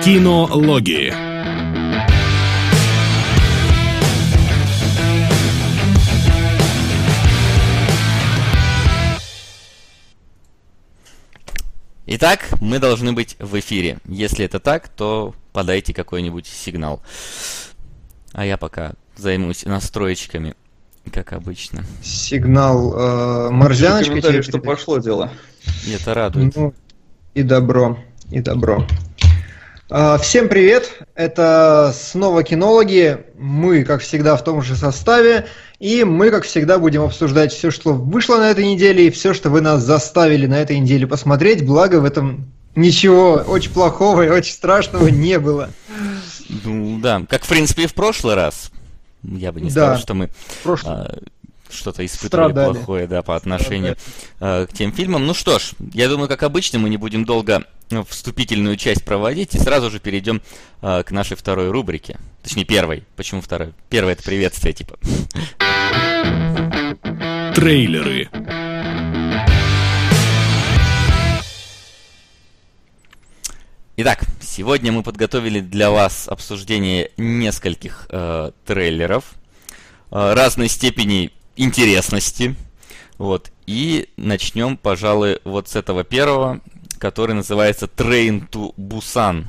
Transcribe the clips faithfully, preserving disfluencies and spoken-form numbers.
Кинологии. Итак, мы должны быть в эфире. Если это так, то подайте какой-нибудь сигнал. А я пока займусь настроечками, как обычно. Сигнал э, морзяночка. Комментарий, что пошло дело. И это радует. Ну, и добро, и добро. А, всем привет, это снова кинологи. Мы, как всегда, в том же составе. И мы, как всегда, будем обсуждать все, что вышло на этой неделе, и все, что вы нас заставили на этой неделе посмотреть. Благо, в этом ничего очень плохого и очень страшного не было. Ну да, как в принципе и в прошлый раз. Я бы не сказал, да, что мы а, что-то испытывали Страдали. плохое, да, по отношению а, к тем фильмам. Ну что ж, я думаю, как обычно, мы не будем долго вступительную часть проводить и сразу же перейдем а, к нашей второй рубрике. Точнее, первой. Почему второй? Первое — это приветствие, типа. Трейлеры. Итак, сегодня мы подготовили для вас обсуждение нескольких э, трейлеров э, разной степени интересности. Вот. И начнем, пожалуй, вот с этого первого, который называется Train to Busan.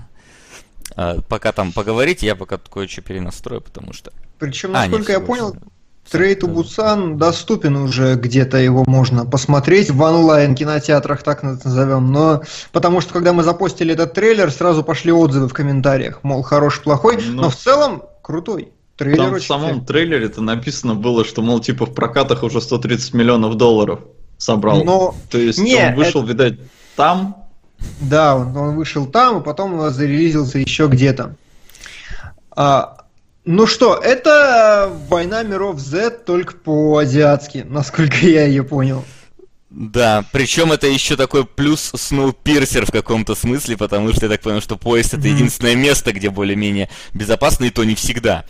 Э, пока там поговорите, я пока кое-что перенастрою, потому что... Причем, насколько а, я понял, Train to Busan доступен уже, где-то его можно посмотреть в онлайн кинотеатрах, так назовем. Но потому что, когда мы запостили этот трейлер, сразу пошли отзывы в комментариях, мол, хороший, плохой, но, но в целом крутой. Трейлер там в самом трейлере-то написано было, что, мол, типа в прокатах уже сто тридцать миллионов долларов собрал. Но... То есть не, он вышел, это... видать, там. Да, он, он вышел там, и потом зарелизился еще где-то. А... Ну что, это «Война миров Z» только по-азиатски, насколько я ее понял. Да, причем это еще такой плюс Сноупирсер в каком-то смысле, потому что я так понял, что поезд — это mm-hmm. единственное место, где более-менее безопасно, и то не всегда.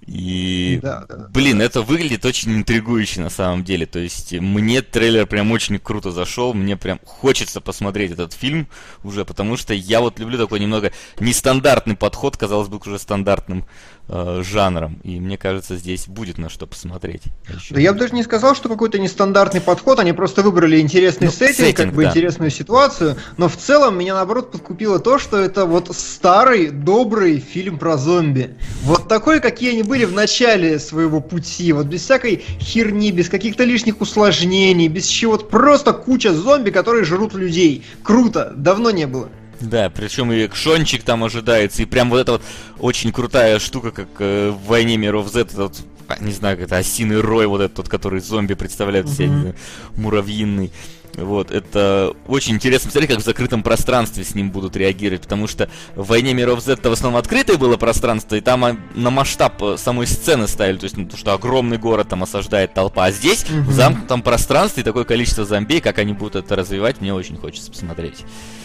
И, да, да, блин, да. это выглядит очень интригующе на самом деле. То есть мне трейлер прям очень круто зашел. Мне прям хочется посмотреть этот фильм уже, потому что я вот люблю такой немного нестандартный подход, казалось бы, к уже стандартным э, жанрам. И мне кажется, здесь будет на что посмотреть. Еще. Да я бы даже не сказал, что какой-то нестандартный подход. Они просто выбрали интересный ну, сеттинг, сеттинг, как бы да. интересную ситуацию. Но в целом меня, наоборот, подкупило то, что это вот старый, добрый фильм про зомби. Вот такой, какие они были в начале своего пути, вот без всякой херни, без каких-то лишних усложнений, без чего-то, просто куча зомби, которые жрут людей. Круто, давно не было. Да, причем и экшончик там ожидается, и прям вот эта вот очень крутая штука, как э, в «Войне миров Z», этот, не знаю, как это, осиный рой, вот этот, который зомби представляет mm-hmm. себя, муравьиный. Вот, это очень интересно смотреть, как в закрытом пространстве с ним будут реагировать, потому что в «Войне миров Z» в основном открытое было пространство, и там на масштаб самой сцены ставили, то есть, ну, то, что огромный город там осаждает толпа, а здесь mm-hmm. в замкнутом пространстве такое количество зомби, как они будут это развивать, мне очень хочется посмотреть.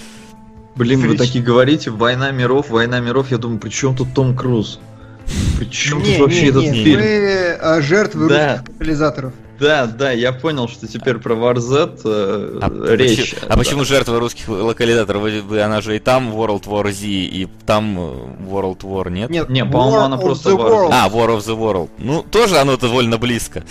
Блин, вы такие говорите, «Война миров», «Война миров», я думаю, при чем тут Том Круз? При чем тут вообще этот фильм? Мы жертвы русских тотализаторов. Да, да, я понял, что теперь про War Z э, а речь. Почему, а да. почему жертва русских локализаторов? Она же и там World War Z, и там World War, нет? Нет, не, по-моему, она просто War. А, War of the World. Ну, тоже оно довольно близко.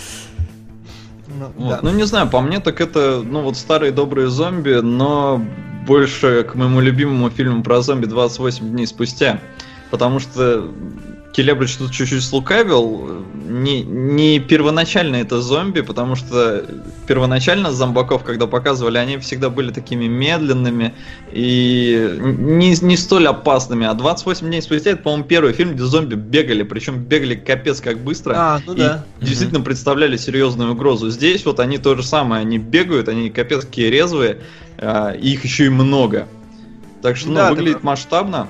Ну, вот. да. ну, не знаю, по мне так это, ну, вот старые добрые зомби, но больше к моему любимому фильму про зомби «двадцать восемь дней спустя». Потому что Келебрич тут чуть-чуть слукавил. Не, не первоначально это зомби, потому что первоначально зомбаков, когда показывали, они всегда были такими медленными и не, не столь опасными. А двадцать восемь дней спустя, это, по-моему, первый фильм, где зомби бегали, причем бегали капец как быстро. А, ну и да. действительно mm-hmm. представляли серьезную угрозу. Здесь вот они то же самое, они бегают, они капец какие резвые, и их еще и много. Так что, ну, да, выглядит да. масштабно,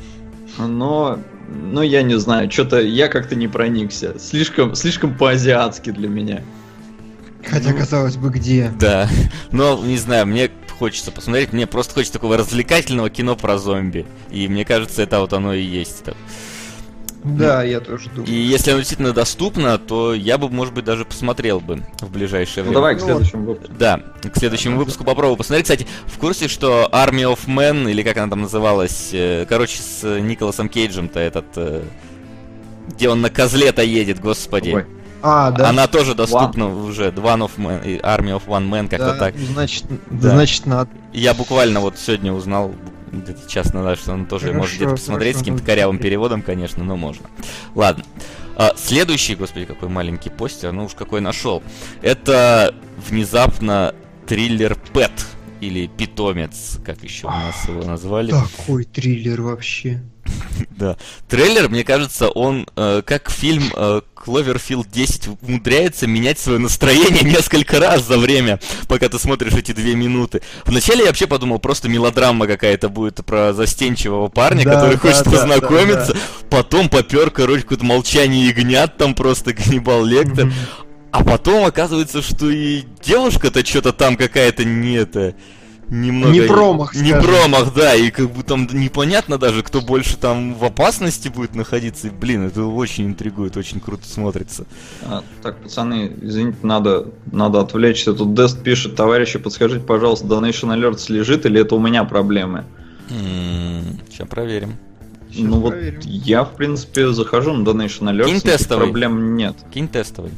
но... Ну, я не знаю, что-то я как-то не проникся. Слишком, слишком по-азиатски для меня. Хотя, казалось бы, где? Да, но, не знаю, мне хочется посмотреть, мне просто хочется такого развлекательного кино про зомби. И мне кажется, это вот оно и есть. Да, я тоже думаю. И если оно действительно доступно, то я бы, может быть, даже посмотрел бы в ближайшее Ну время. давай к следующему выпуску. Да, к следующему выпуску попробую посмотреть. Кстати, в курсе, что Army of Men, или как она там называлась, э, короче, с Николасом Кейджем-то этот, э, где он на козле-то едет, господи. Ой. А, да. Она тоже доступна One. уже, One of Man, и Army of One Man, как-то да, так. Значит, Да. значит, надо. Я буквально вот сегодня узнал, где-то час назад, что он тоже Хорошо, может где-то посмотреть, хорошо, с каким-то надо корявым посмотреть. переводом, конечно, но можно. Ладно. А, следующий, господи, какой маленький постер, ну уж какой нашел. Это внезапно триллер Пэт, или Питомец, как еще у нас его назвали. Такой триллер вообще. Да. Трейлер, мне кажется, он, э, как фильм э, Кловерфилд десять, умудряется менять свое настроение несколько раз за время, пока ты смотришь эти две минуты. Вначале я вообще подумал, просто мелодрама какая-то будет про застенчивого парня, Да, который да, хочет да, познакомиться. да, Потом попер, короче, какое-то молчание ягнят, там просто Ганнибал Лектор. Мгм. А потом оказывается, что и девушка-то что-то там какая-то не это... Немного... Не промах, Не скажем. промах, да, и как бы там непонятно даже, кто больше там в опасности будет находиться. И, блин, это очень интригует, очень круто смотрится. А, так, пацаны, извините, надо, надо отвлечься. Тут Дест пишет: товарищи, подскажите, пожалуйста, Donation Alerts лежит или это у меня проблемы? Сейчас проверим. Сейчас ну вот проверим. я, в принципе, захожу на Donation Alerts, Кинь никаких тестовый. проблем нет. Кинь тестовый.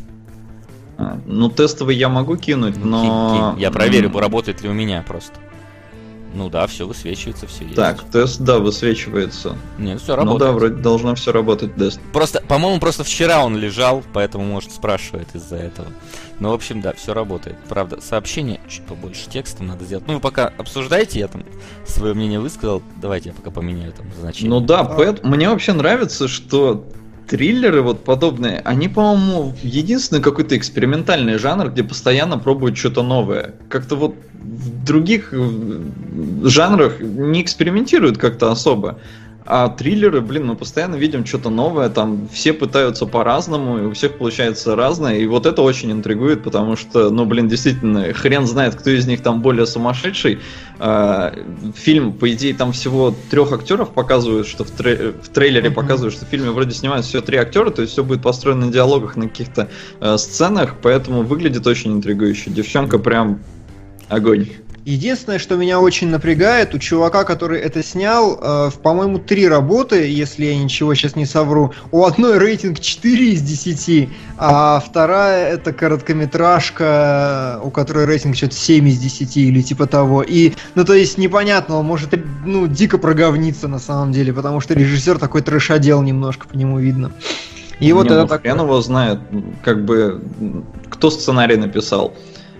А, ну, тестовый я могу кинуть, Кинь, но... кинь. Я проверю, М, работает ли у меня просто. Ну да, все высвечивается, все есть. Так, тест, да, высвечивается. Нет, все Ну работает. да, вроде должно все работать, Дест. Просто, по-моему, просто вчера он лежал, поэтому, может, спрашивает из-за этого. Ну, в общем, да, все работает. Правда, сообщение чуть побольше текста надо сделать. Ну, вы пока обсуждайте, я там свое мнение высказал. Давайте я пока поменяю там значение. Ну да, поэт... мне вообще нравится, что триллеры вот подобные, они, по-моему, единственный какой-то экспериментальный жанр, где постоянно пробуют что-то новое. Как-то вот в других э, жанрах не экспериментируют как-то особо. А триллеры, блин, мы постоянно видим что-то новое, там все пытаются по-разному, и у всех получается разное, и вот это очень интригует, потому что, ну, блин, действительно, хрен знает, кто из них там более сумасшедший. А, фильм, по идее, там всего трех актеров показывают, что в, трей- в трейлере Мгм. показывают, что в фильме вроде снимаются всего три актера, то есть все будет построено на диалогах, на каких-то э, сценах, поэтому выглядит очень интригующе. Девчонка прям огонь. Единственное, что меня очень напрягает, у чувака, который это снял, э, в, по-моему, три работы, если я ничего сейчас не совру. У одной рейтинг четыре из десяти, а вторая это короткометражка, у которой рейтинг что-то семь из десяти или типа того. И, ну то есть непонятно, он может, ну, дико проговниться на самом деле, потому что режиссер такой трэшодел немножко, по нему видно. И Не, вот ну, это так. хрен его знает, как бы, кто сценарий написал.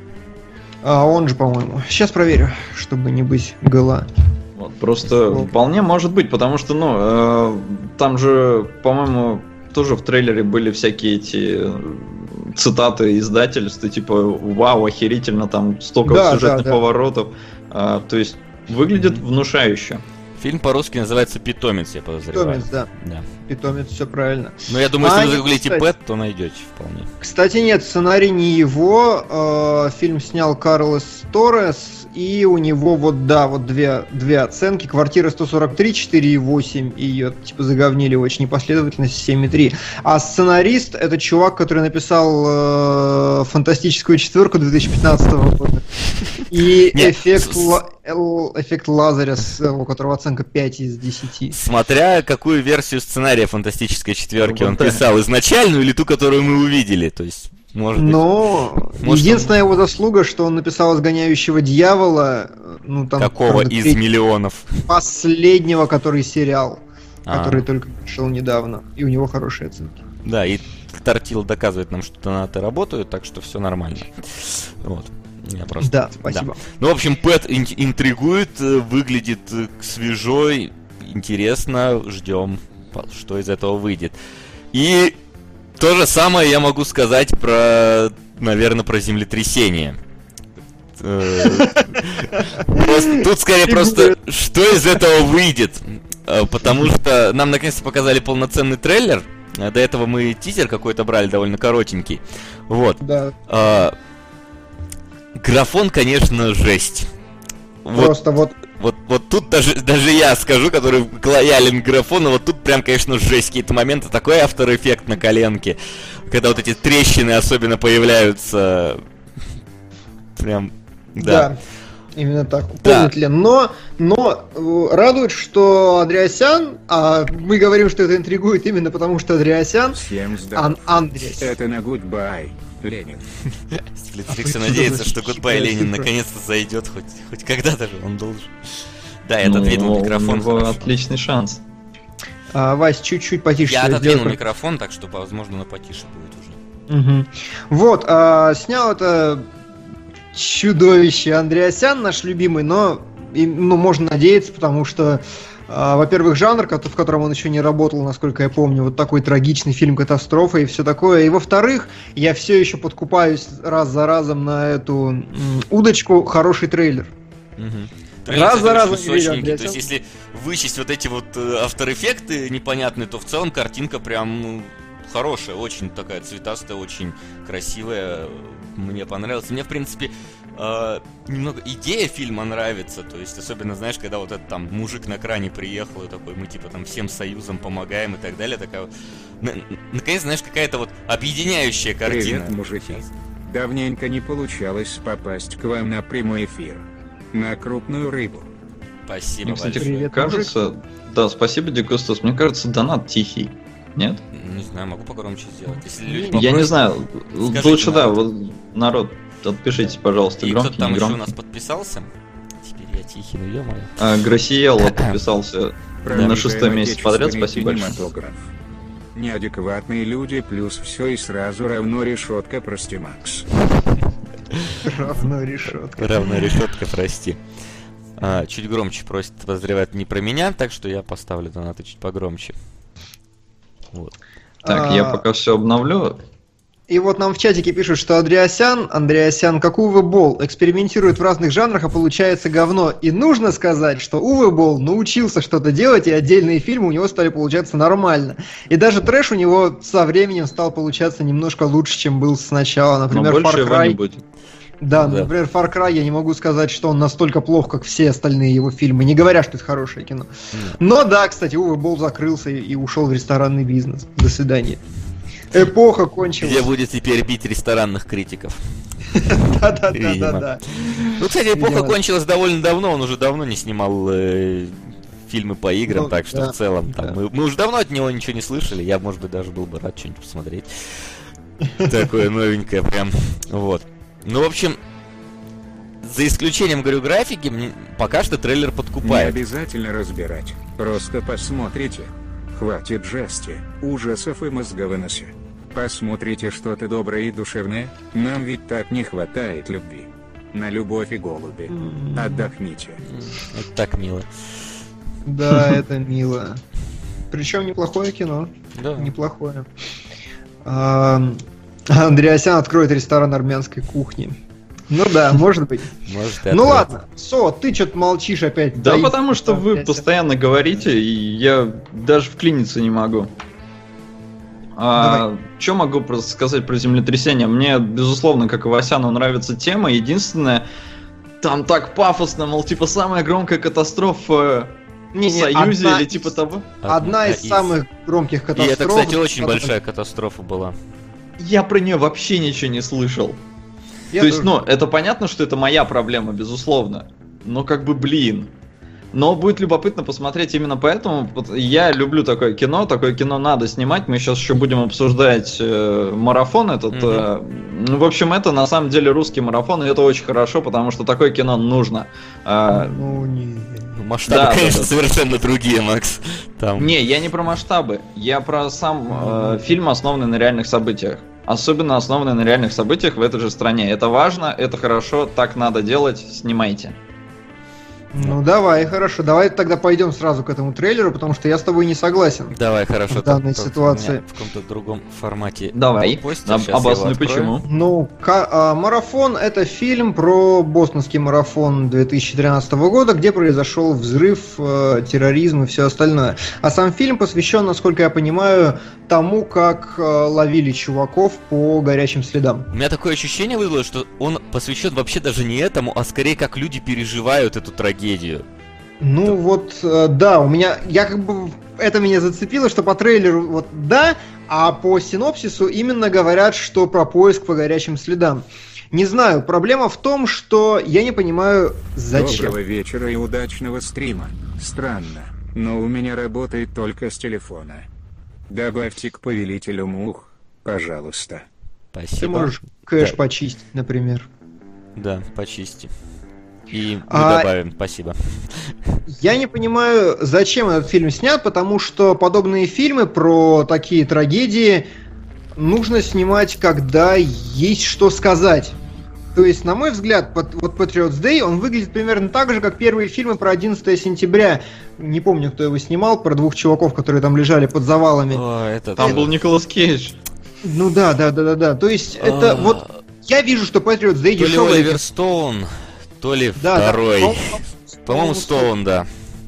А он же, по-моему. Сейчас проверю, чтобы не быть гола. Вот, просто вполне может быть, потому что, ну, э, там же, по-моему, тоже в трейлере были всякие эти э, цитаты издательств, типа, вау, охерительно, там столько Да, сюжетных да, да. поворотов. А, то есть выглядит внушающе. Фильм по-русски называется «Питомец», я подозреваю. Питомец, да. Да. Питомец, все правильно. Но я думаю, А, если вы нет, загуглите кстати. «Пэт», то найдете вполне. Кстати, нет, сценарий не его. э, Фильм снял Карлос Торрес, и у него вот, да, вот две, две оценки. Квартира сто сорок три, четыре и восемь, и ее типа заговнили очень непоследовательно, семь и три. А сценарист — это чувак, который написал э, «Фантастическую четверку» две тысячи пятнадцатого года. И Нет, эффект, с- Ла- Эл- эффект Лазаря, с- у которого оценка пять из десяти. Смотря какую версию сценария «Фантастической четверки» Ну, он да. писал, изначальную или ту, которую мы увидели. То есть, может быть, Но Может, единственная его заслуга, что он написал «Изгоняющего дьявола», ну там какого правда, из треть- миллионов? последнего, который сериал, А. который только пришел недавно, и у него хорошие оценки. Да, и Тортил доказывает нам, что донаты работают, так что все нормально. Вот. Я просто... Да, спасибо. Ну, в общем, Пэт ин- интригует, э, выглядит э, свежо, интересно, ждем, по- что из этого выйдет. И то же самое я могу сказать про, наверное, про землетрясение. Э, просто- Тут скорее просто, что из этого выйдет. Э, Потому что нам наконец-то показали полноценный трейлер. Э, До этого мы тизер какой-то брали, довольно коротенький. Вот. Да, А, Графон, конечно, жесть. Вот, просто вот Вот, вот тут даже, даже я скажу, который лоялен к графону, вот тут прям, конечно, жесть какие-то моменты. Такой автор-эффект на коленке. Когда вот эти трещины особенно появляются. Прям, да. Да. Именно так, помнит ли. Но, но радует, что Андреасян, а мы говорим, что это интригует именно потому, что Андреасян, Ан Андрес. Это на Goodbye, Ленин. Сплитфикс надеется, что Goodbye, Ленин наконец-то зайдет, хоть, хоть когда-то же он должен. Да, я отодвинул ну, микрофон. У него отличный шанс. А, Вась, чуть-чуть потише. Я отодвинул микрофон, так что, возможно, на потише будет уже. Угу. Вот, а, снял это... чудовище Андреасян, наш любимый, но и, ну, можно надеяться, потому что, э, во-первых, жанр, в котором он еще не работал, насколько я помню, вот такой трагичный фильм «Катастрофа» и все такое. И, во-вторых, я все еще подкупаюсь раз за разом на эту м, удочку «Хороший трейлер». Угу. Трейлер, раз за разом. То есть, если вычесть вот эти вот э, автор-эффекты непонятные, то в целом картинка прям ну, хорошая, очень такая цветастая, очень красивая. Мне понравилось. Мне, в принципе, э, немного идея фильма нравится. То есть, особенно, знаешь, когда вот этот там мужик на кране приехал и такой, мы типа там всем союзом помогаем и так далее. Такая вот... Наконец, знаешь, какая-то вот объединяющая картина. Привет, мужики. Давненько не получалось попасть к вам на прямой эфир. На крупную рыбу. Спасибо Мне, кстати, большое. Привет, кажется... Мужик. Да, спасибо, Дикостас. Мне кажется, донат тихий. Нет? Не знаю, могу погромче сделать. Если люди я попросят, не знаю. Лучше, да, вот народ, отпишите, пожалуйста, и громкий, кто там не громкий. еще у нас подписался? Теперь я тихий, ну ё-моё. А, Грасиелло подписался на шестой месяц подряд, спасибо большое. Неадекватные люди плюс все и сразу равно решетка, прости, Макс. Равно решетка. Равно решетка, прости. А, чуть громче просит, подозревает не про меня, так что я поставлю донаты чуть погромче. Вот. Так, а, я пока все обновлю. И вот нам в чатике пишут, что Андреасян, Андреасян, как Уве Болл, экспериментирует в разных жанрах, а получается говно. И нужно сказать, что Уве Болл научился что-то делать, и отдельные фильмы у него стали получаться нормально. И даже трэш у него со временем стал получаться немножко лучше, чем был сначала. Например, Far Cry. Да, да, например, Far Cry, я не могу сказать, что он настолько плох, как все остальные его фильмы, не говоря, что это хорошее кино. Mm. Но да, кстати, Уве Болл закрылся и, и ушел в ресторанный бизнес. До свидания. Эпоха кончилась. Где будет теперь бить ресторанных критиков. Да-да-да-да. Ну, кстати, эпоха кончилась довольно давно, он уже давно не снимал фильмы по играм, так что в целом мы уже давно от него ничего не слышали, я, может быть, даже был бы рад что-нибудь посмотреть. Такое новенькое прям, вот. Ну, в общем, за исключением, говорю, графики, мне пока что трейлер подкупает. Не обязательно разбирать, просто посмотрите. Хватит жести, ужасов и мозговыноса. Посмотрите что-то доброе и душевное, нам ведь так не хватает любви. На любовь и голуби. Отдохните. Это так мило. Да, это мило. Причем неплохое кино. Да. Неплохое. Андреасян откроет ресторан армянской кухни. Ну да, может быть. Может, ну ладно, Со, ты что-то молчишь опять. Да, потому что вы постоянно говорите, и я даже вклиниться не могу. А, что могу просто сказать про землетрясение? Мне, безусловно, как и Васяну, нравится тема. Единственное, там так пафосно, мол, типа самая громкая катастрофа не, в Союзе одна, или типа того. Одна, одна из, из самых громких катастроф. И это, кстати, очень большая катастрофа была. Я про нее вообще ничего не слышал. Я То тоже. есть, ну, это понятно, что это моя проблема, безусловно. Но как бы, блин. Но будет любопытно посмотреть именно поэтому. Я люблю такое кино, такое кино надо снимать. Мы сейчас еще будем обсуждать э, марафон этот. Mm-hmm. Э, в общем, это на самом деле русский марафон, и это очень хорошо, потому что такое кино нужно. Э, ну, не... Масштабы, да, конечно, да, да. совершенно другие, Макс. Там. Не, я не про масштабы. Я про сам э, фильм, основанный на реальных событиях. Особенно основанный на реальных событиях в этой же стране. Это важно, это хорошо, так надо делать, снимайте. Ну давай, хорошо, давай тогда пойдем сразу к этому трейлеру, потому что я с тобой не согласен. Давай, хорошо. В данной тут, ситуации. В каком-то другом формате. Давай, обоснуй почему. Ну, а, марафон — это фильм про бостонский марафон две тысячи тринадцатого года, где произошел взрыв, э, терроризм и все остальное. А сам фильм посвящен, насколько я понимаю, тому, как э, ловили чуваков по горячим следам. У меня такое ощущение вызвало, что он посвящен вообще даже не этому, а скорее как люди переживают эту трагедию. Ну да. вот, э, да, у меня, я как бы, это меня зацепило, что по трейлеру вот да, а по синопсису именно говорят, что про поиск по горячим следам. Не знаю, проблема в том, что я не понимаю, зачем. Доброго вечера и удачного стрима. Странно, но у меня работает только с телефона. Добавьте к повелителю мух, пожалуйста. Спасибо. Ты можешь кэш да. почистить, например. Да, почисти. И мы а... добавим, спасибо. Я не понимаю, зачем этот фильм снят, потому что подобные фильмы про такие трагедии нужно снимать, когда есть что сказать. То есть, на мой взгляд, вот Patriots Day, он выглядит примерно так же, как первые фильмы про одиннадцатое сентября. Не помню, кто его снимал, про двух чуваков, которые там лежали под завалами. О, это, там это... был Николас Кейдж. Ну да, да, да, да, да. То есть, это А... вот... Я вижу, что Patriots Day то дешевый... То ли Оливер Стоун, то ли да, второй. Да, по-моему, Стоун, да.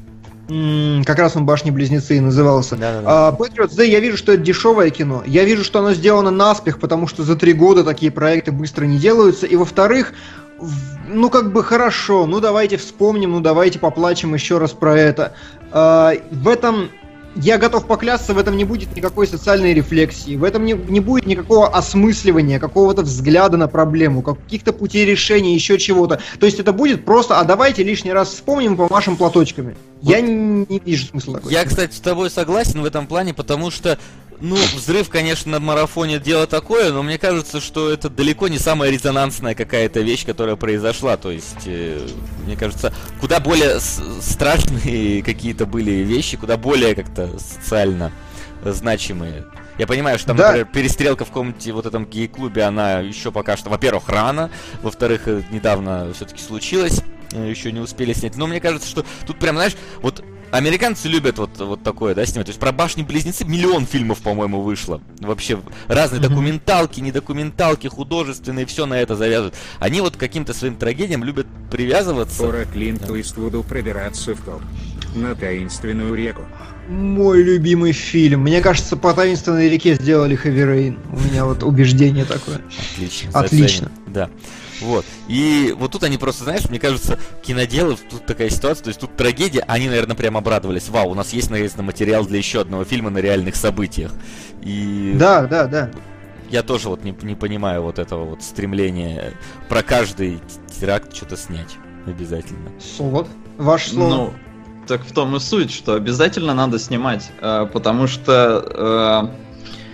Как раз он «Башни-близнецы» и назывался. Да, да, да. А, Patriots Day, я вижу, что это дешевое кино. Я вижу, что оно сделано наспех, потому что за три года такие проекты быстро не делаются. И во-вторых, ну как бы хорошо, ну давайте вспомним, ну давайте поплачем еще раз про это. А, в этом... Я готов поклясться, в этом не будет никакой социальной рефлексии, в этом не, не будет никакого осмысливания, какого-то взгляда на проблему, каких-то путей решения, еще чего-то. То есть это будет просто, а давайте лишний раз вспомним, помашем платочками. Вот я не, не вижу смысла такой. Я, кстати, с тобой согласен в этом плане, потому что, ну, взрыв, конечно, на марафоне дело такое, но мне кажется, что это далеко не самая резонансная какая-то вещь, которая произошла. То есть, э, мне кажется, куда более с- страшные какие-то были вещи, куда более как-то социально значимые. Я понимаю, что там, да. например, перестрелка в комнате вот этом гей-клубе, она еще пока что, во-первых, рано, во-вторых, недавно все-таки случилось, еще не успели снять. Но мне кажется, что тут прям, знаешь, вот американцы любят вот, вот такое, да, снимать. То есть про «Башни-близнецы» миллион фильмов, по-моему, вышло. Вообще разные mm-hmm. документалки, недокументалки, художественные, все на это завязывают. Они вот к каким-то своим трагедиям любят привязываться. Пора Клинту Иствуду пробираться в топ. На таинственную реку. Мой любимый фильм. Мне кажется, по таинственной реке сделали Heavy Rain. У меня вот убеждение такое. Отлично. Отлично. Да. Вот. И вот тут они просто, знаешь, мне кажется, киноделы, тут такая ситуация, то есть тут трагедия, они, наверное, прям обрадовались. Вау, у нас есть, наверное, материал для еще одного фильма на реальных событиях. И... Да, да, да. Я тоже вот не, не понимаю вот этого вот стремления про каждый теракт что-то снять обязательно. Солод, ваше слово. Ну, так в том и суть, что обязательно надо снимать, э, потому что... Э,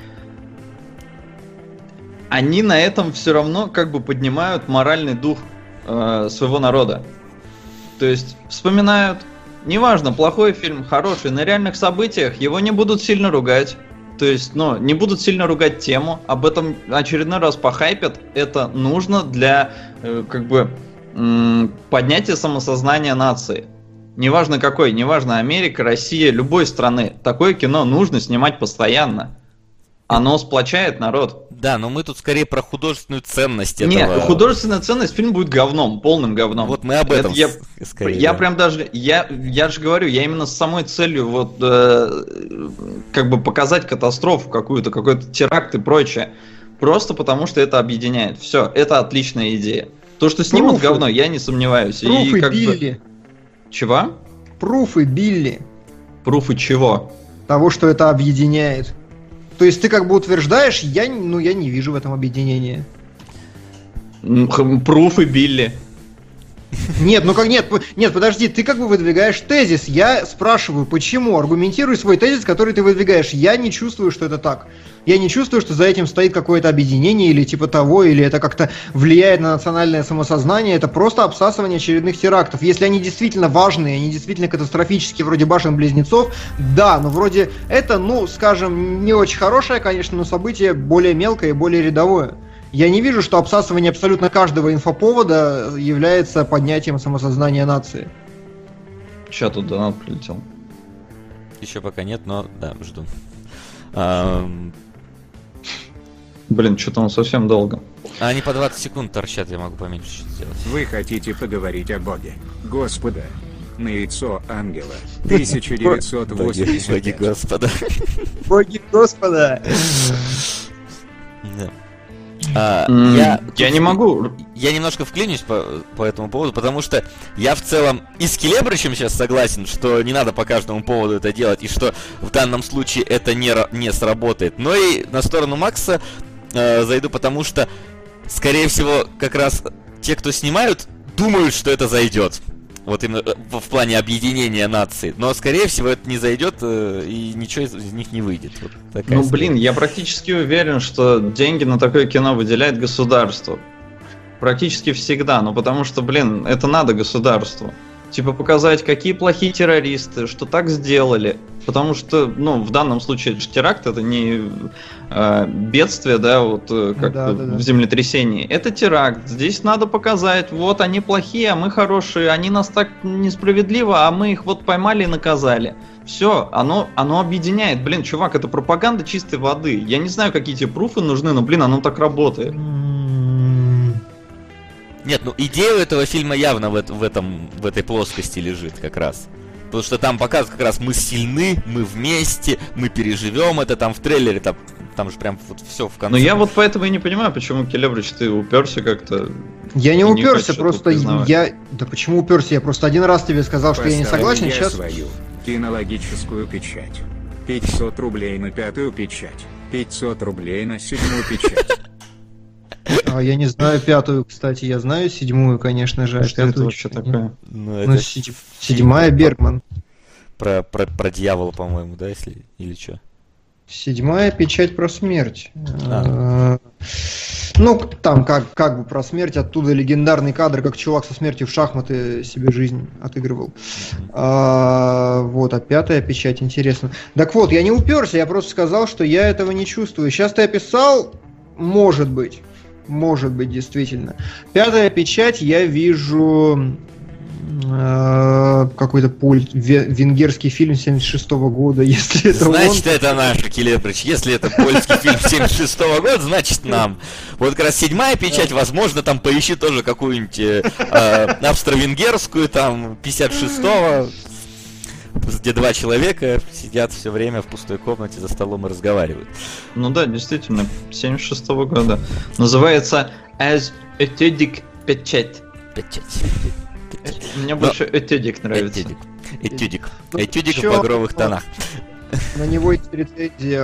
они на этом все равно как бы поднимают моральный дух э, своего народа. То есть вспоминают, неважно, плохой фильм, хороший, на реальных событиях его не будут сильно ругать. То есть, ну, не будут сильно ругать тему, об этом очередной раз похайпят. Это нужно для, э, как бы, м- поднятия самосознания нации. Неважно какой, неважно Америка, Россия, любой страны. Такое кино нужно снимать постоянно. Оно сплочает народ. Да, но мы тут скорее про художественную ценность этого. Нет, художественная ценность, фильм будет говном, полным говном. Вот мы об этом это я, скорее. Я да. прям даже, я, я же говорю, я именно с самой целью вот э, как бы показать катастрофу какую-то, какой-то теракт и прочее. Просто потому, что это объединяет. Все, это отличная идея. То, что снимут Пруфы. говно, я не сомневаюсь. Пруфы и как Билли. Бы... Чего? Пруфы Билли. Пруфы чего? Того, что это объединяет. То есть ты как бы утверждаешь, я, ну, я не вижу в этом объединения. Пруфы Билли. Нет, ну как нет, нет, подожди, ты как бы выдвигаешь тезис. Я спрашиваю, почему? Аргументируй свой тезис, который ты выдвигаешь. Я не чувствую, что это так. Я не чувствую, что за этим стоит какое-то объединение или типа того, или это как-то влияет на национальное самосознание. Это просто обсасывание очередных терактов. Если они действительно важные, они действительно катастрофические, вроде «Башен-близнецов», да, но вроде это, ну, скажем, не очень хорошее, конечно, но событие более мелкое и более рядовое. Я не вижу, что обсасывание абсолютно каждого инфоповода является поднятием самосознания нации. Сейчас тут донат прилетел. Еще пока нет, но да, жду. А... Блин, что-то он совсем долго. А они по двадцать секунд торчат, я могу поменьше что-то сделать. Вы хотите поговорить о Боге, Господа, на яйцо ангела, тысяча девятьсот восемьдесят Боги Господа. Боги Господа. Да. А, Mm, я, я не могу. Я немножко вклинюсь по, по этому поводу, потому что я в целом и с Келебрычем сейчас согласен, что не надо по каждому поводу это делать, и что в данном случае это не, не сработает. Но и на сторону Макса э, зайду, потому что, скорее всего, как раз те, кто снимают, думают, что это зайдет. Вот именно в, в плане объединения наций. Но, скорее всего, это не зайдет, э, и ничего из, из них не выйдет. Вот такая ну, история. блин, я практически уверен, что деньги на такое кино выделяет государство. Практически всегда. Ну, потому что, блин, это надо государству. Типа показать, какие плохие террористы, что так сделали. Потому что, ну, в данном случае это же теракт, это не э, бедствие, да, вот как да, да, в да. землетрясении. Это теракт. Здесь надо показать, вот они плохие, а мы хорошие, они нас так несправедливо, а мы их вот поймали и наказали. Все, оно, оно объединяет. Блин, чувак, это пропаганда чистой воды. Я не знаю, какие тебе пруфы нужны, но, блин, оно так работает. Нет, ну идея у этого фильма явно в, в, этом, в этой плоскости лежит как раз. Потому что там показывают как раз мы сильны, мы вместе, мы переживем это там в трейлере, там, там же прям вот все в конце. Но я вот поэтому и не понимаю, почему, Келебрыч, ты уперся как-то. Я не не уперся, хочешь просто это признавать. я... Да почему уперся? Я просто один раз тебе сказал, что я не Поставлю согласен, я сейчас... свою кинологическую печать. пятьсот рублей на пятую печать. пятьсот рублей на седьмую печать. А, я не знаю пятую, кстати, я знаю седьмую, конечно же. а Что это пятую вообще чё-то не- такое? Ну, Ну, это седь- седьмая Бергман. про, про, про дьявола, по-моему, да, если или что? Седьмая печать про смерть. А. Э, Ну, там как, как бы про смерть, оттуда легендарный кадр, как чувак со смертью в шахматы себе жизнь отыгрывал. А, вот, а пятая печать, интересно. Так вот, я не уперся, я просто сказал, что я этого не чувствую. Сейчас ты описал, может быть, может быть, действительно. Пятая печать, я вижу э, какой-то поль, ве- венгерский фильм семьдесят шестого года, если это Значит, он. это наш Келебрыч. Если это польский фильм семьдесят шестого года, значит нам. Вот как раз седьмая печать, возможно, там поищи тоже какую-нибудь э, э, австро-венгерскую, там, пятьдесят шестого, где два человека сидят все время в пустой комнате за столом и разговаривают. Ну да, действительно, семьдесят шестого года. Называется As Этюдик Печать. Печать. Мне Но- больше Этюдик нравится. Этюдик. Этюдик. Ну, Этюдик в чё, багровых ну, тонах. На него есть рецензия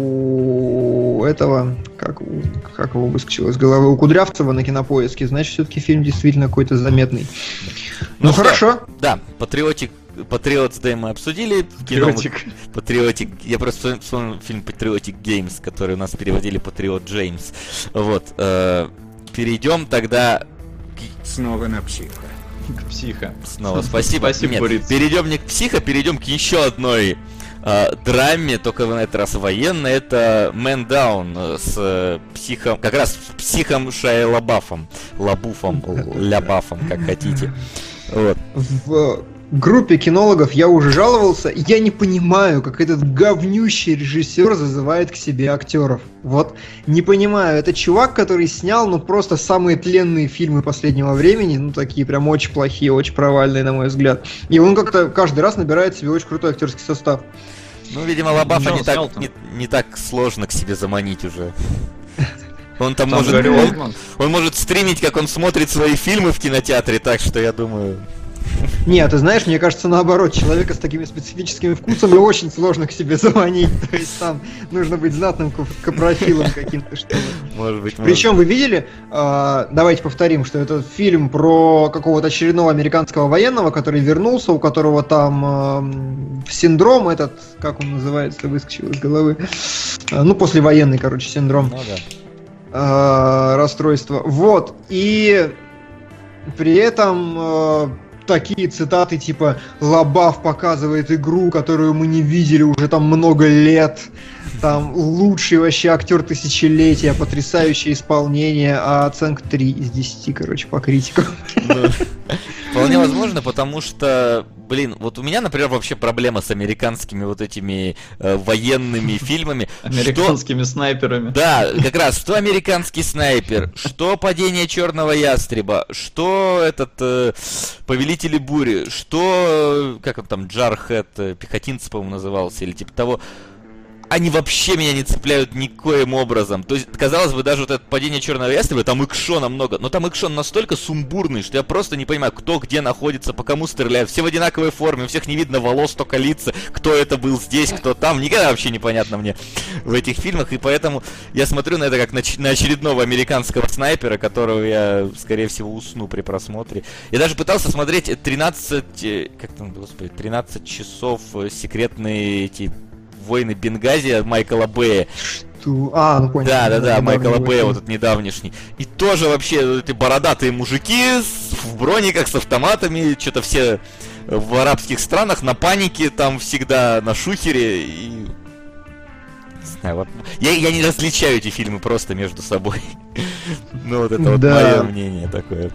у этого, как, у- как его выскочило из головы, у Кудрявцева на Кинопоиске, значит, все-таки фильм действительно какой-то заметный. Ну, что, хорошо. Да, Патриотик, Патриот Day мы обсудили. Кино мы- Патриотик. Патриотик. Я просто вспомнил фильм Patriotic Games, который у нас переводили Патриот Джеймс. Вот. э, Перейдем тогда Снова на психа. Психа. снова. Спасибо. Спасибо, Нет, Бурец. перейдем не к психо, перейдем к еще одной э, драме, только на этот раз военной. Это Man Down э, с э, психом, как раз с психом Шайа Лабафом. Лабуфом, л- Лябафом, как хотите. Вот. В группе кинологов я уже жаловался, и я не понимаю, как этот говнющий режиссер зазывает к себе актеров. Вот, не понимаю, это чувак, который снял, ну, просто самые тленные фильмы последнего времени, ну, такие прям очень плохие, очень провальные, на мой взгляд. И он как-то каждый раз набирает себе очень крутой актерский состав. Ну, видимо, Лабафа Что не он так, снял-то? не, не так сложно к себе заманить уже. Он там, Там может, Гарри он, Олдман. он может стримить, как он смотрит свои фильмы в кинотеатре, так что я думаю... Нет, ты знаешь, мне кажется, наоборот, человека с такими специфическими вкусами очень сложно к себе заманить. То есть там нужно быть знатным ко- копрофилом каким-то, что ли. Может быть, может. Причем вы видели, э, давайте повторим, что это фильм про какого-то очередного американского военного, который вернулся, у которого там э, синдром этот, как он называется, выскочил из головы, Э, ну, послевоенный, короче, синдром, Ну да. э, расстройство. Вот, и при этом э, такие цитаты типа «Лабаф показывает игру, которую мы не видели уже там много лет», там лучший вообще актер тысячелетия, потрясающее исполнение, а оценка три из десяти, короче, по критикам. Ну, вполне возможно, потому что, блин, вот у меня, например, вообще проблема с американскими вот этими э, военными фильмами. Что- Американскими снайперами. Да, как раз, что американский снайпер, что падение черного ястреба, что этот э, повелители бури, что, э, как он там, Джархед, э, пехотинец, по-моему, назывался, или типа того. они вообще меня не цепляют никоим образом. То есть, казалось бы, даже вот это падение черного ястреба, там экшона много, но там экшон настолько сумбурный, что я просто не понимаю, кто где находится, по кому стреляют. Все в одинаковой форме, у всех не видно волос, только лица, кто это был здесь, кто там. Никогда вообще непонятно мне в этих фильмах, и поэтому я смотрю на это как на, на очередного американского снайпера, которого я, скорее всего, усну при просмотре. Я даже пытался смотреть тринадцать, как там, господи, тринадцать часов секретные эти войны Бенгази Майкла Бэя. Что? А, ну понял. Да, да, да, Майкла Бэя, фильм. вот этот недавнешний. И тоже вообще эти бородатые мужики с, в брониках, с автоматами, что-то все в арабских странах на панике, там всегда на шухере. И... Не знаю, вот... я, я не различаю эти фильмы просто между собой. Ну вот это вот мое мнение такое.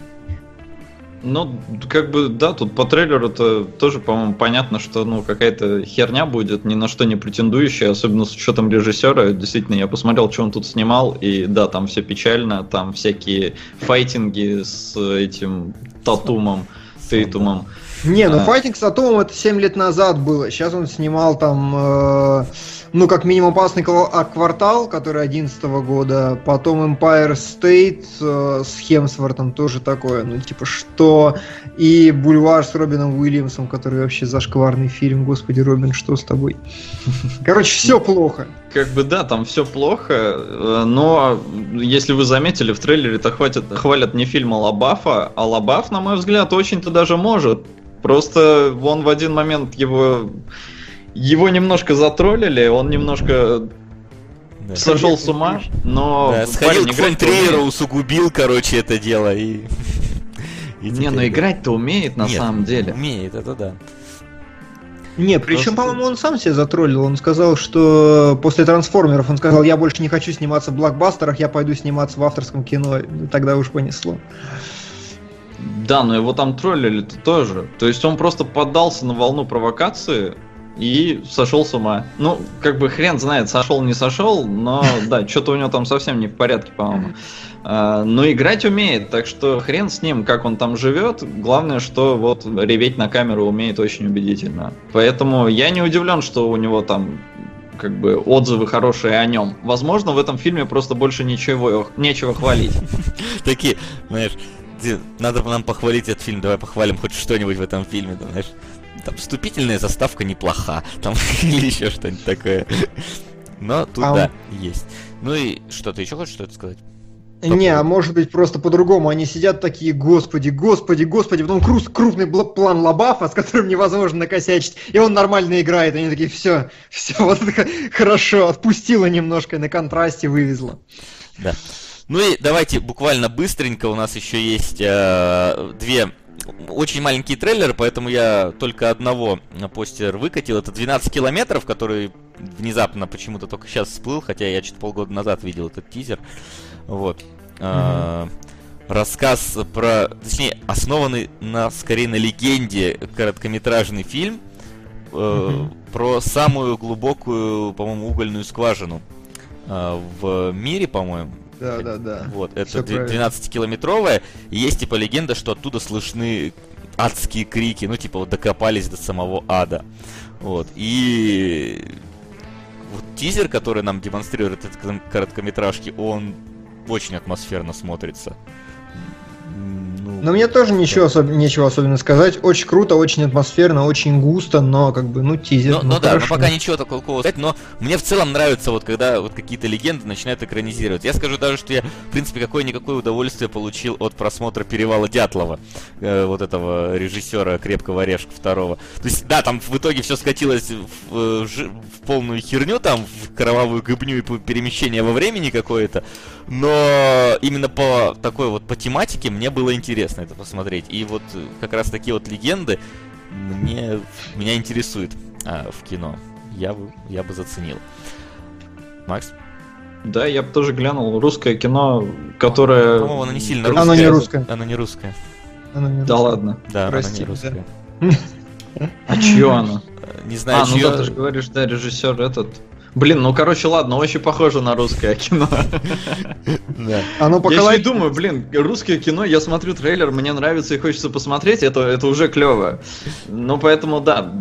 Ну, как бы, да, тут по трейлеру-то тоже, по-моему, понятно, что, ну, какая-то херня будет, ни на что не претендующая, особенно с учетом режиссера. Действительно, я посмотрел, что он тут снимал, и да, там все печально, там всякие файтинги с этим Татумом, Тейтумом. Не, ну а... файтинг с Татумом это семь лет назад было. Сейчас он снимал там, э, ну, как минимум, «Опасный квартал», который одиннадцатого года, потом Empire State э, с Хемсвортом, тоже такое, ну, типа, что? И «Бульвар» с Робином Уильямсом, который вообще зашкварный фильм. Господи, Робин, что с тобой? Короче, все плохо. Как бы да, там все плохо, но если вы заметили, в трейлере-то хватит, хвалят не фильм Лабафа, а Лабаф, на мой взгляд, очень-то даже может. Просто он в один момент его, его немножко затроллили, он немножко да. сошел с ума, но... Да, сходил к фон Триеру, усугубил, короче, это дело и... и не, ну играть-то умеет на Нет, самом деле. Умеет, это да. Не, причем, Просто... по-моему, он сам себя затроллил. Он сказал, что после «Трансформеров» он сказал, я больше не хочу сниматься в блокбастерах, я пойду сниматься в авторском кино. И тогда уж понесло. Да, но его там троллили-то тоже. То есть он просто поддался на волну провокации и сошел с ума. Ну, как бы хрен знает, сошел не сошел, но да, что-то у него там совсем не в порядке, по-моему. Но играть умеет, так что хрен с ним, как он там живет. Главное, что вот реветь на камеру умеет очень убедительно. Поэтому я не удивлен, что у него там как бы отзывы хорошие о нем. Возможно, в этом фильме просто больше ничего, нечего хвалить. Такие, знаешь, надо нам похвалить этот фильм, давай похвалим хоть что-нибудь в этом фильме, знаешь. Там вступительная заставка неплоха, там или еще что-нибудь такое. Но тут а да, он... есть. Ну и что, ты еще хочешь что-то сказать? Не, а может быть просто по-другому. Они сидят такие, господи, господи, господи. Потом круз, крупный план Лабафа, с которым невозможно накосячить. И он нормально играет. Они такие, все, все, вот это хорошо. Отпустило немножко, на контрасте вывезло. Да. Ну и давайте буквально быстренько. У нас еще есть э, две очень маленькие трейлеры, поэтому я только одного постер выкатил. Это двенадцать километров, который внезапно почему-то только сейчас всплыл, хотя я что-то полгода назад видел этот тизер. Вот. Mm-hmm. А, рассказ про... Точнее, основанный на, скорее, на легенде короткометражный фильм э, mm-hmm. про самую глубокую, по-моему, угольную скважину э, в мире, по-моему. Да, да, да. Вот, это двенадцатикилометровая. И есть, типа, легенда, что оттуда слышны адские крики. Ну, типа, вот докопались до самого ада. Вот. И... Вот тизер, который нам демонстрирует этот короткометражки, он очень атмосферно смотрится. Ну, но мне тоже ничего, особ... нечего особенно сказать. Очень круто, очень атмосферно, очень густо, но как бы, ну, тизер. Ну, ну, ну да, но пока ничего такого сказать, но мне в целом нравится, вот когда вот какие-то легенды начинают экранизировать. Я скажу даже, что я, в принципе, какое-никакое удовольствие получил от просмотра «Перевала Дятлова», э, вот этого режиссера «Крепкого орешка» второго. То есть, да, там в итоге все скатилось в, в, в полную херню, там, в кровавую гыбню и перемещение во времени какое-то, но именно по такой вот, по тематике мне было интересно это посмотреть. И вот как раз такие вот легенды мне, меня интересуют а, в кино. Я бы, я бы заценил. Макс? Да, я бы тоже глянул. Русское кино, которое... По-моему, оно не сильно русское. Оно не русское. Оно не русское. Оно не да русское. Ладно. Да, Прости, оно не русское. Да. А чье оно? Не знаю, а, чье... ну да, ты же говоришь, да, режиссер этот... Блин, ну короче, ладно, очень похоже на русское кино. Да. Оно я еще и думаю, блин, русское кино, я смотрю трейлер, мне нравится и хочется посмотреть, это, это уже клево. Ну поэтому да,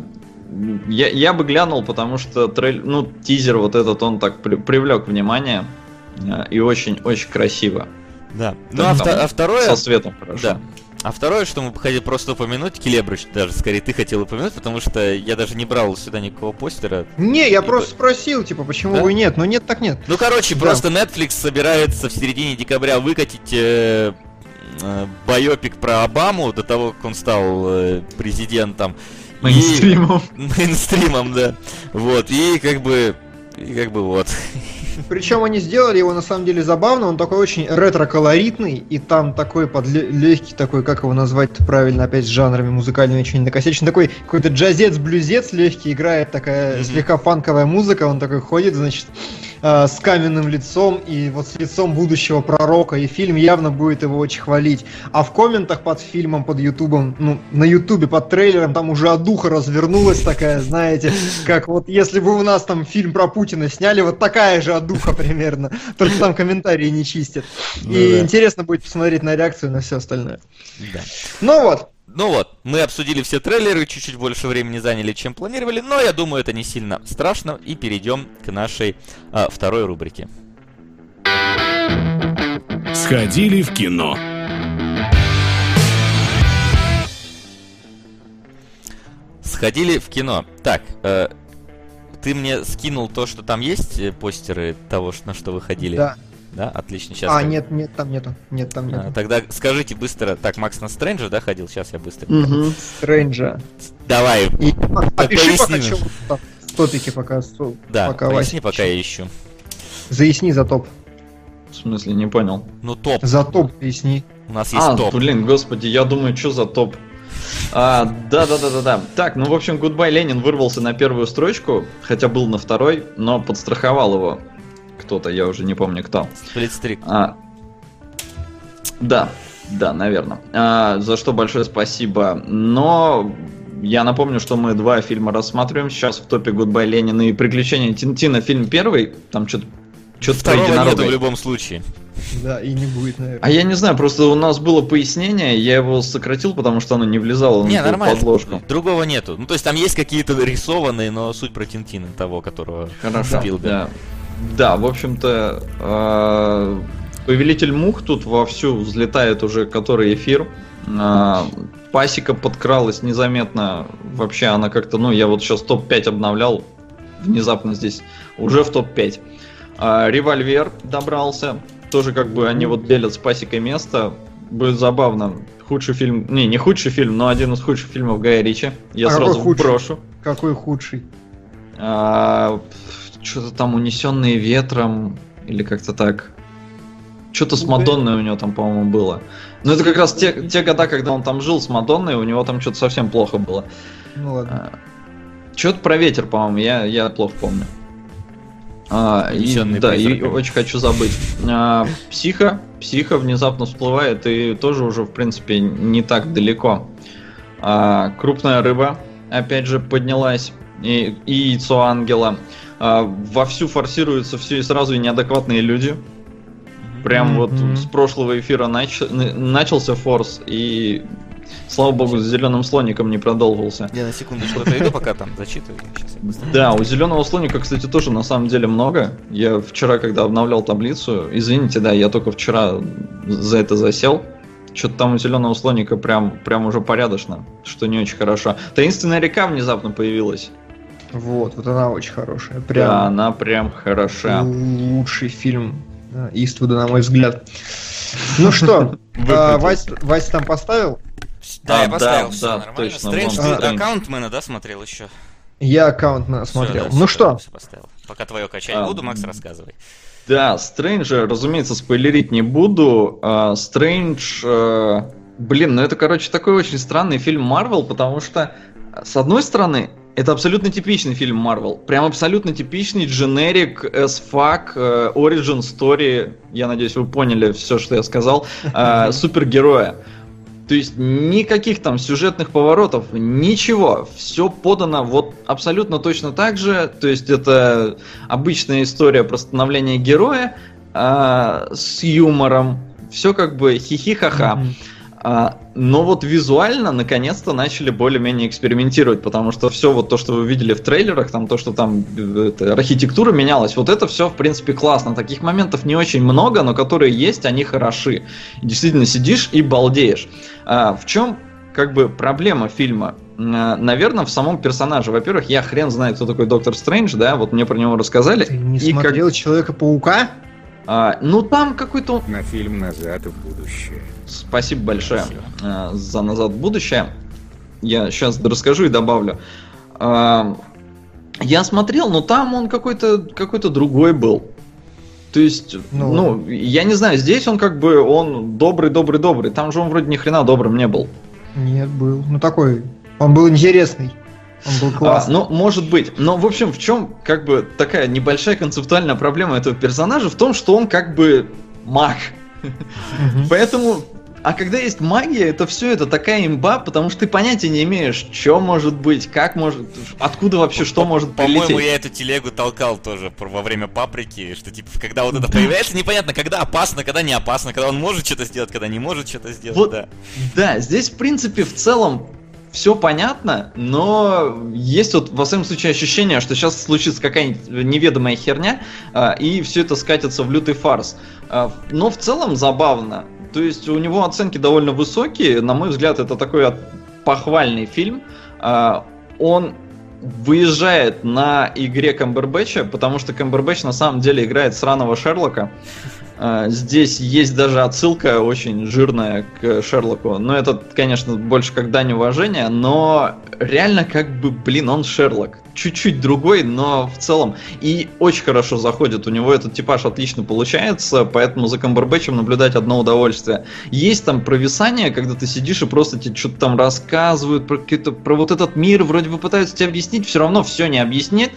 я, я бы глянул, потому что трейлер, ну, тизер вот этот, он так при, привлек внимание. И очень-очень красиво. Да. Ну, а, вто- а второе... Со светом хорошо. Да. А второе, что мы хотели просто упомянуть, Келебрыч, даже скорее ты хотел упомянуть, потому что я даже не брал сюда никакого постера. Не, я и просто по... спросил, типа, почему да? бы и нет, но нет так нет. Ну, короче, да. просто Netflix собирается в середине декабря выкатить э, э, байопик про Обаму до того, как он стал э, президентом. Мейнстримом. И... Мейнстримом, да. Вот, и как бы... И как бы вот... Причем они сделали его на самом деле забавно, он такой очень ретро-колоритный, и там такой под легкий такой, как его назвать-то правильно, опять с жанрами музыкальными еще не накосячен, такой какой-то джазец-блюзец легкий, играет такая mm-hmm. слегка фанковая музыка, он такой ходит, значит, э, с каменным лицом и вот с лицом будущего пророка, и фильм явно будет его очень хвалить. А в комментах под фильмом, под ютубом, ну, на ютубе под трейлером там уже одуха развернулась такая, знаете, как вот если бы у нас там фильм про Путина сняли, вот такая же духа примерно, только там комментарии не чистят. Ну, и да. Интересно будет посмотреть на реакцию на все остальное. Да. Ну вот. Ну вот, мы обсудили все трейлеры, чуть-чуть больше времени заняли, чем планировали, но я думаю, это не сильно страшно, и перейдем к нашей а, второй рубрике. Сходили в кино. Сходили в кино. Так, э, ты мне скинул то, что там есть постеры того, на что вы ходили? Да. Да, отлично. Сейчас а, я... нет, нет, там нету. Нет, там нету. А, тогда скажите быстро. Так, Макс на Стрэнджа, да, ходил? Сейчас я быстро. Угу. Стрэнджа. Давай. И... Опиши пока, поясни. что в топике пока. Да, пока поясни, Вася пока я ищу. Заясни за топ. В смысле, не понял. Ну, топ. За топ поясни. У нас есть а, топ. блин, господи, я думаю, что за топ? А, да-да-да-да-да. Так, ну, в общем, Goodbye Ленин вырвался на первую строчку, хотя был на второй, но подстраховал его кто-то, я уже не помню кто. Сплитстрик. А, да, да, наверное. А, за что большое спасибо. Но я напомню, что мы два фильма рассматриваем сейчас в топе Goodbye Ленин и Приключения Тинтина. Фильм первый, там что-то что-то про единорога. Нету в любом случае. Да, и не будет, наверное. А я не знаю, просто у нас было пояснение, я его сократил, потому что оно не влезало не, на нормально. подложку. Другого нету. Ну, то есть там есть какие-то рисованные, но суть про Тинтина, того, которого Хорошо, да. Да, в общем-то, э, Повелитель мух тут вовсю взлетает уже который эфир. Э, Пасека подкралась незаметно. Вообще она как-то, ну, я вот сейчас топ пять обновлял, внезапно здесь уже в топ пять. Э, Револьвер добрался. Тоже как бы они вот делят с Пасекой место. Будет забавно. Худший фильм, не, не худший фильм, но один из худших фильмов Гая Ричи. Я а сразу брошу. Какой худший? А, что-то там «Унесенные ветром» или как-то так. Что-то с Мадонной у него там, по-моему, было. Но это как раз те, те года, когда он там жил с Мадонной, у него там что-то совсем плохо было. Ну ладно. А, что-то про ветер, по-моему, я, я плохо помню. А, и, да, и очень хочу забыть. А, Психо. Психо внезапно всплывает и тоже уже, в принципе, не так далеко. А, Крупная рыба, опять же, поднялась. И, и Яйцо ангела. А, вовсю форсируются все и сразу и неадекватные люди. Прям mm-hmm. вот с прошлого эфира нач... начался форс, и слава богу, с зеленым слоником не продолжился. Я на секундочку отойду, пока там зачитываю. Да, у зеленого слоника, кстати, тоже на самом деле много. Я вчера, когда обновлял таблицу, извините, да, я только вчера за это засел. Что-то там у зеленого слоника прям, прям уже порядочно, что не очень хорошо. Таинственная река внезапно появилась. Вот, вот она очень хорошая. Прям да, она прям хороша. Лучший фильм Иствуда, на мой взгляд. Ну что, Вася там поставил? Да, я поставил, все нормально. Стрэндж, ты Аккаунтмена, да, смотрел еще? Я Аккаунтмена смотрел. Ну что? Пока твое качать буду, Макс, рассказывай. Да, Стрэнджа, разумеется, спойлерить не буду. Стрэндж, блин, ну это, короче, такой очень странный фильм Марвел, потому что, с одной стороны, это абсолютно типичный фильм Marvel. Прям абсолютно типичный generic as fuck uh, origin story. Я надеюсь, вы поняли все, что я сказал. Uh, супергероя. То есть никаких там сюжетных поворотов, ничего. Все подано вот абсолютно точно так же. То есть это обычная история про становление героя uh, с юмором. Все как бы хихи-ха-ха. А, но вот визуально наконец-то начали более-менее экспериментировать, потому что все вот то, что вы видели в трейлерах, там то, что там это, архитектура менялась, вот это все в принципе классно. Таких моментов не очень много, но которые есть, они хороши. Действительно сидишь и балдеешь. А, в чем как бы проблема фильма? А, наверное, в самом персонаже. Во-первых, я хрен знает, кто такой Доктор Стрэндж, да, вот мне про него рассказали. Ты не и смотрел как... Человека-паука? А, ну там какой-то... На фильм «Назад в будущее». Спасибо большое э, за «Назад в будущее». Я сейчас расскажу и добавлю. Э, я смотрел, но там он какой-то какой-то другой был. То есть, ну... ну, я не знаю, здесь он как бы, он добрый-добрый-добрый. Там же он вроде ни хрена добрым не был. Нет, был. Ну такой, он был интересный. Он был классный. А, ну, может быть. Но, в общем, в чем как бы такая небольшая концептуальная проблема этого персонажа в том, что он как бы маг. Поэтому... А когда есть магия, это все это такая имба, потому что ты понятия не имеешь, что может быть, как может, откуда вообще что может прилететь. По-моему, я эту телегу толкал тоже во время «Паприки», что типа, когда вот это появляется, непонятно, когда опасно, когда не опасно, когда он может что-то сделать, когда не может что-то сделать. Вот, да. да, здесь в принципе в целом все понятно, но есть вот во всяком случае ощущение, что сейчас случится какая-нибудь неведомая херня, и все это скатится в лютый фарс. Но в целом забавно. То есть у него оценки довольно высокие. На мой взгляд, это такой похвальный фильм. Он выезжает на игре Камбербэтча, потому что Камбербэтч на самом деле играет сраного Шерлока. Здесь есть даже отсылка очень жирная к Шерлоку. Но это, конечно, больше как дань уважения, но реально как бы, блин, он Шерлок. Чуть-чуть другой, но в целом и очень хорошо заходит. У него этот типаж отлично получается, поэтому за Камбербэтчем наблюдать одно удовольствие. Есть там провисание, когда ты сидишь и просто тебе что-то там рассказывают про, про вот этот мир, вроде бы пытаются тебе объяснить, все равно все не объяснит.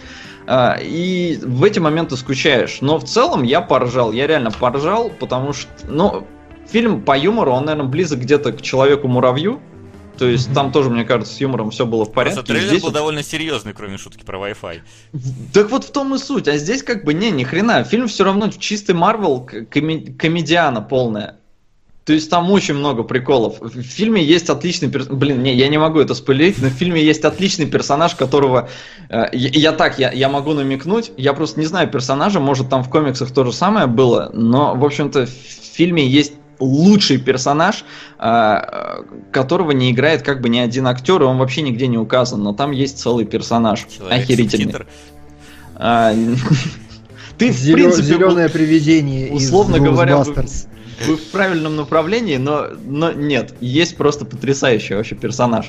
И в эти моменты скучаешь. Но в целом я поржал, я реально поржал, потому что, ну, фильм по юмору, он, наверное, близок где-то к Человеку-муравью. То есть mm-hmm. там тоже, мне кажется, с юмором все было в порядке. Просто трейлер здесь был вот... довольно серьезный, кроме шутки про Wi-Fi. Так вот в том и суть. А здесь как бы не, ни хрена. Фильм все равно чистый Марвел, коми... комедиана полная. То есть там очень много приколов. В фильме есть отличный персонаж. Блин, не, я не могу это спойлерить, но в фильме есть отличный персонаж, которого... Э, я, я так, я, я могу намекнуть. Я просто не знаю персонажа, может там в комиксах то же самое было, но, в общем-то, в фильме есть лучший персонаж, э, которого не играет как бы ни один актер, и он вообще нигде не указан, но там есть целый персонаж. Человек охерительный. А, ты, в принципе... Зеленое привидение из условно говоря, вы в правильном направлении, но, но нет, есть просто потрясающий вообще персонаж.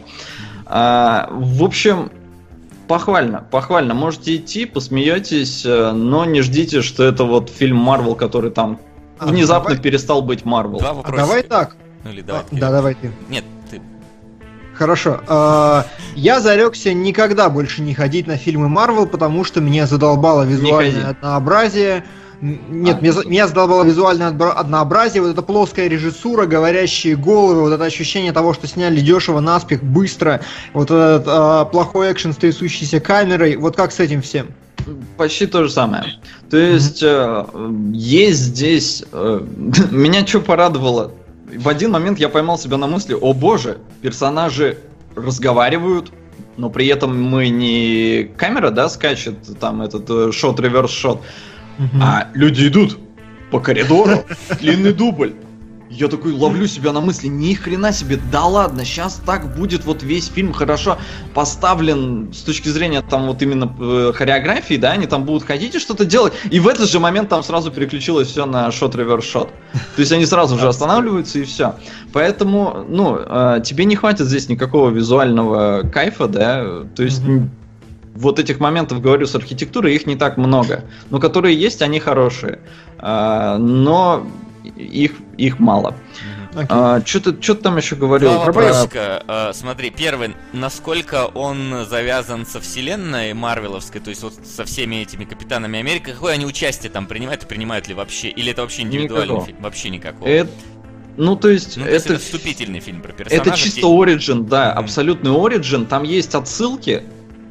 А, в общем, похвально, похвально. Можете идти, посмеетесь, но не ждите, что это вот фильм Марвел, который там а, внезапно давай... перестал быть Марвел. А давай так. Ну, или давай, а, да, давай ты. Нет, ты. Хорошо. А, я зарекся никогда больше не ходить на фильмы Марвел, потому что меня задолбало визуальное однообразие. Нет, а, меня, меня задолбало визуальное однообразие, вот эта плоская режиссура, говорящие головы, вот это ощущение того, что сняли дешево, наспех, быстро, вот этот а, плохой экшен с трясущейся камерой, вот как с этим всем? Почти то же самое. То есть mm-hmm. э, есть здесь... Э, меня что порадовало? В один момент я поймал себя на мысли, о боже, персонажи разговаривают, но при этом мы не камера, да, скачет, там этот шот, реверс шот, Uh-huh. а люди идут по коридору, длинный дубль. Я такой ловлю себя на мысли, ни хрена себе, да ладно, сейчас так будет вот весь фильм хорошо поставлен с точки зрения там вот именно э, хореографии, да, они там будут ходить и что-то делать, и в этот же момент там сразу переключилось все на шот-реверс-шот. То есть они сразу же останавливаются и все. Поэтому, ну, э, тебе не хватит здесь никакого визуального кайфа, да, то есть... Uh-huh. Вот этих моментов, говорю, с архитектурой, их не так много. Но которые есть, они хорошие. А, но их, их мало. Okay. А, что-то, что-то там еще говорил. Два вопросика. А, смотри, первый. Насколько он завязан со вселенной марвеловской, то есть вот со всеми этими Капитанами Америки, какое они участие там принимают и принимают ли вообще? Или это вообще индивидуальный никакого. Фильм? Вообще никакого. Это... Ну, то есть, ну, это... то есть это вступительный фильм про персонажа. Это чисто оригин, да, mm-hmm. абсолютный оригин. Там есть отсылки.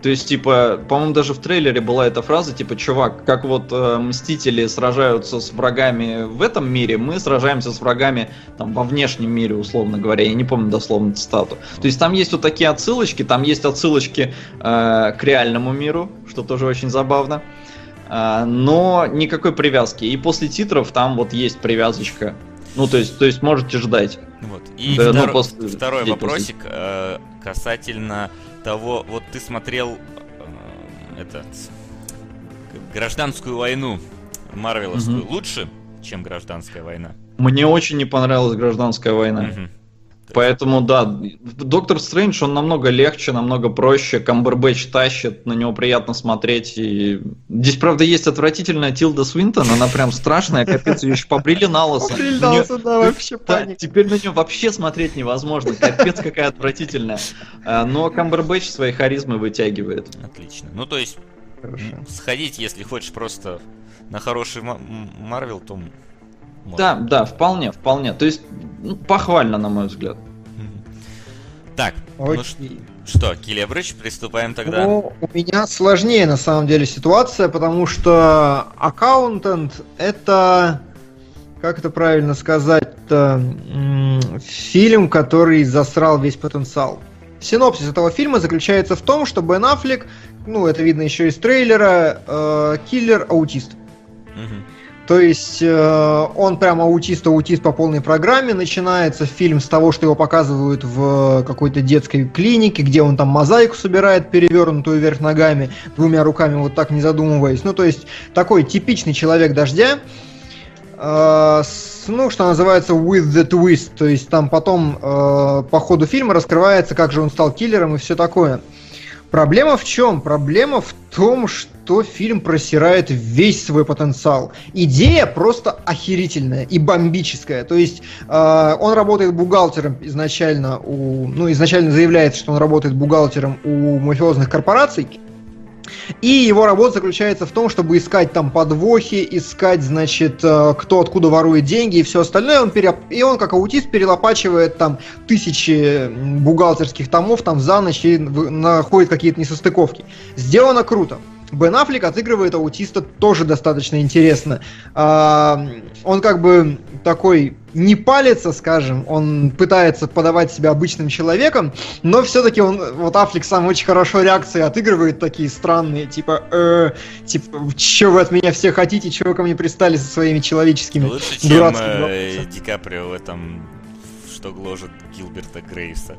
То есть, типа, по-моему, даже в трейлере была эта фраза, типа, чувак, как вот э, Мстители сражаются с врагами в этом мире, мы сражаемся с врагами там во внешнем мире, условно говоря. Я не помню дословно цитату. То есть там есть вот такие отсылочки, там есть отсылочки э, к реальному миру, что тоже очень забавно. Э, но никакой привязки. И после титров там вот есть привязочка. Ну, то есть, то есть можете ждать. Вот. И да, втор... ну, после... второй вопросик э, касательно того, вот ты смотрел э, этот гражданскую войну марвеловскую угу. лучше, чем гражданская война? Мне очень не понравилась гражданская война. Угу. Поэтому, да, Доктор Стрэндж, он намного легче, намного проще, Камбербэтч тащит, на него приятно смотреть. И... Здесь, правда, есть отвратительная Тилда Свинтон, она прям страшная, капец, ее еще побрили на лысо. Побрили на лысо, да, вообще паника. Теперь на нее вообще смотреть невозможно, капец, какая отвратительная. Но Камбербэтч своей харизмой вытягивает. Отлично. Ну, то есть, сходить, если хочешь просто на хороший Марвел, то... Можно. Да, да, вполне, вполне. То есть, ну, похвально, на мой взгляд. Так, ну что, Келебрыч, приступаем тогда. Ну, у меня сложнее, на самом деле, ситуация, потому что Accountant — это, как это правильно сказать-то, фильм, который засрал весь потенциал. Синопсис этого фильма заключается в том, что Бен Аффлек, ну, это видно еще из трейлера, э, киллер-аутист. Угу. То есть э, он прям аутист-аутист по полной программе. Начинается фильм с того, что его показывают в какой-то детской клинике, где он там мозаику собирает, перевернутую вверх ногами, двумя руками, вот так не задумываясь. Ну, то есть такой типичный человек дождя. Э, с, ну, что называется with the twist. То есть там потом э, по ходу фильма раскрывается, как же он стал киллером и все такое. Проблема в чем? Проблема в том, что фильм просирает весь свой потенциал. Идея просто охерительная и бомбическая. То есть э, он работает бухгалтером изначально у... Ну, изначально заявляется, что он работает бухгалтером у мафиозных корпораций. И его работа заключается в том, чтобы искать там подвохи, искать, значит, кто откуда ворует деньги и все остальное. Он пере... И он, как аутист, перелопачивает там тысячи бухгалтерских томов там за ночь и находит какие-то несостыковки. Сделано круто. Бен Аффлек отыгрывает аутиста тоже достаточно интересно. А, он как бы такой не палится, скажем, он пытается подавать себя обычным человеком, но все-таки он, вот Аффлек сам очень хорошо реакции отыгрывает такие странные, типа, э, типа, что вы от меня все хотите, чего вы ко мне пристали со своими человеческими лучше, чем э, Ди Каприо в этом, что гложет Гилберта Грейвса.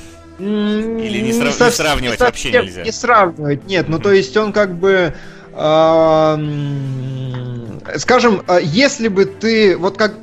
Или не, срав... не сравнивать не вообще нельзя? Не сравнивать, нет. Ну, то есть он как бы... Э, скажем, если бы ты... Вот как...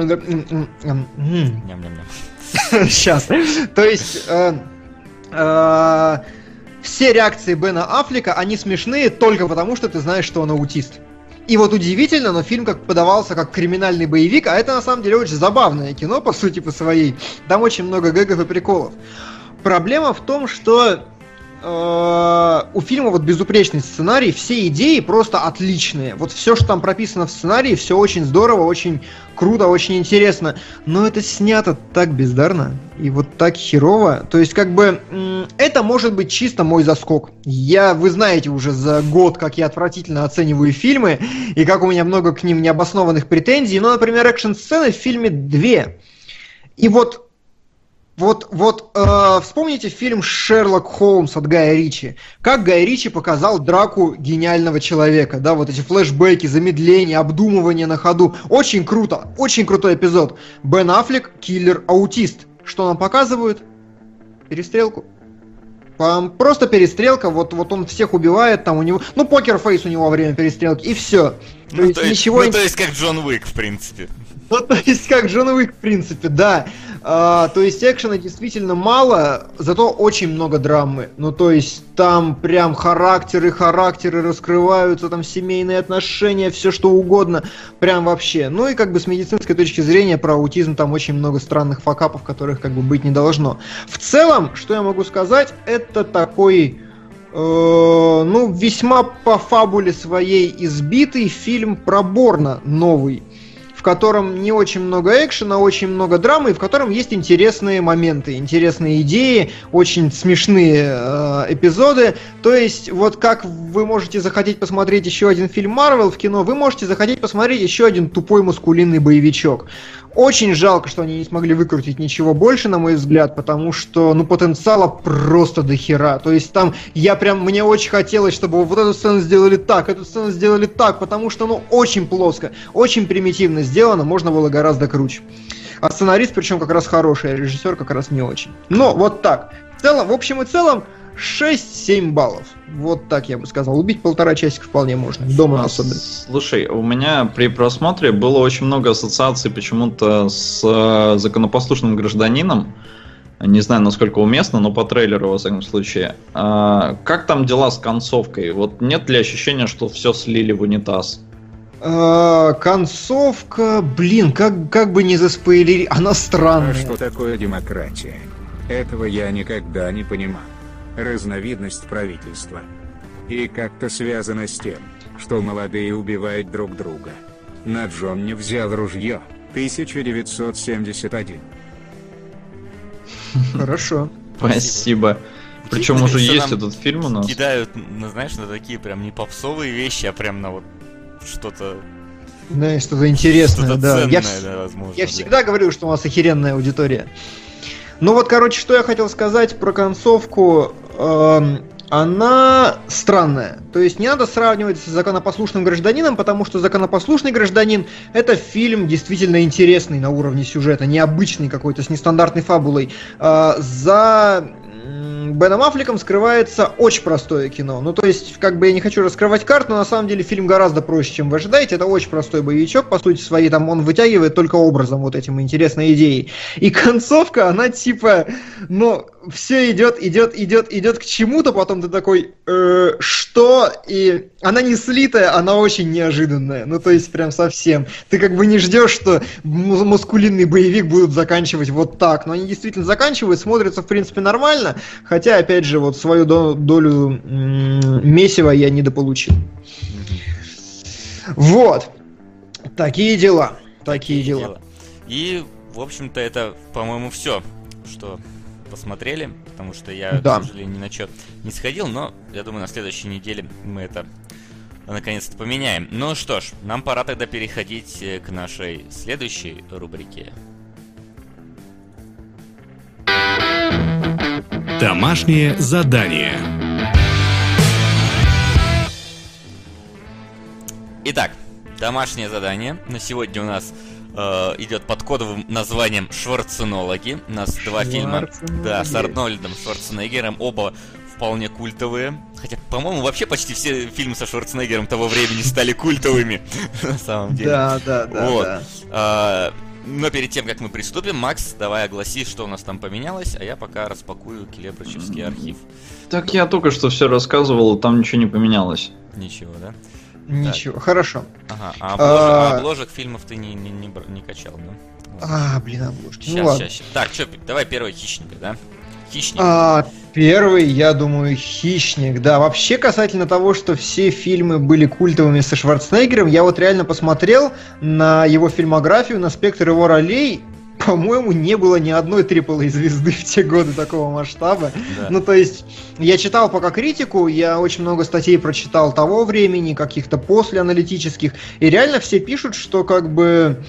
Сейчас. То есть... Э, э, все реакции Бена Аффлека, они смешные только потому, что ты знаешь, что он аутист. И вот удивительно, но фильм как подавался как криминальный боевик, а это на самом деле очень забавное кино, по сути, по своей. Там очень много гэгов и приколов. Проблема в том, что э, у фильма вот безупречный сценарий, все идеи просто отличные. Вот все, что там прописано в сценарии, все очень здорово, очень круто, очень интересно. Но это снято так бездарно и вот так херово. То есть, как бы, м- это может быть чисто мой заскок. Я, вы знаете уже за год, как я отвратительно оцениваю фильмы, и как у меня много к ним необоснованных претензий. Но, например, экшн-сцены в фильме две. И вот Вот, вот э, вспомните фильм «Шерлок Холмс» от Гая Ричи. Как Гай Ричи показал драку гениального человека. Да, вот эти флешбеки, замедления, обдумывания на ходу. Очень круто, очень крутой эпизод. Бен Аффлек – киллер-аутист. Что нам показывают? Перестрелку. Там просто перестрелка, вот, вот он всех убивает, там у него... Ну, покер-фейс у него во время перестрелки, и все. Ну, то, есть, то, есть, ничего... ну, то есть как Джон Уик, в принципе. Ну, то есть как Джон Уик, в принципе, да. А, то есть экшена действительно мало, зато очень много драмы. Ну, то есть там прям характеры, характеры раскрываются, там семейные отношения, все что угодно. Прям вообще. Ну и как бы с медицинской точки зрения про аутизм там очень много странных факапов, которых как бы быть не должно. В целом, что я могу сказать, это такой... Э, ну, весьма по фабуле своей избитый фильм про Борна новый. в котором не очень много экшена, очень много драмы, и в котором есть интересные моменты, интересные идеи, очень смешные э, эпизоды. То есть, вот как вы можете захотеть посмотреть еще один фильм Марвел в кино, вы можете захотеть посмотреть еще один тупой мускулинный боевичок. Очень жалко, что они не смогли выкрутить ничего больше, на мой взгляд, потому что, ну, потенциала просто до хера. То есть там я прям, мне очень хотелось, чтобы вот эту сцену сделали так, эту сцену сделали так, потому что, ну, очень плоско, очень примитивно сделано, можно было гораздо круче. А сценарист, причем, как раз хороший, а режиссер как раз не очень. Но вот так. В целом, в общем и целом, шесть-семь баллов. Вот так я бы сказал. Убить полтора часика вполне можно. Дома особенно. Слушай, у меня при просмотре было очень много ассоциаций почему-то с э, законопослушным гражданином. Не знаю, насколько уместно, но по трейлеру, во всяком случае. А, как там дела с концовкой? Вот нет ли ощущения, что все слили в унитаз? А, концовка, блин, как, как бы не заспойлери, она странная. А что такое демократия? Этого я никогда не понимал. Разновидность правительства. И как-то связано с тем, что молодые убивают друг друга. На Джон не взял ружье. тысяча девятьсот семьдесят один. Хорошо. Спасибо. Причем уже есть этот фильм у нас. Кидают, ну, знаешь, на такие прям не попсовые вещи, а прям на вот что-то... Да, что-то интересное, что-то да. Ценное, Я, да, возможно, я да. всегда говорил, что у нас охеренная аудитория. Ну вот, короче, что я хотел сказать про концовку. Эм, она странная. То есть не надо сравнивать с законопослушным гражданином, потому что законопослушный гражданин — это фильм действительно интересный на уровне сюжета, необычный какой-то, с нестандартной фабулой. Э, за Беном Аффлеком скрывается очень простое кино. Ну, то есть, как бы я не хочу раскрывать карт, но на самом деле фильм гораздо проще, чем вы ожидаете. Это очень простой боевичок, по сути своей, там он вытягивает только образом вот этим интересной идеей. И концовка, она типа, ну, все идет, идет, идет, идет к чему-то, потом ты такой, э, что? И она не слитая, она очень неожиданная. Ну, то есть, прям совсем. Ты как бы не ждешь, что маскулинный боевик будут заканчивать вот так. Но они действительно заканчивают, смотрятся, в принципе, нормально. Хотя, опять же, вот свою долю м- месива я недополучил. Вот. Такие дела. Такие дела. дела. И, в общем-то, это, по-моему, все, что посмотрели, потому что я, да. к сожалению, ни на что не сходил, но я думаю, на следующей неделе мы это наконец-то поменяем. Ну что ж, нам пора тогда переходить к нашей следующей рубрике. Домашнее задание. Итак, домашнее задание на сегодня у нас э, идет под кодовым названием «Шварценологи». У нас два фильма, да, с Арнольдом Шварценеггером, оба вполне культовые. Хотя, по-моему, вообще почти все фильмы со Шварценеггером того времени стали культовыми, на самом деле. Да, да, да, да. Но перед тем, как мы приступим, Макс, давай огласи, что у нас там поменялось, а я пока распакую Келебрычевский архив. Так я только что все рассказывал, там ничего не поменялось. Ничего, да? Ничего, так. Хорошо. Ага, а обложек, а... обложек фильмов ты не, не, не, не качал, да? А, блин, обложки. Сейчас, ну, ладно. сейчас, сейчас. Так, что, давай первый «Хищника», да? «Хищник». А, первый, я думаю, «Хищник», да. Вообще, касательно того, что все фильмы были культовыми со Шварценеггером, я вот реально посмотрел на его фильмографию, на спектр его ролей. По-моему, не было ни одной трипл-эй звезды в те годы такого масштаба. Да. Ну, то есть, я читал пока критику, я очень много статей прочитал того времени, каких-то послеаналитических, и реально все пишут, что как бы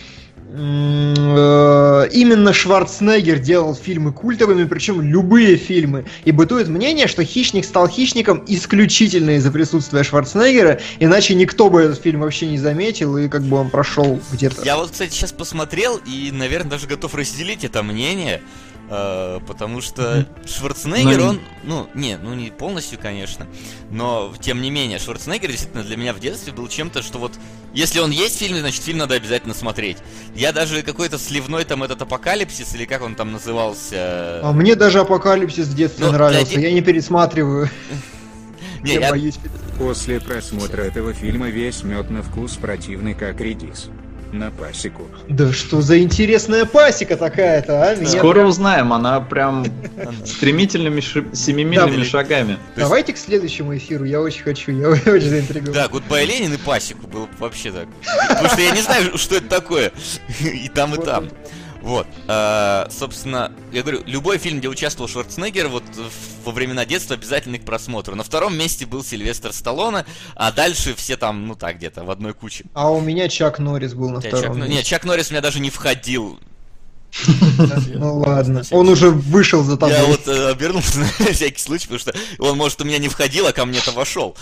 именно Шварценеггер делал фильмы культовыми, причем любые фильмы. И бытует мнение, что «Хищник» стал «Хищником» исключительно из-за присутствия Шварценеггера, иначе никто бы этот фильм вообще не заметил, и как бы он прошел где-то. Я вот, кстати, сейчас посмотрел, и, наверное, даже готов разделить это мнение, э, потому что mm-hmm. Шварценеггер, но... он, ну, не, ну не полностью, конечно, но, тем не менее, Шварценеггер действительно для меня в детстве был чем-то, что вот, если он есть в фильме, значит, фильм надо обязательно смотреть. Я даже какой-то сливной там этот «Апокалипсис», или как он там назывался... А мне даже «Апокалипсис» в детстве ну, нравился, для... я не пересматриваю. Не, я, я боюсь. После просмотра этого фильма весь мед на вкус противный, как редис. на пасеку. Да что за интересная пасека такая-то, а? Меня Скоро прям... узнаем, она прям стремительными ш... семимильными Да, шагами. Давайте к следующему эфиру, я очень хочу, я очень заинтригован. Да, Гудбай Ленин и пасеку было бы вообще так. Потому что я не знаю, что это такое. И там, и там. Вот, а, собственно, я говорю, любой фильм, где участвовал Шварценеггер, вот во времена детства обязательно к просмотру. На втором месте был Сильвестр Сталлоне, а дальше все там, ну так, где-то в одной куче. А у меня Чак Норрис был на втором Чак... месте. Нет, Чак Норрис у меня даже не входил. Ну ладно, он уже вышел за тобой. Я вот обернулся на всякий случай, потому что он, может, у меня не входил, а ко мне-то вошел.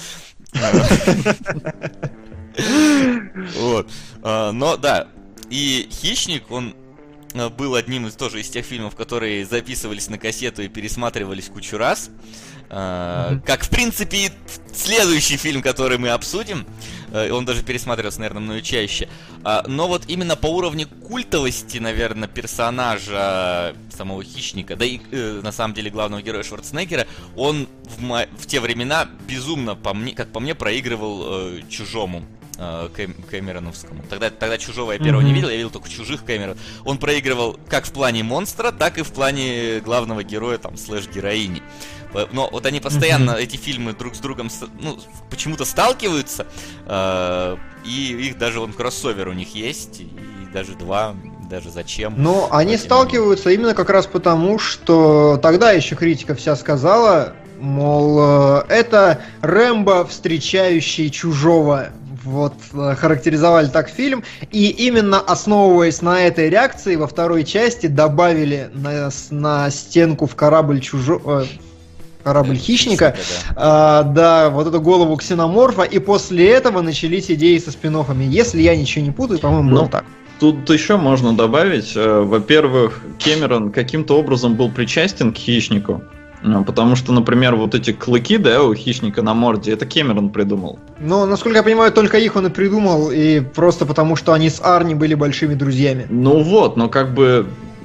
Вот, но да, и «Хищник», он был одним из тоже из тех фильмов, которые записывались на кассету и пересматривались кучу раз. Mm-hmm. Как, в принципе, и следующий фильм, который мы обсудим. Он даже пересматривался, наверное, мною чаще. Но вот именно по уровню культовости, наверное, персонажа самого «Хищника», да и, на самом деле, главного героя Шварценеггера, он в, мо... в те времена безумно, по мне, как по мне, проигрывал э, «Чужому». Кэм, Кэмероновскому. Тогда, тогда «Чужого» я первого mm-hmm. не видел, я видел только «Чужих» Кэмерон. Он проигрывал как в плане монстра, так и в плане главного героя, там, слэш-героини. Но вот они постоянно, mm-hmm. эти фильмы друг с другом, ну, почему-то сталкиваются, э, и их даже вон кроссовер у них есть, и даже два, даже зачем. Но они сталкиваются именно как раз потому, что тогда еще критика вся сказала, мол, это Рэмбо, встречающий чужого. Вот, характеризовали так фильм. И именно основываясь на этой реакции, во второй части добавили на, на стенку в корабль чужого... корабль да, хищника, хищника да. А, да, вот эту голову ксеноморфа, и после этого начались идеи со спин-оффами. Если я ничего не путаю, по-моему, было так. Тут еще можно добавить, во-первых, Кэмерон каким-то образом был причастен к «Хищнику». Потому что, например, вот эти клыки, да, у хищника на морде, это Кэмерон придумал. Ну, насколько я понимаю, только их он и придумал, и просто потому, что они с Арни были большими друзьями. Ну вот, но как бы,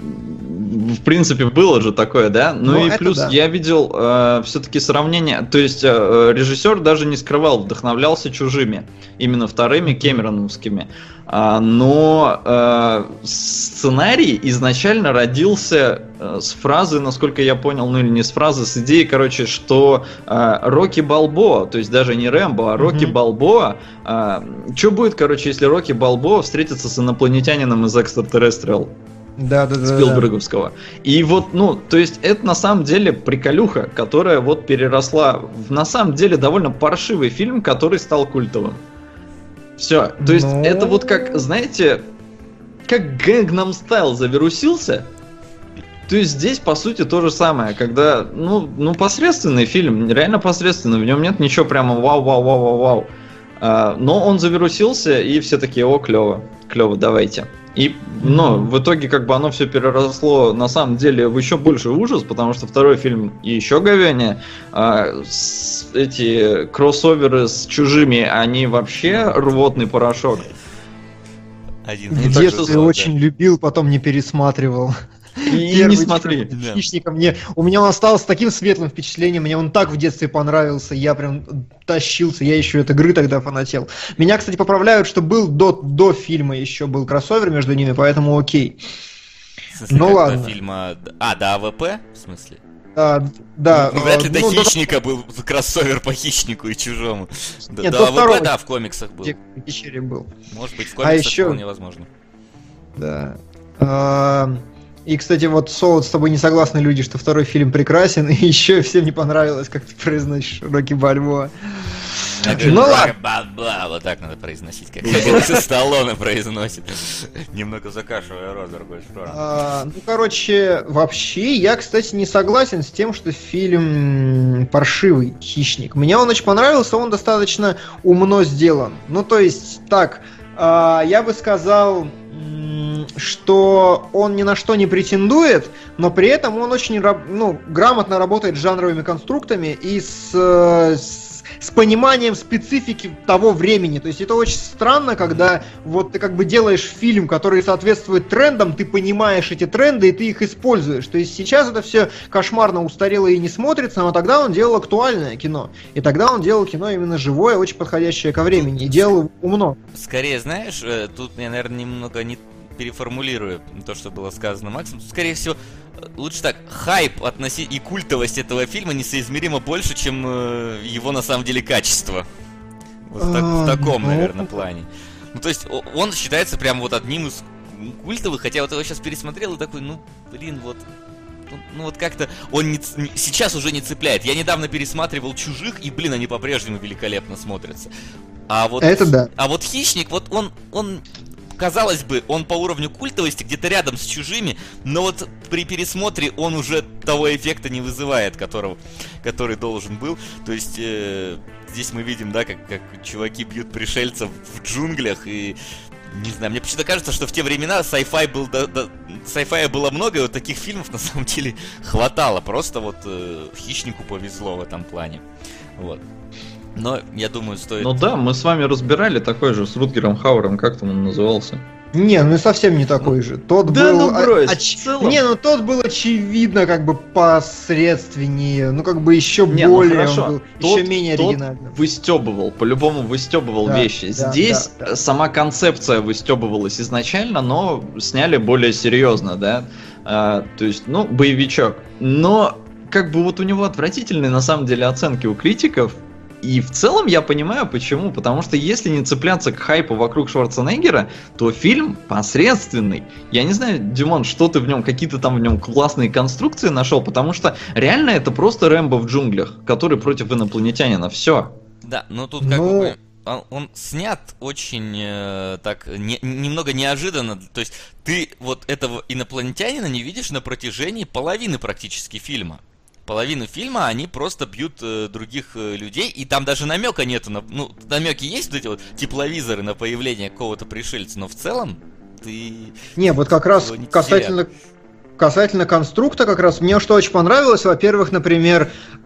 в принципе, было же такое, да? Ну но и плюс да. я видел э, все-таки сравнение, то есть э, режиссер даже не скрывал, вдохновлялся «Чужими», именно вторыми кэмероновскими. А, но э, сценарий изначально родился э, с фразы, насколько я понял, ну или не с фразы, с идеей, короче, что э, Рокки Балбоа, то есть даже не Рэмбо, а Рокки mm-hmm. Балбоа, э, что будет, короче, если Рокки Балбоа встретится с инопланетянином из «Экстратеррестриал»? Да, да, да. Спилберговского. Да. И вот, ну, то есть это на самом деле приколюха, которая вот переросла в на самом деле довольно паршивый фильм, который стал культовым. Все. То есть Но... это вот как, знаете, как Gangnam Style завирусился. То есть здесь, по сути, то же самое, когда, ну, ну посредственный фильм, реально посредственный, в нем нет ничего прямо вау-вау-вау-вау-вау. А, но он завирусился, и все такие: о, клево, клево, давайте. И, но в итоге как бы оно все переросло на самом деле в еще больший ужас, потому что второй фильм еще говянее. А, с, эти кроссоверы с «Чужими», они вообще рвотный порошок. Один. Где ты да, очень да. любил, потом не пересматривал. И, и не смотри. Хищника мне, у меня он остался таким светлым впечатлением, мне он так в детстве понравился, я прям тащился, я еще от игры тогда фанател. Меня, кстати, поправляют, что был до, до фильма еще был кроссовер между ними, поэтому окей. В смысле, ну ладно. До фильма... А, до АВП? В смысле? Да, да. Ну, вряд ли ну, до «Хищника» до... был кроссовер по «Хищнику» и «Чужому». Нет, до до АВП, второго... да, в комиксах был. Где Кичери был. Может быть, в комиксах а еще... вполне возможно. Да. А... И, кстати, вот, Солод, с тобой не согласны люди, что второй фильм прекрасен, и еще всем не понравилось, как ты произносишь Рокки Бальбоа. Ну ладно. Вот так надо произносить, как Сталлоне произносит. Немного закашивая рот в другую сторону. Ну, короче, вообще, я, кстати, не согласен с тем, что фильм паршивый, «Хищник». Мне он очень понравился, он достаточно умно сделан. Ну, то есть, так, я бы сказал... что он ни на что не претендует, но при этом он очень ну, грамотно работает с жанровыми конструктами и с, с с пониманием специфики того времени. То есть это очень странно, когда вот ты как бы делаешь фильм, который соответствует трендам, ты понимаешь эти тренды и ты их используешь. То есть сейчас это все кошмарно устарело и не смотрится, но тогда он делал актуальное кино. И тогда он делал кино именно живое, очень подходящее ко времени. И делал умно. Скорее, знаешь, тут я, наверное, немного не переформулирую то, что было сказано Максом. Скорее всего, лучше так, хайп относи... и культовость этого фильма несоизмеримо больше, чем э, его на самом деле качество. Вот в, так, в таком, наверное, плане. Ну, то есть, он считается прям вот одним из культовых, хотя вот я его сейчас пересмотрел и такой, ну, блин, вот... Ну вот как-то он не, сейчас уже не цепляет. Я недавно пересматривал «Чужих», и, блин, они по-прежнему великолепно смотрятся. А вот, это да. А вот «Хищник», вот он, он, казалось бы, он по уровню культовости где-то рядом с «Чужими», но вот при пересмотре он уже того эффекта не вызывает, которого, который должен был. То есть э, здесь мы видим, да, как, как чуваки бьют пришельцев в джунглях, и... Не знаю, мне почему-то кажется, что в те времена sci-fi был, да, да, sci-fi было много, и вот таких фильмов на самом деле хватало. Просто вот э, «Хищнику» повезло в этом плане. Вот. Но, я думаю, стоит... Ну да, мы с вами разбирали такой же с Рутгером Хауэром, как там он назывался. Не, ну совсем не такой же. Тот да, был... ну брось, оч... в целом... Не, ну тот был очевидно как бы посредственнее, ну как бы еще не, более, ну, он был тот, еще менее тот оригинальным. Выстебывал, по-любому выстебывал да, вещи. Да, Здесь да, да. сама концепция выстебывалась изначально, но сняли более серьезно, да. А, то есть, ну, боевичок. Но как бы вот у него отвратительные на самом деле оценки у критиков. И в целом я понимаю почему, потому что если не цепляться к хайпу вокруг Шварценеггера, то фильм посредственный. Я не знаю, Димон, что ты в нем, какие-то там в нем классные конструкции нашел, потому что реально это просто Рэмбо в джунглях, который против инопланетянина, все. Да, но тут как ну... бы он, он снят очень э, так не, немного неожиданно. То есть ты вот этого инопланетянина не видишь на протяжении половины практически фильма. Половину фильма они просто бьют э, других э, людей, и там даже намека нету на... Ну, намеки есть, вот эти вот тепловизоры на появление какого-то пришельца, но в целом ты... Не, вот как раз не касательно... Касательно конструкта, как раз мне что очень понравилось, во-первых, например, э,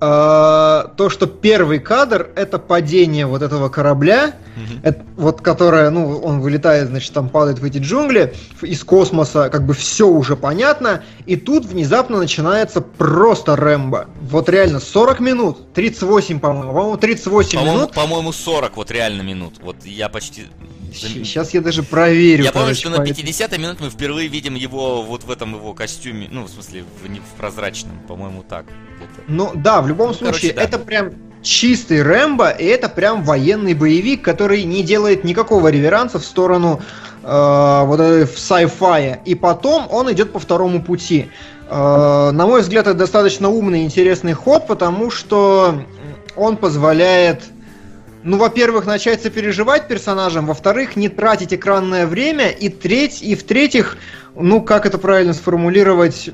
то, что первый кадр — это падение вот этого корабля, mm-hmm. это, вот которое, ну, он вылетает, значит, там падает в эти джунгли из космоса, как бы все уже понятно, и тут внезапно начинается просто Рэмбо. Вот реально сорок минут, тридцать восемь, по-моему, по-моему, тридцать восемь по-моему, минут. По-моему, сорок вот реально минут, вот я почти... Сейчас я даже проверю. Я помню, короче, что на пятидесятой минуте мы впервые видим его вот в этом его костюме, ну, в смысле, в, не, в прозрачном, по-моему, так. Где-то. Ну, да, в любом ну, случае, короче, да. Это прям чистый Рэмбо, и это прям военный боевик, который не делает никакого реверанса в сторону э, вот в sci-fi. И потом он идет по второму пути. Э, на мой взгляд, это достаточно умный и интересный ход, потому что он позволяет... Ну, во-первых, начать сопереживать персонажам, во-вторых, не тратить экранное время, и, треть, и в-третьих, ну, как это правильно сформулировать,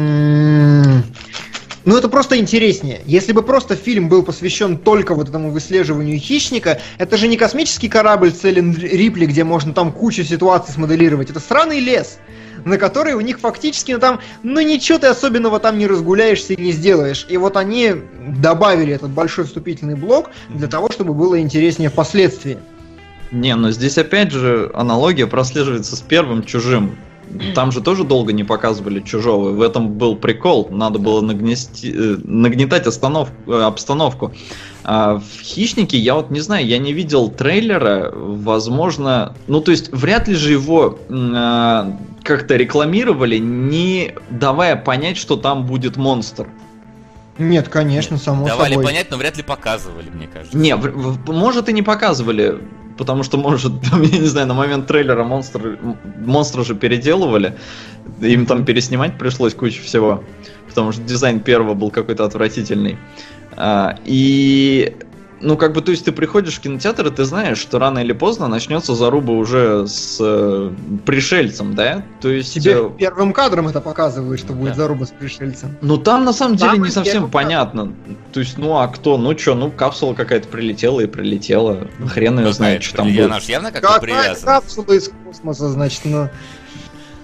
м-м- ну, это просто интереснее. Если бы просто фильм был посвящен только вот этому выслеживанию хищника, это же не космический корабль с Эллен Рипли, где можно там кучу ситуаций смоделировать, это сраный лес, на который у них фактически, ну, там, ну, ничего ты особенного там не разгуляешься и не сделаешь. И вот они добавили этот большой вступительный блок для того, чтобы было интереснее впоследствии. Не, но здесь опять же аналогия прослеживается с первым «Чужим». Там же тоже долго не показывали «Чужого». В этом был прикол. Надо было нагнести, нагнетать остановку, обстановку. А в «Хищнике» я вот не знаю, я не видел трейлера. Возможно... Ну, то есть, вряд ли же его э, как-то рекламировали, не давая понять, что там будет монстр. Нет, конечно, само Давали собой. понять, но вряд ли показывали, мне кажется. Не, в, в, может и не показывали, потому что, может, я не знаю, на момент трейлера монстр, монстра же переделывали, им там переснимать пришлось кучу всего, потому что дизайн первого был какой-то отвратительный. А, и, ну, как бы, то есть ты приходишь в кинотеатр, и ты знаешь, что рано или поздно начнется заруба уже с э, пришельцем, да? То есть... Тебе э... первым кадром это показывают, что будет да. заруба с пришельцем. Ну, там, на самом деле, там не совсем понятно. Кадром. То есть, ну, а кто? Ну, что, ну, капсула какая-то прилетела и прилетела. Хрен ее знает, что там будет. Она же явно как-то привязана. Капсула из космоса, значит, ну...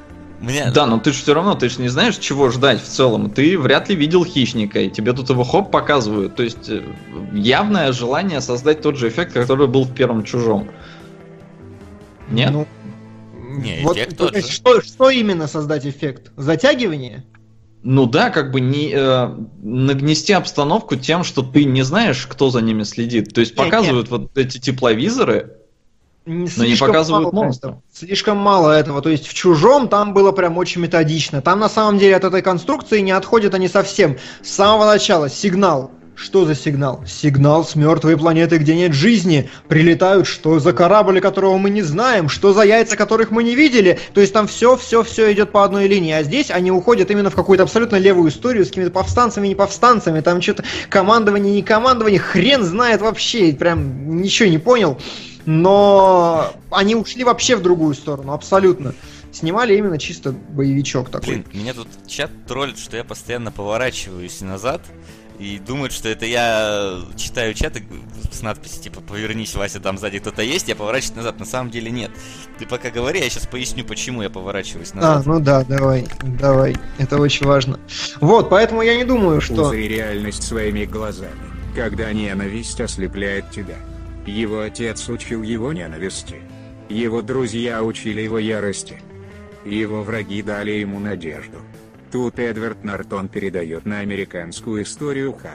Мне... Да, но ты же все равно, ты же не знаешь, чего ждать в целом. Ты вряд ли видел «Хищника», и тебе тут его хоп показывают. То есть явное желание создать тот же эффект, который был в первом «Чужом». Нет? Ну, Не, вот, эффект то тот есть же. что, что именно создать эффект? Затягивание? Ну да, как бы не э, нагнести обстановку тем, что ты не знаешь, кто за ними следит. То есть Не, показывают вот эти тепловизоры, Не но не показывают мало монстров. этого. Слишком мало этого. То есть в «Чужом» там было прям очень методично. Там на самом деле от этой конструкции не отходят они совсем. С самого начала сигнал. Что за сигнал? Сигнал с мертвой планеты, где нет жизни. Прилетают, что за корабль, которого мы не знаем, что за яйца, которых мы не видели. То есть там все, все, все идет по одной линии. А здесь они уходят именно в какую-то абсолютно левую историю с какими-то повстанцами, не повстанцами. Там что-то командование, не командование. Хрен знает вообще. Прям ничего не понял. Но они ушли вообще в другую сторону, абсолютно. Снимали именно чисто боевичок такой. Блин, меня тут чат троллит, что я постоянно поворачиваюсь назад и думают, что это я читаю чаты с надписью типа «Повернись, Вася, там сзади кто-то есть», я поворачиваюсь назад. На самом деле нет. Ты пока говори, я сейчас поясню, почему я поворачиваюсь назад. А, ну да, давай, давай. Это очень важно. Вот, поэтому я не думаю, что... Узри реальность своими глазами, когда ненависть ослепляет тебя. Его отец учил его ненависти. Его друзья учили его ярости. Его враги дали ему надежду. Тут Эдвард Нортон передает на американскую историю Ха.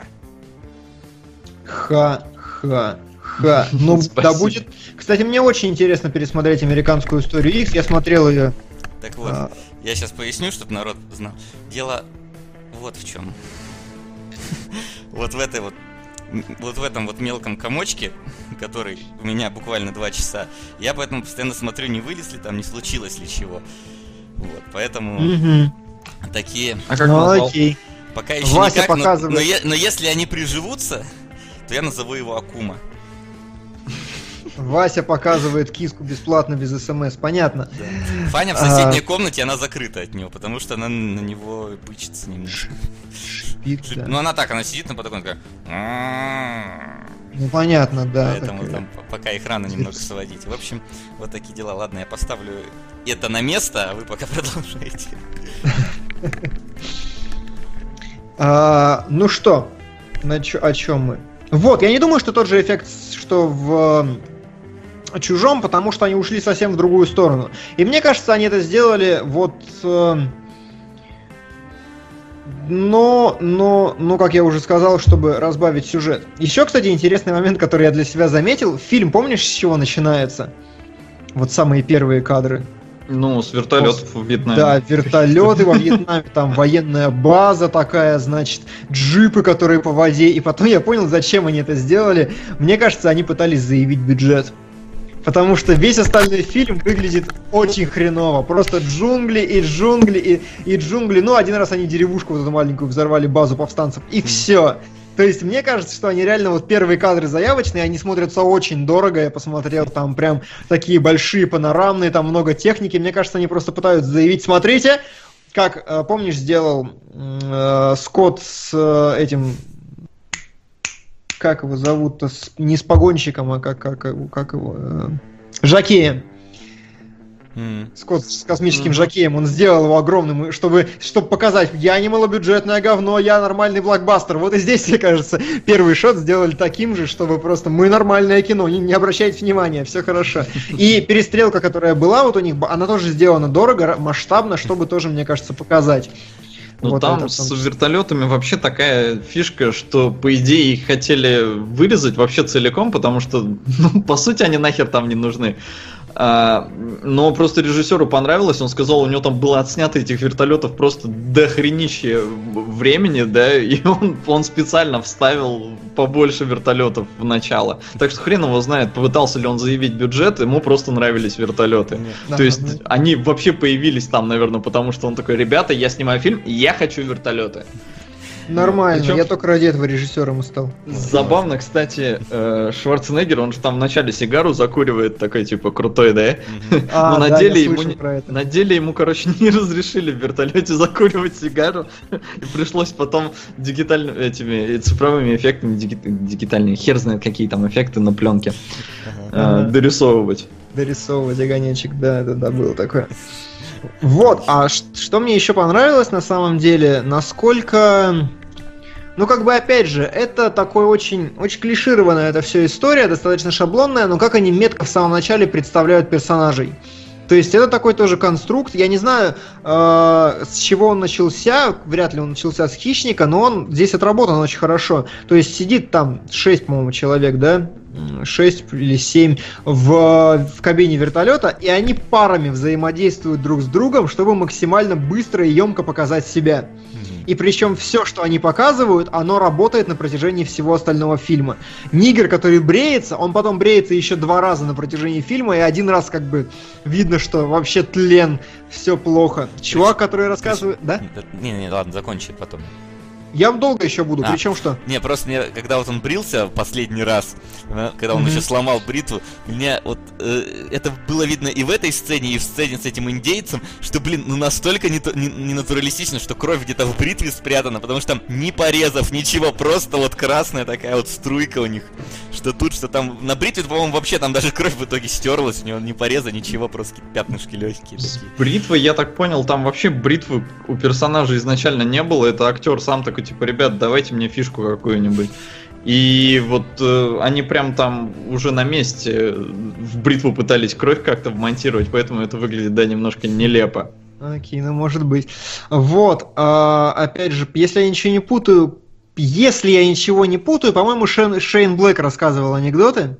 Ха-ха-ха. Ну, да Спасибо. будет... Кстати, мне очень интересно пересмотреть американскую историю Икс. Я смотрел ее... Так вот, А. я сейчас поясню, чтобы народ знал. Дело вот в чем. Вот в этой вот вот в этом вот мелком комочке, который у меня буквально два часа, я поэтому постоянно смотрю, не вылез ли там, не случилось ли чего. Вот, поэтому Мгм. такие А как Ну, назвал? окей. пока еще Вася никак, но- показывает. но, е- но если они приживутся, то я назову его Акума. Вася показывает киску бесплатно без СМС. Понятно. Фаня в А. соседней комнате, она закрыта от него, потому что она на него бычится немножко. Шпик, да. Ну она так, она сидит на подоконнике, такая, «М-м-м». Ну, понятно, да. Поэтому такая. там п- пока их рано немного сводить. В общем, вот такие дела. Ладно, я поставлю это на место, а вы пока продолжаете. А, ну что, на чё- о чем мы? Вот, я не думаю, что тот же эффект, что в э, «Чужом», потому что они ушли совсем в другую сторону. И мне кажется, они это сделали вот... э, но, но, ну, как я уже сказал, чтобы разбавить сюжет. Еще, кстати, интересный момент, который я для себя заметил. Фильм, помнишь, с чего начинается? Вот самые первые кадры. Ну, с вертолетов в Вьетнаме. Да, вертолеты во Вьетнаме, там военная база такая, значит, джипы, которые по воде. И потом я понял, зачем они это сделали. Мне кажется, они пытались заявить бюджет. Потому что весь остальной фильм выглядит очень хреново. Просто джунгли и джунгли и, и джунгли. Ну, один раз они деревушку вот эту маленькую взорвали, базу повстанцев, и все. То есть мне кажется, что они реально вот первые кадры заявочные, они смотрятся очень дорого. Я посмотрел, там прям такие большие панорамные, там много техники. Мне кажется, они просто пытаются заявить: смотрите, как, э, помнишь, сделал э, Скотт с э, этим... Как его зовут-то? С- не с погонщиком, а как, как, его- как его... э, Жокеем. М. Скотт с космическим жокеем, он сделал его огромным, чтобы, чтобы показать: я не малобюджетное говно, я нормальный блокбастер. Вот и здесь, мне кажется, первый шот сделали таким же, чтобы просто мы нормальное кино, не, не обращайте внимания, все хорошо. И перестрелка, которая была вот у них, она тоже сделана дорого, ра- масштабно, чтобы тоже, мне кажется, показать. Ну Вот там это, с там. вертолетами вообще такая фишка, что по идее их хотели вырезать вообще целиком, потому что, ну, по сути, они нахер там не нужны. А, но просто режиссеру понравилось, он сказал, у него там было отснято этих вертолетов просто дохренище времени, да, и он, он специально вставил побольше вертолетов в начало. Так что хрен его знает, попытался ли он заявить бюджет, ему просто нравились вертолеты. Да, То есть да. они вообще появились там, наверное, потому что он такой: ребята, я снимаю фильм, и я хочу вертолеты. Нормально, Причем- я только ради этого режиссером и стал. Забавно, кстати, э, Шварценеггер, он же там вначале сигару закуривает, такой типа крутой, да? А, Но на да, деле я ему слышал не- про это. на деле ему, короче, не разрешили в вертолете закуривать сигару, и пришлось потом дигитальными этими цифровыми эффектами, диги- дигитальными, хер знает какие там эффекты на пленке, э, Ага. дорисовывать. Дорисовывать огонечек, да, да, да, было такое. Вот, а ш- что мне еще понравилось на самом деле, насколько... Ну, как бы, опять же, это такой очень, очень клишированная эта вся история, достаточно шаблонная, но как они метко в самом начале представляют персонажей. То есть это такой тоже конструкт, я не знаю, э, с чего он начался, вряд ли он начался с Хищника, но он здесь отработан очень хорошо. То есть сидит там шесть, по-моему, человек, да? шесть или семь в, в кабине вертолета, и они парами взаимодействуют друг с другом, чтобы максимально быстро и емко показать себя. И причем все, что они показывают, оно работает на протяжении всего остального фильма. Нигер, который бреется, он потом бреется еще два раза на протяжении фильма, и один раз как бы видно, что вообще тлен, все плохо. Чувак, который рассказывает... Да? Не-не, ладно, закончи потом. Я долго еще буду, а, причем что? Не, просто мне, когда вот он брился последний раз, когда он mm-hmm. еще сломал бритву, меня вот э, это было видно и в этой сцене, и в сцене с этим индейцем, что, блин, ну настолько не, не, не натуралистично, что кровь где-то в бритве спрятана, потому что там ни порезов, ничего, просто вот красная такая вот струйка у них, что тут, что там, на бритве, по-моему, вообще там даже кровь в итоге стерлась, у него ни пореза, ничего, просто пятнышки легкие с такие. Бритвы, я так понял, там вообще бритвы у персонажа изначально не было, это актер сам такой, типа, ребят, давайте мне фишку какую-нибудь. И вот э, они прям там уже на месте в бритву пытались кровь как-то вмонтировать, поэтому это выглядит, да, немножко нелепо. Окей, ну может быть. Вот, а, опять же, если я ничего не путаю, если я ничего не путаю, по-моему, Шейн, Шейн Блэк рассказывал анекдоты.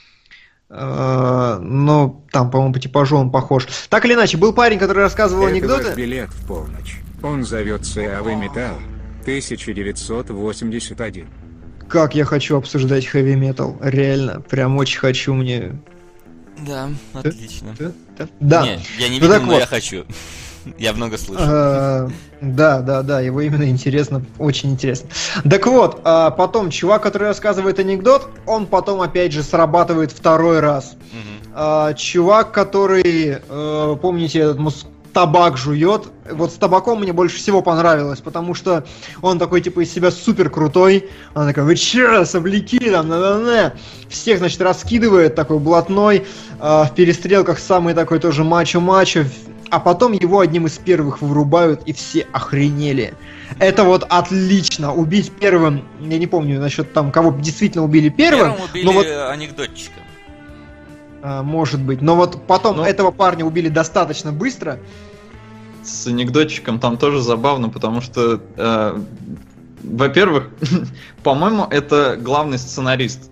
Uh, ну, там, по-моему, по типажу он похож. Так или иначе, был парень, который рассказывал Это анекдоты. ваш билет в полночь. Он зовется Heavy Metal тысяча девятьсот восемьдесят один. Как я хочу обсуждать heavy metal, реально, прям очень хочу мне. Да, отлично. Да, да, да. Не, я не ну, видел, но вот. я хочу. Я много слышу. А, да, да, да, его именно интересно, очень интересно. Так вот, а потом чувак, который рассказывает анекдот, он потом опять же срабатывает второй раз. Угу. А, чувак, который, э, помните, этот мус... табак жует. Вот с табаком мне больше всего понравилось, потому что он такой, типа, из себя супер крутой. Он такой, вы че, сопляки, там, на-на-на. Всех, значит, раскидывает, такой блатной, э, в перестрелках самый такой тоже мачо-мачо. А потом его одним из первых вырубают, и все охренели. Это вот отлично. Убить первым, я не помню насчет там, кого действительно убили первым. Первым убили но вот... анекдотчика. А, может быть. Но вот потом ну... этого парня убили достаточно быстро. С анекдотчиком там тоже забавно, потому что, э, во-первых, по-моему, это главный сценарист.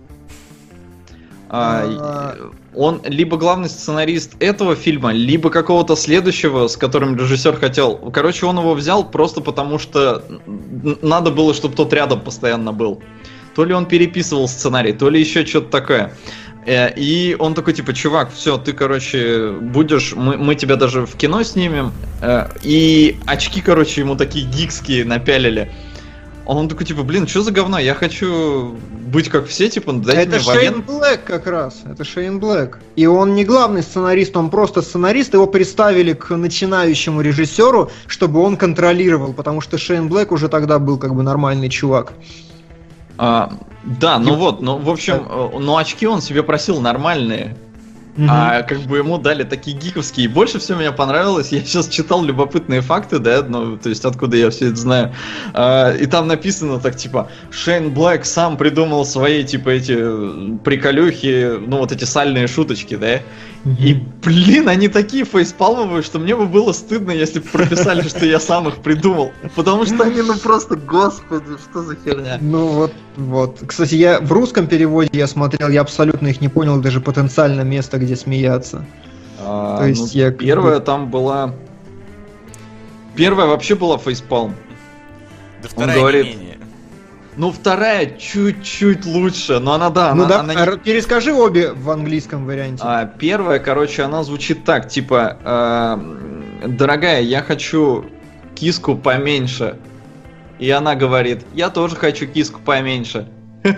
А, он либо главный сценарист этого фильма, либо какого-то следующего, с которым режиссер хотел. Короче, он его взял просто потому, что надо было, чтобы тот рядом постоянно был. То ли он переписывал сценарий, то ли еще что-то такое. И он такой, типа, чувак, все, ты, короче, будешь, мы, мы тебя даже в кино снимем. И очки, короче, ему такие гикские напялили. Он такой, типа, блин, что за говно? Я хочу быть как все, типа, дайте это мне Шейн воен... Блэк как раз, это Шейн Блэк. И он не главный сценарист, он просто сценарист. Его представили к начинающему режиссеру, чтобы он контролировал, потому что Шейн Блэк уже тогда был как бы нормальный чувак. А, да, ну вот, ну, в общем, ну, очки он себе просил нормальные. Uh-huh. А как бы ему дали такие гиковские. И больше всего мне понравилось, я сейчас читал любопытные факты, да, ну, то есть откуда я все это знаю. А, и там написано так, типа, Шейн Блэк сам придумал свои, типа, эти приколюхи, ну, вот эти сальные шуточки, да. Uh-huh. И, блин, они такие фейспалмовые, что мне бы было стыдно, если бы прописали, что я сам их придумал. Потому что они, ну, просто, господи, что за херня. Ну, вот, вот. Кстати, я в русском переводе я смотрел, я абсолютно их не понял, даже потенциально место, где смеяться. А, То есть ну, я... Первая там была... Первая вообще была фейспалм. Да вторая Он говорит... не менее. Ну, вторая чуть-чуть лучше, но она, да, ну она... да, она не... перескажи обе в английском варианте. А, первая, короче, она звучит так, типа... Э, дорогая, я хочу киску поменьше. И она говорит, я тоже хочу киску поменьше.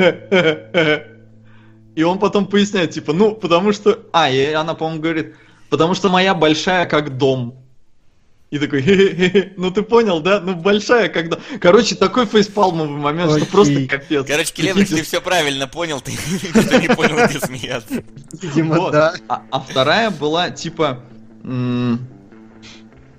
И он потом поясняет, типа, ну, потому что... А, и она, по-моему, говорит, потому что моя большая как дом. И такой, хе-хе-хе, ну ты понял, да? Ну большая когда... Короче, такой фейспалмовый момент, Окей. что просто капец. Короче, Келебрик, ты все правильно понял, ты что не понял, где смеяться. Видимо, Вот. да. А, а вторая была, типа... М-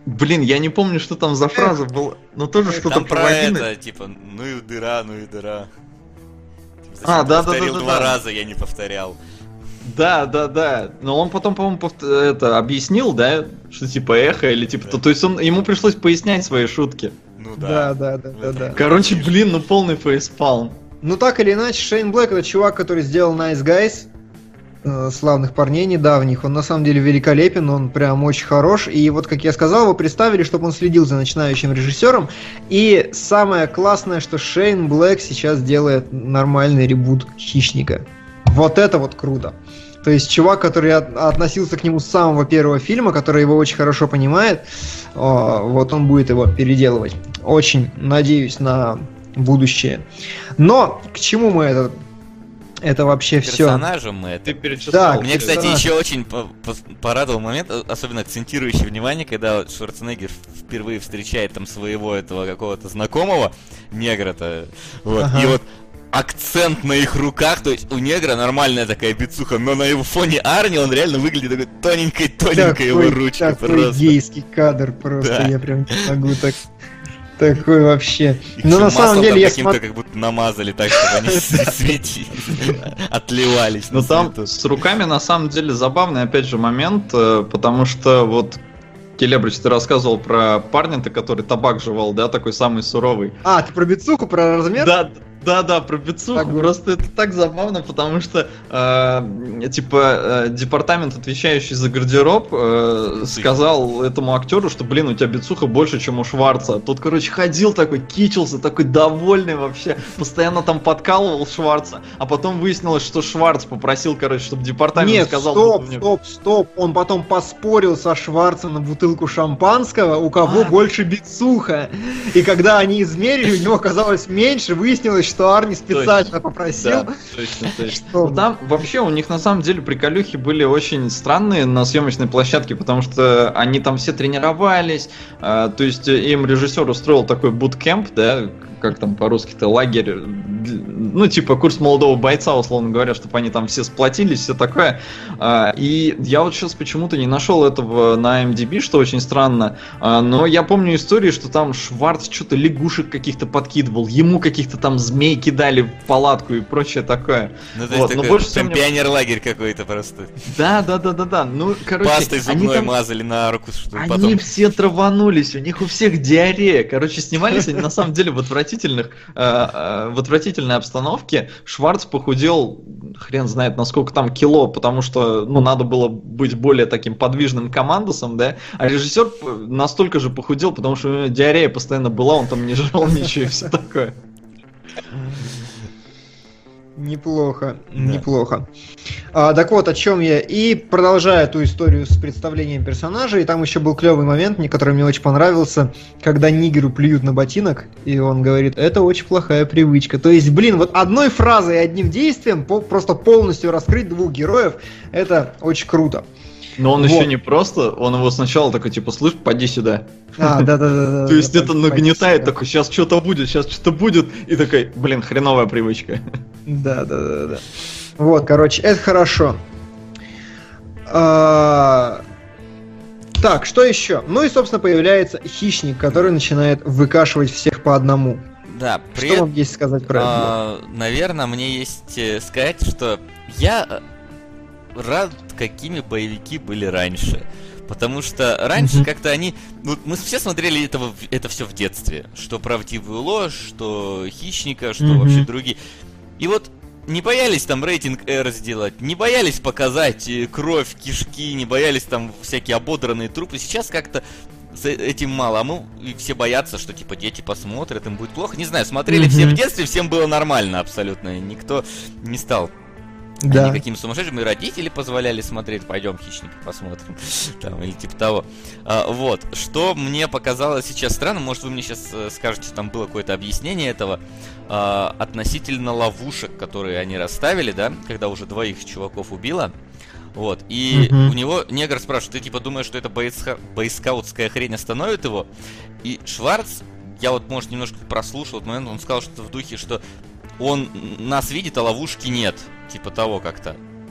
Блин, я не помню, что там за фраза была, но тоже что-то там про вагины. это, типа, ну и дыра, ну и дыра. Типа, А, да, да, да, повторил да, два да. раза, я не повторял. Да, да, да. Но он потом, по-моему, повт- это объяснил, да, что типа эхо или типа Да. то. То есть он ему пришлось пояснять свои шутки. Ну Да, да. да, да, да, да. Короче, блин, ну полный фейспалм. Ну так или иначе, Шейн Блэк это чувак, который сделал Nice Guys, э, славных парней недавних. Он на самом деле великолепен, он прям очень хорош. И вот, как я сказал, его представили, чтобы он следил за начинающим режиссером. И самое классное, что Шейн Блэк сейчас делает нормальный ребут Хищника. Вот это вот круто. То есть чувак, который от- относился к нему с самого первого фильма, который его очень хорошо понимает, о, вот он будет его переделывать. Очень надеюсь на будущее. Но к чему мы это, это вообще все? Персонажем мы это. Ты перечислял. Да, Мне, кстати, персонаж. еще очень по- по- порадовал момент, о- особенно акцентирующий внимание, когда вот Шварценеггер впервые встречает там своего этого какого-то знакомого негра-то. Вот. Ага. И вот акцент на их руках, то есть у негра нормальная такая бицуха, но на его фоне Арни он реально выглядит такой тоненькой-тоненькой его ручкой такой просто. гейский кадр просто, Да. я прям не могу так. Такой вообще. Их Но ещё на самом маслом деле там я каким-то смотрю. как будто намазали так, чтобы они светились, отливались. Но на там свету. с руками на самом деле забавный опять же момент, э, потому что вот Келебрич, ты рассказывал про парня-то, который табак жевал, да, такой самый суровый. А, ты про бицуху, про размер? Да, да, да, про бицуху. Так вот. Просто это так забавно, потому что э, типа э, департамент, отвечающий за гардероб, э, сказал этому актеру, что, блин, у тебя бицуха больше, чем у Шварца. Тот, короче, ходил такой, кичился, такой довольный вообще, постоянно там подкалывал Шварца, а потом выяснилось, что Шварц попросил, короче, чтобы департамент Нет, сказал... стоп, что у него- стоп, стоп. Он потом поспорил со Шварцем на бутылку шампанского, у кого А. больше бицуха. И когда они измерили, у него оказалось меньше, выяснилось, что Арни специально попросил. Да, точно, точно. Что? Ну, там вообще у них на самом деле приколюхи были очень странные на съемочной площадке, потому что они там все тренировались, э, то есть им режиссер устроил такой буткемп, да, как там по-русски-то, лагерь, ну типа курс молодого бойца, условно говоря, чтобы они там все сплотились, все такое. Э, и я вот сейчас почему-то не нашел этого на эм ди би, что очень странно, э, но я помню истории, что там Шварц что-то лягушек каких-то подкидывал, ему каких-то там змей кидали в палатку и прочее такое. Ну, то Вот, есть но такой больше всего прям мне- пионер-лагерь какой-то просто. Да, да, да, да, да. Ну, короче, Пастой они зубной там- мазали на руку, чтобы Они потом... все траванулись, у них у всех диарея. Короче, снимались они на самом деле в отвратительных, э, э, в отвратительной обстановке. Шварц похудел, хрен знает на сколько там кило, потому что, ну, надо было быть более таким подвижным командосом, да. А режиссер настолько же похудел, потому что у него диарея постоянно была, он там не жрал ничего и все такое. Неплохо, Да. неплохо. А, так вот, о чем я. И продолжая ту историю с представлением персонажей, там еще был клевый момент, мне- который мне очень понравился, когда нигеру плюют на ботинок, и он говорит, это очень плохая привычка. То есть, блин, вот одной фразой и одним действием по- просто полностью раскрыть двух героев, это очень круто. Но он Вот. еще не просто, он его сначала такой, типа, слышь, поди сюда. А, да-да-да. То есть это нагнетает, такой, сейчас что-то будет, сейчас что-то будет, и такой, блин, хреновая привычка. Да, да, да, да. Вот, короче, это хорошо. А, Так, что еще? Ну и, собственно, появляется хищник, который начинает выкашивать всех по одному. Да, при Что вам есть сказать про это? наверное, мне есть э, сказать, что я э, рад, какими боевики были раньше. Потому что раньше Мгм. как-то они... Ну, мы все смотрели этого, в- это все в детстве. Что правдивую ложь, что хищника, что Мгм. вообще другие. И вот не боялись там рейтинг R сделать, не боялись показать э, кровь, кишки, не боялись там всякие ободранные трупы. Сейчас как-то с этим мало, а мы и все боятся, что типа дети посмотрят, им будет плохо. Не знаю, смотрели все в Мгм. детстве, всем было нормально абсолютно. Никто не стал Да. никаким сумасшедшим, и родители позволяли смотреть, пойдем хищника посмотрим, там, или типа того. А, вот, что мне показалось сейчас странно, может вы мне сейчас э, скажете, там было какое-то объяснение этого, а, относительно ловушек, которые они расставили, да, когда уже двоих чуваков убило. Вот, и Мгм. у него негр спрашивает, ты типа думаешь, что это бойска- бойскаутская хрень остановит его? И Шварц, я вот, может, немножко прослушал этот момент, он сказал что-то в духе, что он нас видит, а ловушки нет. Типа того как-то.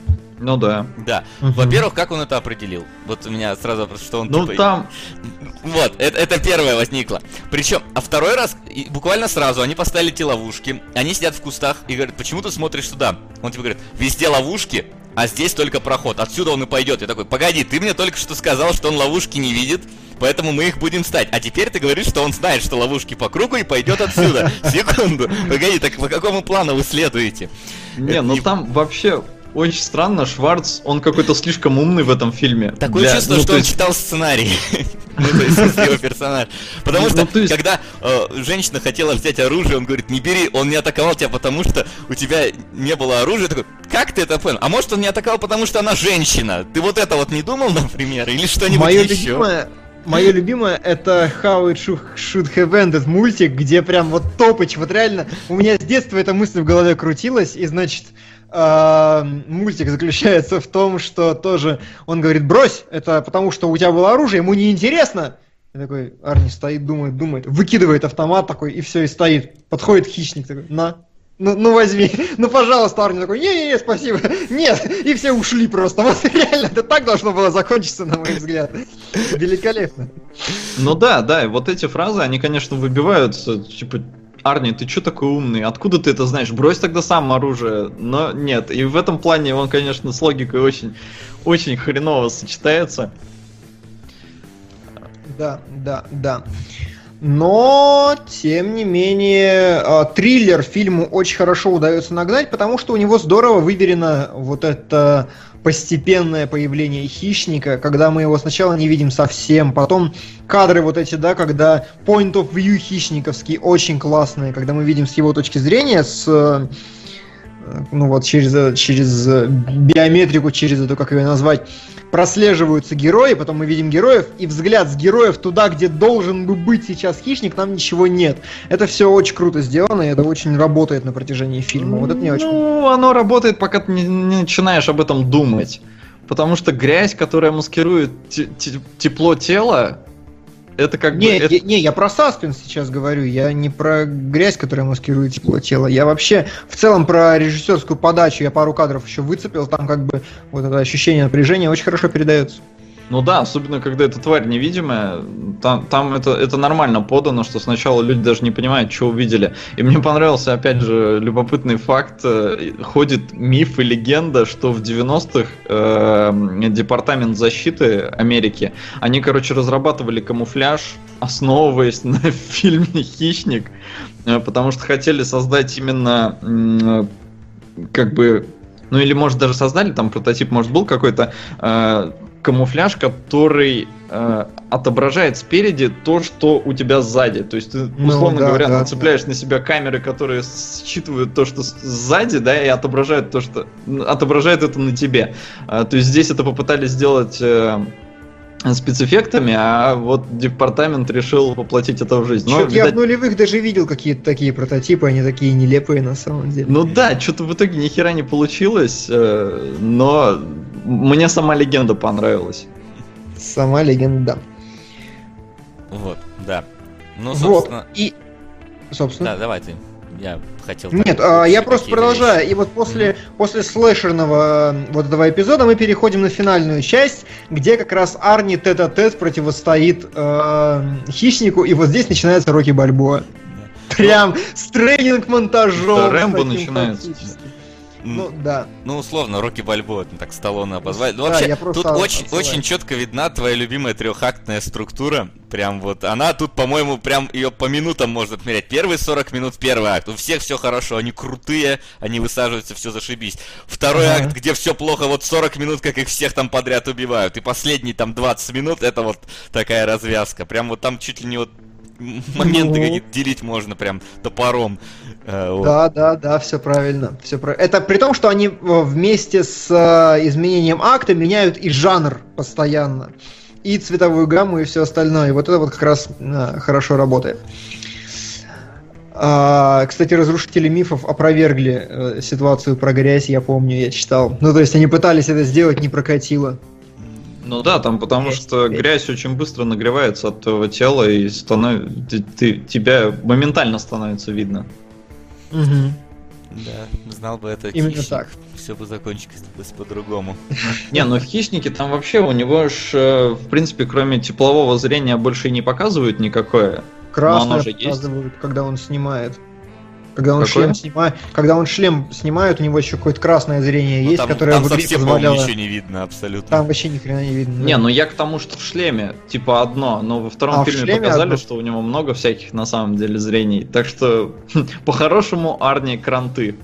Ну да. Да. Угу. Во-первых, как он это определил? Вот у меня сразу вопрос, что он... Ну типа... там... Вот, это, это первое возникло. Причем, а второй раз, буквально сразу, они поставили те ловушки, они сидят в кустах и говорят, почему ты смотришь туда? Он типа говорит, везде ловушки, а здесь только проход, отсюда он и пойдет. Я такой, погоди, ты мне только что сказал, что он ловушки не видит, поэтому мы их будем ставить. А теперь ты говоришь, что он знает, что ловушки по кругу и пойдет отсюда. Секунду. Погоди, так по какому плану вы следуете? Не, ну там вообще... Очень странно, Шварц, он какой-то слишком умный в этом фильме. Такое для... чувство, ну, что он есть... читал сценарий. Ну, то есть, его персонаж. Потому что, ну, есть... когда э, женщина хотела взять оружие, он говорит, не бери, он не атаковал тебя, потому что у тебя не было оружия. Такой, как ты это понял? А может, он не атаковал, потому что она женщина? Ты вот это вот не думал, например? Или что-нибудь Моё еще? Любимое... Мое любимое это How It Should Have Ended мультик, где прям вот топыч, вот реально, у меня с детства эта мысль в голове крутилась, и значит, э, мультик заключается в том, что тоже он говорит, брось, это потому что у тебя было оружие, ему неинтересно. И такой, Арни стоит, думает, думает, выкидывает автомат такой, и все, и стоит. Подходит хищник такой, на. Ну, ну возьми, ну пожалуйста, Арни такой, не-не-не, спасибо, нет, и все ушли просто, вот реально, это так должно было закончиться, на мой взгляд, великолепно. Ну да, да, и вот эти фразы, они, конечно, выбиваются, типа, Арни, ты чё такой умный, откуда ты это знаешь, брось тогда сам оружие, но нет, и в этом плане он, конечно, с логикой очень, очень хреново сочетается. Да, да, да. Но, тем не менее, триллер фильму очень хорошо удается нагнать, потому что у него здорово выверено вот это постепенное появление хищника, когда мы его сначала не видим совсем, потом кадры вот эти, да, когда point of view хищниковские очень классные, когда мы видим с его точки зрения, с... ну вот через, через биометрику, через эту, как ее назвать, прослеживаются герои, потом мы видим героев, и взгляд с героев туда, где должен бы быть сейчас хищник, там ничего нет. Это все очень круто сделано, и это очень работает на протяжении фильма. Вот это мне очень... Ну, оно работает, пока ты не, не начинаешь об этом думать. Потому что грязь, которая маскирует те, те, тепло тела, это как не, бы... Не, это... не, я про саспенс сейчас говорю, я не про грязь, которая маскирует тепло тела, я вообще в целом про режиссерскую подачу, я пару кадров еще выцепил, там как бы вот это ощущение напряжения очень хорошо передается. Ну да, особенно когда эта тварь невидимая, там, там это, это нормально подано, что сначала люди даже не понимают, что увидели. И мне понравился, опять же, любопытный факт, ходит миф и легенда, что в девяностых э, Департамент защиты Америки, они, короче, разрабатывали камуфляж, основываясь на фильме «Хищник», потому что хотели создать именно, э, как бы, ну или может даже создали, там прототип, может, был какой-то, э, камуфляж, который э, отображает спереди то, что у тебя сзади. То есть ты, условно ну, да, говоря, да, нацепляешь да. на себя камеры, которые считывают то, что сзади, да, и отображают то, что отображает это на тебе. А, то есть здесь это попытались сделать э, спецэффектами, а вот департамент решил воплотить это в жизнь. Но, видать... Я в нулевых даже видел какие-то такие прототипы, они такие нелепые на самом деле. Ну да, что-то в итоге ни хера не получилось, э, но мне сама легенда понравилась. Сама легенда. Вот, да. Ну, собственно... Вот, и... Собственно... Да, давай ты. Я хотел... Нет, а, я просто продолжаю. Вещи. И вот после, mm-hmm. после слэшерного вот этого эпизода мы переходим на финальную часть, где как раз Арни тет-а-тет противостоит э, хищнику, и вот здесь начинается Рокки Бальбоа. Yeah. Прям ну, с тренинг-монтажом. Да, Рэмбо начинается. Ну, да. Ну, условно, Рокки Бальбоа, так Сталлоне обозвали. Ну, да, вообще, тут очень, очень четко видна твоя любимая трехактная структура. Прям вот, она тут, по-моему, прям ее по минутам можно отмерять. Первые сорок минут, первый акт. У всех все хорошо, они крутые, они высаживаются, все зашибись. Второй ага. акт, где все плохо, вот сорок минут, как их всех там подряд убивают. И последние там двадцать минут, это вот такая развязка. Прям вот там чуть ли не вот моменты ну... какие-то делить можно прям топором. Вот. Да, да, да, все правильно, все правильно. Это при том, что они вместе с э, изменением акта меняют и жанр постоянно, и цветовую гамму, и все остальное. И вот это вот как раз э, хорошо работает. А, кстати, разрушители мифов опровергли э, ситуацию про грязь, я помню, я читал. Ну, то есть они пытались это сделать, не прокатило. Ну да, там потому грязь, что грязь. грязь очень быстро нагревается от твоего тела, и станов... ты, ты, тебя моментально становится видно. Угу. Да, знал бы это Именно Хищник, так. все бы закончилось по-другому. Не, ну в «Хищнике» там вообще у него ж, в принципе, кроме теплового зрения больше и не показывают никакое. Красное же показывают, когда он снимает. Когда он Какое? шлем снимает, когда он шлем снимает, у него еще какое-то красное зрение Ну, есть, там, которое там в игре совсем, позволяло. по-моему, ничего не видно абсолютно. Там вообще ни хрена не видно. Не, да. ну я к тому, что в шлеме, типа одно, но во втором А, в фильме шлеме показали, одно. что у него много всяких на самом деле зрений. Так что, по-хорошему, Арни кранты.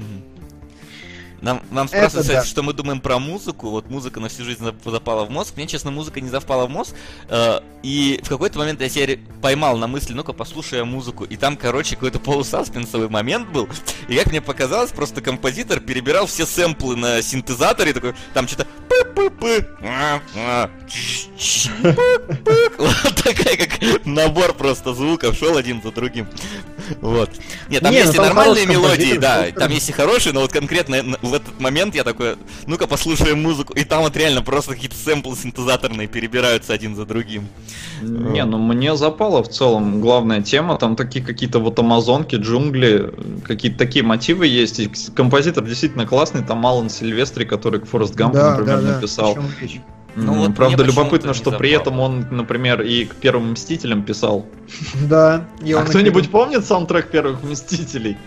Нам, нам Это спрашивают, да. что мы думаем про музыку. Вот музыка на всю жизнь зап- запала в мозг. Мне, честно, музыка не запала в мозг. Э, и в какой-то момент я себя ре- поймал на мысли, ну-ка, послушай музыку. И там, короче, какой-то полусаспенсовый момент был. И как мне показалось, просто композитор перебирал все сэмплы на синтезаторе. Такой, там что-то... пы-пы-пы, а, а, чш, чш, пык-пык. Вот такая, как набор просто звуков шел один за другим. Вот. Нет, там Не, есть ну и там нормальные хороший мелодии, композитор, да, супер. там есть и хорошие, но вот конкретно на- в этот момент я такой, ну-ка послушаем музыку, и там вот реально просто какие-то сэмплы синтезаторные перебираются один за другим. Не, ну мне запала в целом главная тема, там такие какие-то вот амазонки, джунгли, какие-то такие мотивы есть, и композитор действительно классный, там Алан Сильвестри, который к Форест Гампу, Да, например, да, да, написал. о чем речь. Ну М, вот Правда, мне любопытно, почему-то что не при запало. этом он, например, и к Первым Мстителям писал. Да. и А он кто-нибудь накидал. помнит саундтрек Первых Мстителей?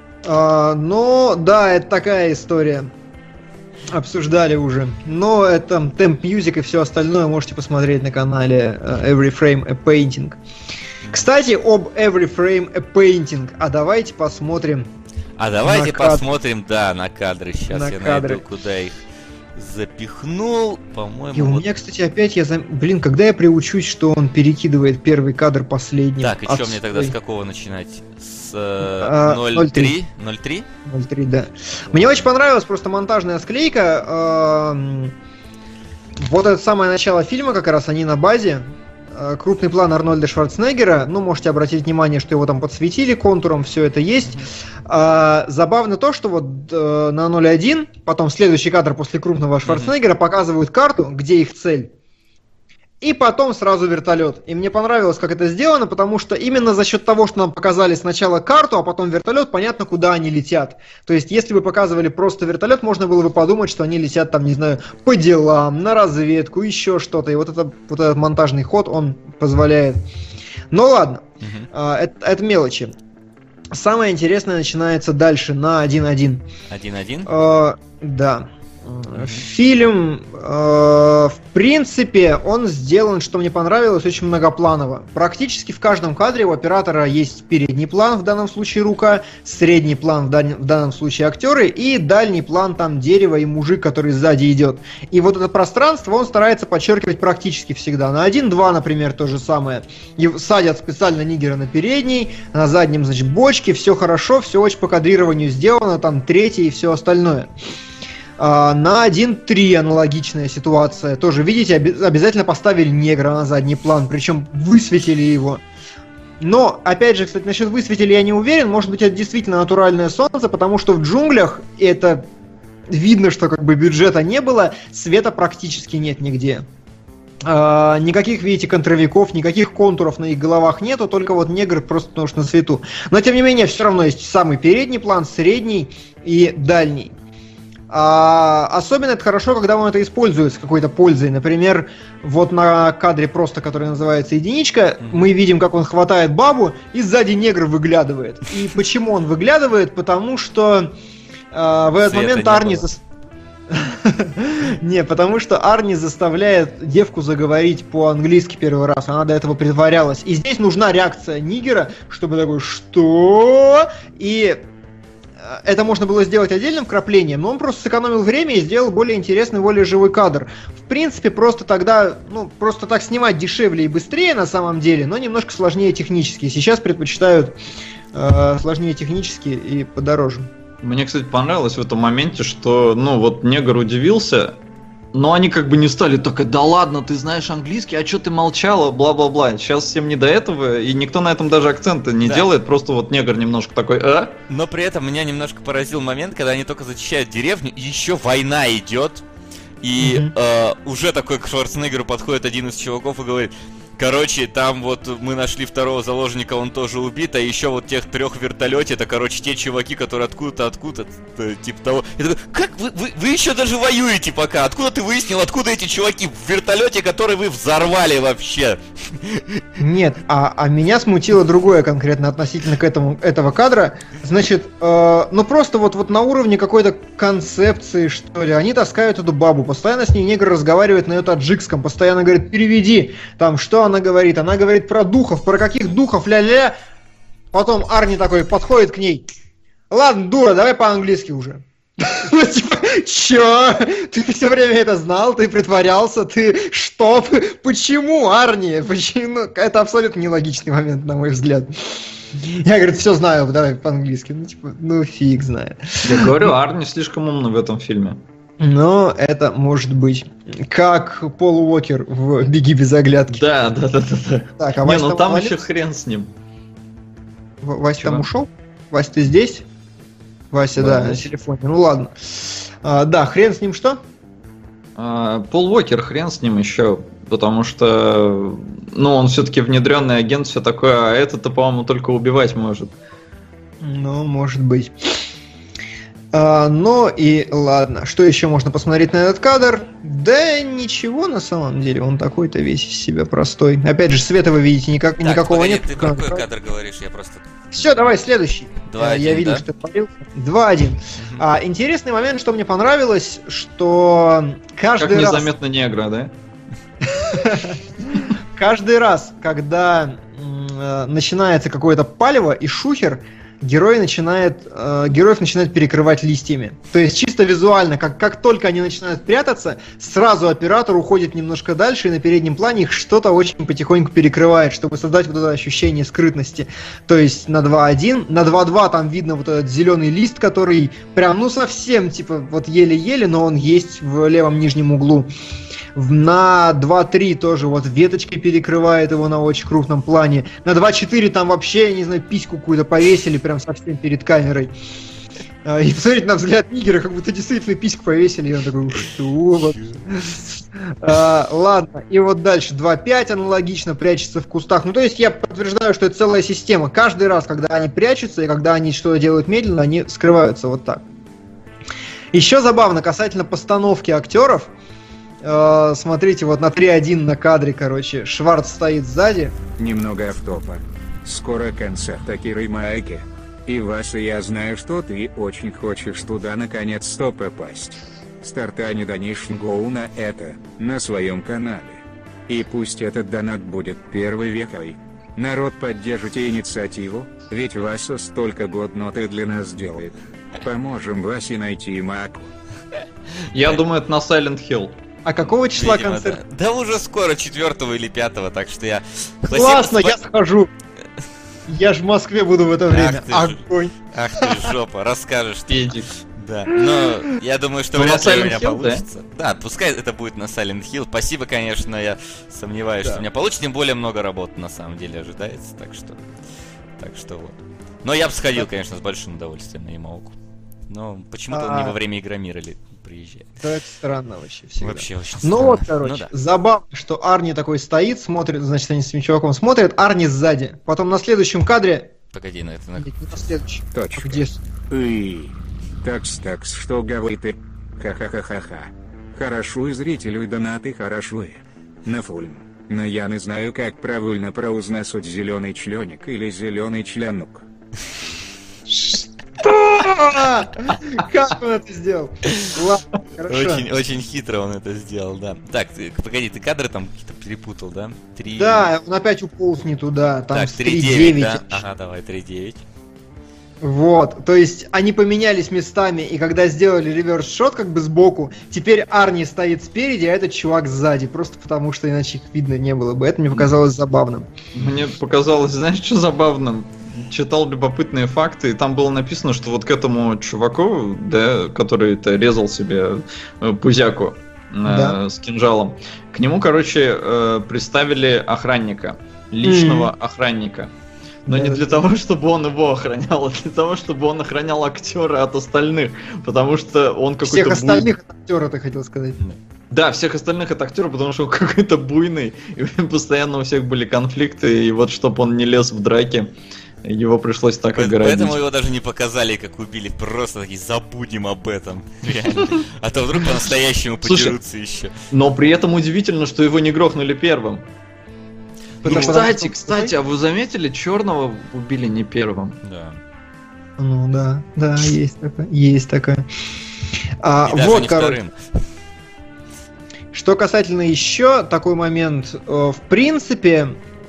А, ну, да, это такая история. Обсуждали уже. Но это Temp Music и все остальное можете посмотреть на канале э, Every Frame a Painting. Кстати, об Every Frame a Painting. А давайте посмотрим. А давайте На кадр. посмотрим, да, на кадры. Сейчас На я кадры. найду, куда их запихнул. По-моему, И у вот меня, кстати, опять я зам... Блин, когда я приучусь, что он перекидывает первый кадр последним. Так, и что мне тогда с Отстой. какого начинать? С э, А, ноль три? ноль три? ноль три, да. Мне очень понравилась просто монтажная склейка. эм, Вот это самое начало фильма, как раз они на базе. Э, Крупный план Арнольда Шварценеггера. Ну, можете обратить внимание, что его там подсветили контуром, все это есть. А, забавно то, что вот э, на ноль один, потом следующий кадр после крупного Шварценеггера показывают карту, где их цель. И потом сразу вертолет. И мне понравилось, как это сделано, потому что именно за счет того, что нам показали сначала карту, а потом вертолет, понятно, куда они летят. То есть, если бы показывали просто вертолет, можно было бы подумать, что они летят там, не знаю, по делам, на разведку, еще что-то. И вот, это, вот этот монтажный ход, он позволяет. Ну ладно, Мгм. а, это, это мелочи. Самое интересное начинается дальше, на один один. один-один? Э, да. Фильм, э, в принципе, он сделан, что мне понравилось, очень многопланово. Практически в каждом кадре у оператора есть передний план, в данном случае рука, средний план, в, дан- в данном случае актеры, и дальний план, там дерево и мужик, который сзади идет. И вот это пространство он старается подчеркивать практически всегда. На один-два, например, то же самое. И садят специально нигера на передний, на заднем, значит, бочки, все хорошо, все очень по кадрированию сделано, там третий и все остальное. А, на один-три аналогичная ситуация. Тоже, видите, оби- обязательно поставили негра на задний план, причем высветили его. Но, опять же, кстати, насчет высветили я не уверен. Может быть, это действительно натуральное солнце, потому что в джунглях это видно, что как бы бюджета не было, света практически нет нигде. А, никаких, видите, контровиков, никаких контуров на их головах нету, только вот негр просто потому что на свету. Но, тем не менее, все равно есть самый передний план, средний и дальний. А, особенно это хорошо, когда он это использует с какой-то пользой. Например, вот на кадре просто, который называется единичка, Мгм. мы видим, как он хватает бабу, и сзади негр выглядывает. И почему он выглядывает? Потому что а, в этот Света момент не Арни... было. зас- Не, потому что Арни заставляет девку заговорить по-английски первый раз. Она до этого притворялась. И здесь нужна реакция нигера, чтобы такой «Что?» И э, это можно было сделать отдельным вкраплением, но он просто сэкономил время и сделал более интересный, более живой кадр. В принципе, просто тогда, ну, просто так снимать дешевле и быстрее на самом деле, но немножко сложнее технически. Сейчас предпочитают э, сложнее технически и подороже. Мне, кстати, понравилось в этом моменте, что, ну, вот негр удивился, но они как бы не стали так, да ладно, ты знаешь английский, а чё ты молчала, бла-бла-бла. Сейчас всем не до этого, и никто на этом даже акцента не Да. делает, просто вот негр немножко такой, а? Но при этом меня немножко поразил момент, когда они только зачищают деревню, и еще война идет, и Мгм. э, уже такой к Шварценеггеру подходит один из чуваков и говорит: Короче, там вот мы нашли второго заложника, он тоже убит, а еще вот тех трех в вертолете, это, короче, те чуваки, которые откуда-то, откуда-то, типа того. Я такой, как вы, вы, вы еще даже воюете пока? Откуда ты выяснил, откуда эти чуваки в вертолете, который вы взорвали вообще? Нет, а, а меня смутило другое конкретно относительно к этому, этого кадра. Значит, э, ну просто вот, вот на уровне какой-то концепции, что ли, они таскают эту бабу, постоянно с ней негр разговаривает на ее таджикском, постоянно говорит, переведи, там, что она говорит? Она говорит про духов, про каких духов, ля-ля. Потом Арни такой подходит к ней. Ладно, дура, давай по-английски уже. Ну, типа, чё? Ты все время это знал, ты притворялся, ты что? Почему, Арни? Почему? Это абсолютно нелогичный момент, на мой взгляд. Я, говорит, все знаю, давай по-английски. Ну, типа, ну фиг знает. Я говорю, Арни слишком умный в этом фильме. Но это может быть. Как Пол Уокер в «Беги без оглядки». Да, да, да, да, да. Так, а Не, Вася ну там, там молодец? еще хрен с ним. В- Вася Чего? там ушел? Вася, ты здесь? Вася, Да, да, на здесь. телефоне. Ну ладно. А, да, хрен с ним что? А, Пол Уокер, хрен с ним еще, потому что, ну, он все-таки внедренный агент, все такое, а этот-то, по-моему, только убивать может. Ну, может быть. А, ну и ладно. Что еще можно посмотреть на этот кадр? Да ничего на самом деле. Он такой-то весь из себя простой. Опять же, света вы видите никак, Так, никакого погоди, нет. ты про какой кадр говоришь? Я просто... Все, давай следующий. два один, Я видел, да? что ты полился. два один. А, интересный момент, что мне понравилось, что Как каждый раз... незаметно негра, да? Каждый раз, когда м, э, начинается какое-то палево и шухер, герой начинает, э, героев начинает перекрывать листьями. То есть чисто визуально, как, как только они начинают прятаться, сразу оператор уходит немножко дальше, и на переднем плане их что-то очень потихоньку перекрывает, чтобы создать вот это ощущение скрытности. То есть на два один, на два два там видно вот этот зеленый лист, который прям, ну совсем, типа, вот еле-еле, но он есть в левом нижнем углу. В- На два три тоже вот веточкой перекрывает его на очень крупном плане. На два четыре там вообще, я не знаю, письку какую-то повесили прям совсем перед камерой. А, И посмотрите на взгляд Нигера, как будто действительно письку повесили. И он такой, что вообще? А, Ладно, и вот дальше два пять аналогично прячется в кустах. Ну то есть я подтверждаю, что это целая система. Каждый раз, когда они прячутся и когда они что-то делают медленно, они скрываются вот так. Еще забавно касательно постановки актеров. Э, Смотрите, вот на три один на кадре, короче, Шварц стоит сзади. Немного автопа. Скоро концерт Акиры Маэки. И, Вася, я знаю, что ты очень хочешь туда наконец-то попасть. Стартани Donation Go на это, на своем канале. И пусть этот донат будет первой векой. Народ, поддержите инициативу, ведь Вася столько год ноты для нас делает. Поможем Васе найти Маку. Я думаю, это на Silent Hill. А какого числа Видимо, концерт? Да. Да уже скоро, четвертого или пятого, так что я... Классно, Спа- я схожу. Я ж в Москве буду в это Ах время. ты ж. Огонь. Ах ты жопа, расскажешь ты. Педик. Да, но я думаю, что Ну, вряд на ли у Silent меня Hill, да? получится. Да? пускай это будет на Silent Hill. Спасибо, конечно, я сомневаюсь, Да. что у меня получится. Тем более много работы на самом деле ожидается, так что... Так что вот. Но я бы сходил, конечно, с большим удовольствием на Ямауку. Но почему-то он не А. во время Игромира ли приезжает. Да, это странно вообще всегда. Вообще очень Ну странно. вот, короче, Ну да. забавно, что Арни такой стоит, смотрит, значит, они с этим чуваком смотрят, Арни сзади. Потом на следующем кадре... Погоди, на это... на- Нет, не на следующем. Точка. Где? И такс-такс, что говорит ты? Ха-ха-ха-ха-ха. Хорошо и зрителю и донаты хорошо и. На фульм. Но я не знаю, как правильно произносить зеленый членик или зеленый членук. Как он это сделал? Ладно, хорошо. Очень, очень хитро он это сделал, да. Так, ты, погоди, ты кадры там какие-то перепутал, да? Три... Да, он опять уполз не туда, там Так, с три три девять, девять. да? Ага, давай, три девять. Вот, то есть они поменялись местами, и когда сделали реверс-шот как бы сбоку, теперь Арни стоит спереди, а этот чувак сзади, просто потому что иначе их видно не было бы. Это мне показалось забавным. Мне показалось, знаешь, что забавным? Читал любопытные факты, и там было написано, что вот к этому чуваку, да, который-то резал себе э, пузяку э, Да. с кинжалом, к нему, короче, э, приставили охранника, личного охранника. Но Да, не да, для да. того, чтобы он его охранял, а для того, чтобы он охранял актера от остальных, потому что он какой-то... Всех буй- остальных от актера, ты хотел сказать. Да, всех остальных это актеры, потому что он какой-то буйный, и постоянно у всех были конфликты, и вот чтобы он не лез в драки, его пришлось так оградить. Поэтому его даже не показали, как убили, просто такие, забудем об этом, реально. А то вдруг по-настоящему подерутся еще. Но при этом удивительно, что его не грохнули первым. Ну, кстати, кстати, а вы заметили, Черного убили не первым? Да. Ну да, да, есть такое, есть такое. А, И даже вот, не короче. вторым. Что касательно еще такой момент, в принципе,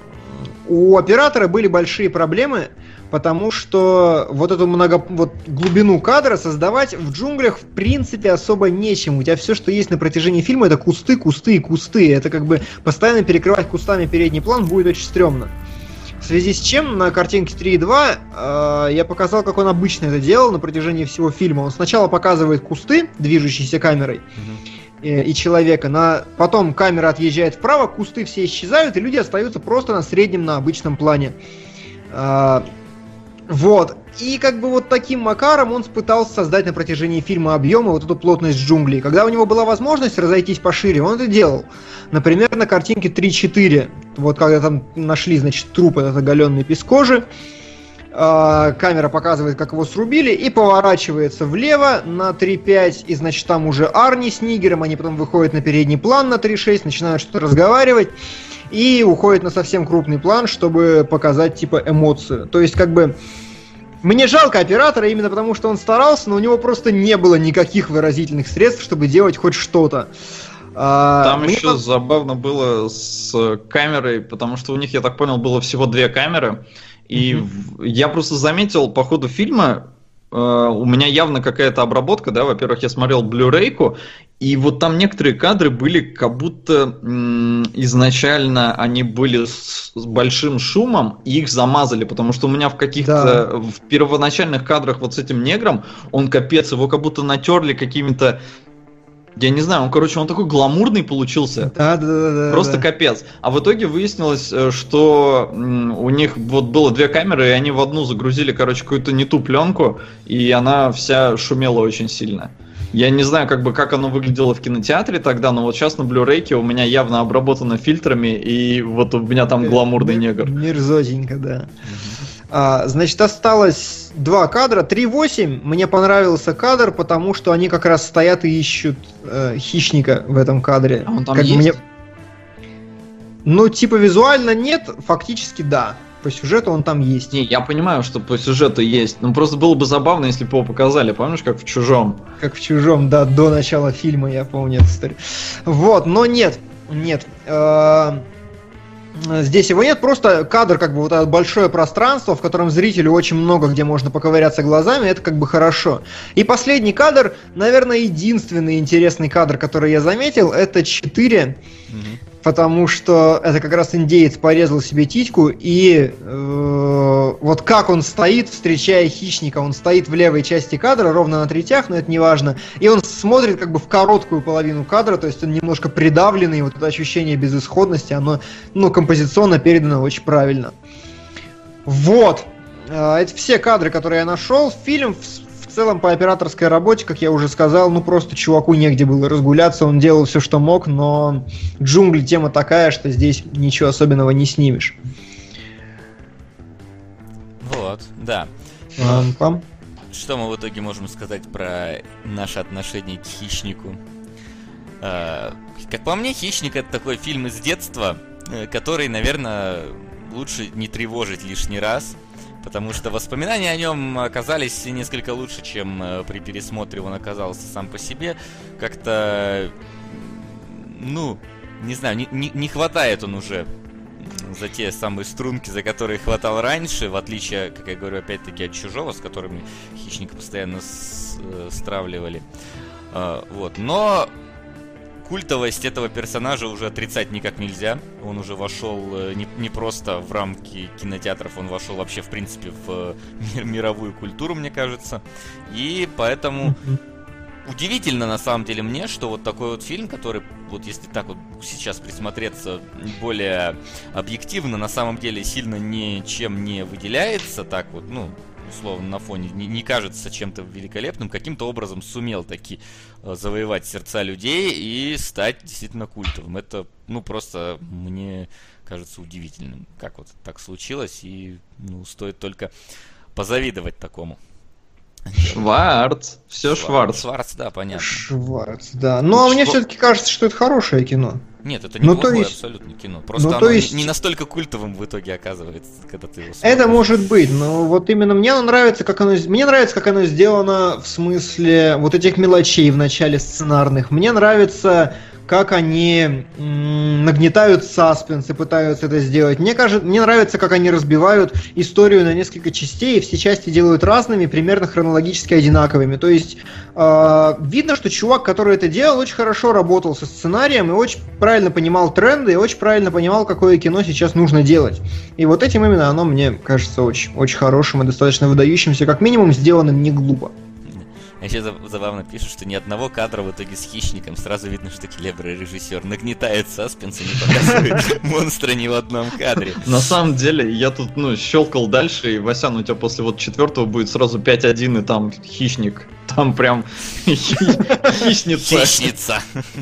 у оператора были большие проблемы, потому что вот эту много, вот глубину кадра создавать в джунглях в принципе особо нечем. У тебя все, что есть на протяжении фильма, это кусты, кусты и кусты. Это как бы постоянно перекрывать кустами передний план будет очень стрёмно. В связи с чем на картинке три и два э, я показал, как он обычно это делал на протяжении всего фильма. Он сначала показывает кусты, движущиеся камерой, mm-hmm. и, и человека. На... Потом камера отъезжает вправо, кусты все исчезают, и люди остаются просто на среднем, на обычном плане. Э, вот. И как бы вот таким макаром он пытался создать на протяжении фильма объема вот эту плотность джунглей. Когда у него была возможность разойтись пошире, он это делал. Например, на картинке три четыре, вот когда там нашли, значит, труп этот оголенный без кожи, э, камера показывает, как его срубили, и поворачивается влево на три пять, и, значит, там уже Арни с Нигером, они потом выходят на передний план на три шесть, начинают что-то разговаривать, и уходят на совсем крупный план, чтобы показать, типа, эмоцию. То есть, как бы... Мне жалко оператора именно потому, что он старался, но у него просто не было никаких выразительных средств, чтобы делать хоть что-то. Там Мне еще по... забавно было с камерой, потому что у них, я так понял, было всего две камеры. И mm-hmm. я просто заметил по ходу фильма, э, у меня явно какая-то обработка, да, во-первых, я смотрел Blu-ray-ку, и вот там некоторые кадры были как будто м- изначально они были с, с большим шумом, и их замазали, потому что у меня в каких-то, да. в первоначальных кадрах вот с этим негром, он капец, его как будто натерли какими-то, я не знаю, он, короче, он такой гламурный получился. Да, да, да, да. Просто да. капец. А в итоге выяснилось, что у них вот было две камеры, и они в одну загрузили, короче, какую-то не ту пленку, и она вся шумела очень сильно. Я не знаю, как бы, как оно выглядело в кинотеатре тогда, но вот сейчас на Blu-ray у меня явно обработано фильтрами, и вот у меня там гламурный негр. Мерзотенько, да. А, значит, осталось два кадра. три восемь. Мне понравился кадр, потому что они как раз стоят и ищут э, хищника в этом кадре. А он там как есть? Мне... Ну, типа, визуально нет, фактически да. По сюжету он там есть. Не, я понимаю, что по сюжету есть. Но просто было бы забавно, если бы его показали. Помнишь, как в «Чужом»? Как в «Чужом», да, до начала фильма, я помню эту историю. Вот, но нет, нет. Здесь его нет, просто кадр, как бы вот это большое пространство, в котором зрителю очень много где можно поковыряться глазами, это как бы хорошо. И последний кадр, наверное, единственный интересный кадр, который я заметил, это четыре, mm-hmm. потому что это как раз индеец порезал себе титьку, и э, вот как он стоит, встречая хищника, он стоит в левой части кадра, ровно на третях, но это не важно, и он смотрит как бы в короткую половину кадра, то есть он немножко придавленный, вот это ощущение безысходности, оно, ну, композиционно передано очень правильно. Вот. Это все кадры, которые я нашел. Фильм в, в целом по операторской работе, как я уже сказал, ну просто чуваку негде было разгуляться, он делал все, что мог, но джунгли тема такая, что здесь ничего особенного не снимешь. Вот, да. Пам-пам. Что мы в итоге можем сказать про наше отношение к «Хищнику»? Как по мне, «Хищник» — это такой фильм из детства, который, наверное, лучше не тревожить лишний раз, потому что воспоминания о нем оказались несколько лучше, чем при пересмотре он оказался сам по себе. Как-то, ну, не знаю, не, не, не хватает он уже за те самые струнки, за которые хватал раньше, в отличие, как я говорю, опять-таки от «Чужого», с которыми «Хищника» постоянно с, э, стравливали. Э, вот, но культовость этого персонажа уже отрицать никак нельзя. Он уже вошел не, не просто в рамки кинотеатров, он вошел вообще, в принципе, в мир, мировую культуру, мне кажется. И поэтому удивительно, на самом деле, мне, что вот такой вот фильм, который, вот если так вот сейчас присмотреться более объективно, на самом деле сильно ничем не выделяется, так вот, ну, условно, на фоне не, не кажется чем-то великолепным, каким-то образом сумел таки э, завоевать сердца людей и стать действительно культовым. Это, ну, просто мне кажется удивительным, как вот так случилось, и, ну, стоит только позавидовать такому. Шварц, все Шварц. Шварц, да, понятно. Шварц, да. Ну, а мне все-таки кажется, что это хорошее кино. Нет, это ну, неплохое есть... абсолютно кино. Просто ну, оно есть... не настолько культовым в итоге оказывается, когда ты его смотришь. Это может быть, но вот именно мне оно нравится, как оно... Мне нравится, как оно сделано в смысле вот этих мелочей в начале сценарных. Мне нравится, как они м- нагнетают саспенс и пытаются это сделать. Мне кажется, мне нравится, как они разбивают историю на несколько частей, и все части делают разными, примерно хронологически одинаковыми. То есть э- видно, что чувак, который это делал, очень хорошо работал со сценарием и очень правильно понимал тренды, и очень правильно понимал, какое кино сейчас нужно делать. И вот этим именно оно мне кажется очень, очень хорошим и достаточно выдающимся, как минимум сделанным не глупо. Еще забавно пишут, что ни одного кадра в итоге с хищником. Сразу видно, что Келебра режиссер нагнетает саспенс и не показывает монстра ни в одном кадре. На самом деле, я тут, ну, щелкал дальше, и, Васян, у тебя после вот четвертого будет сразу пять один, и там хищник. Там прям хищница. Хищница.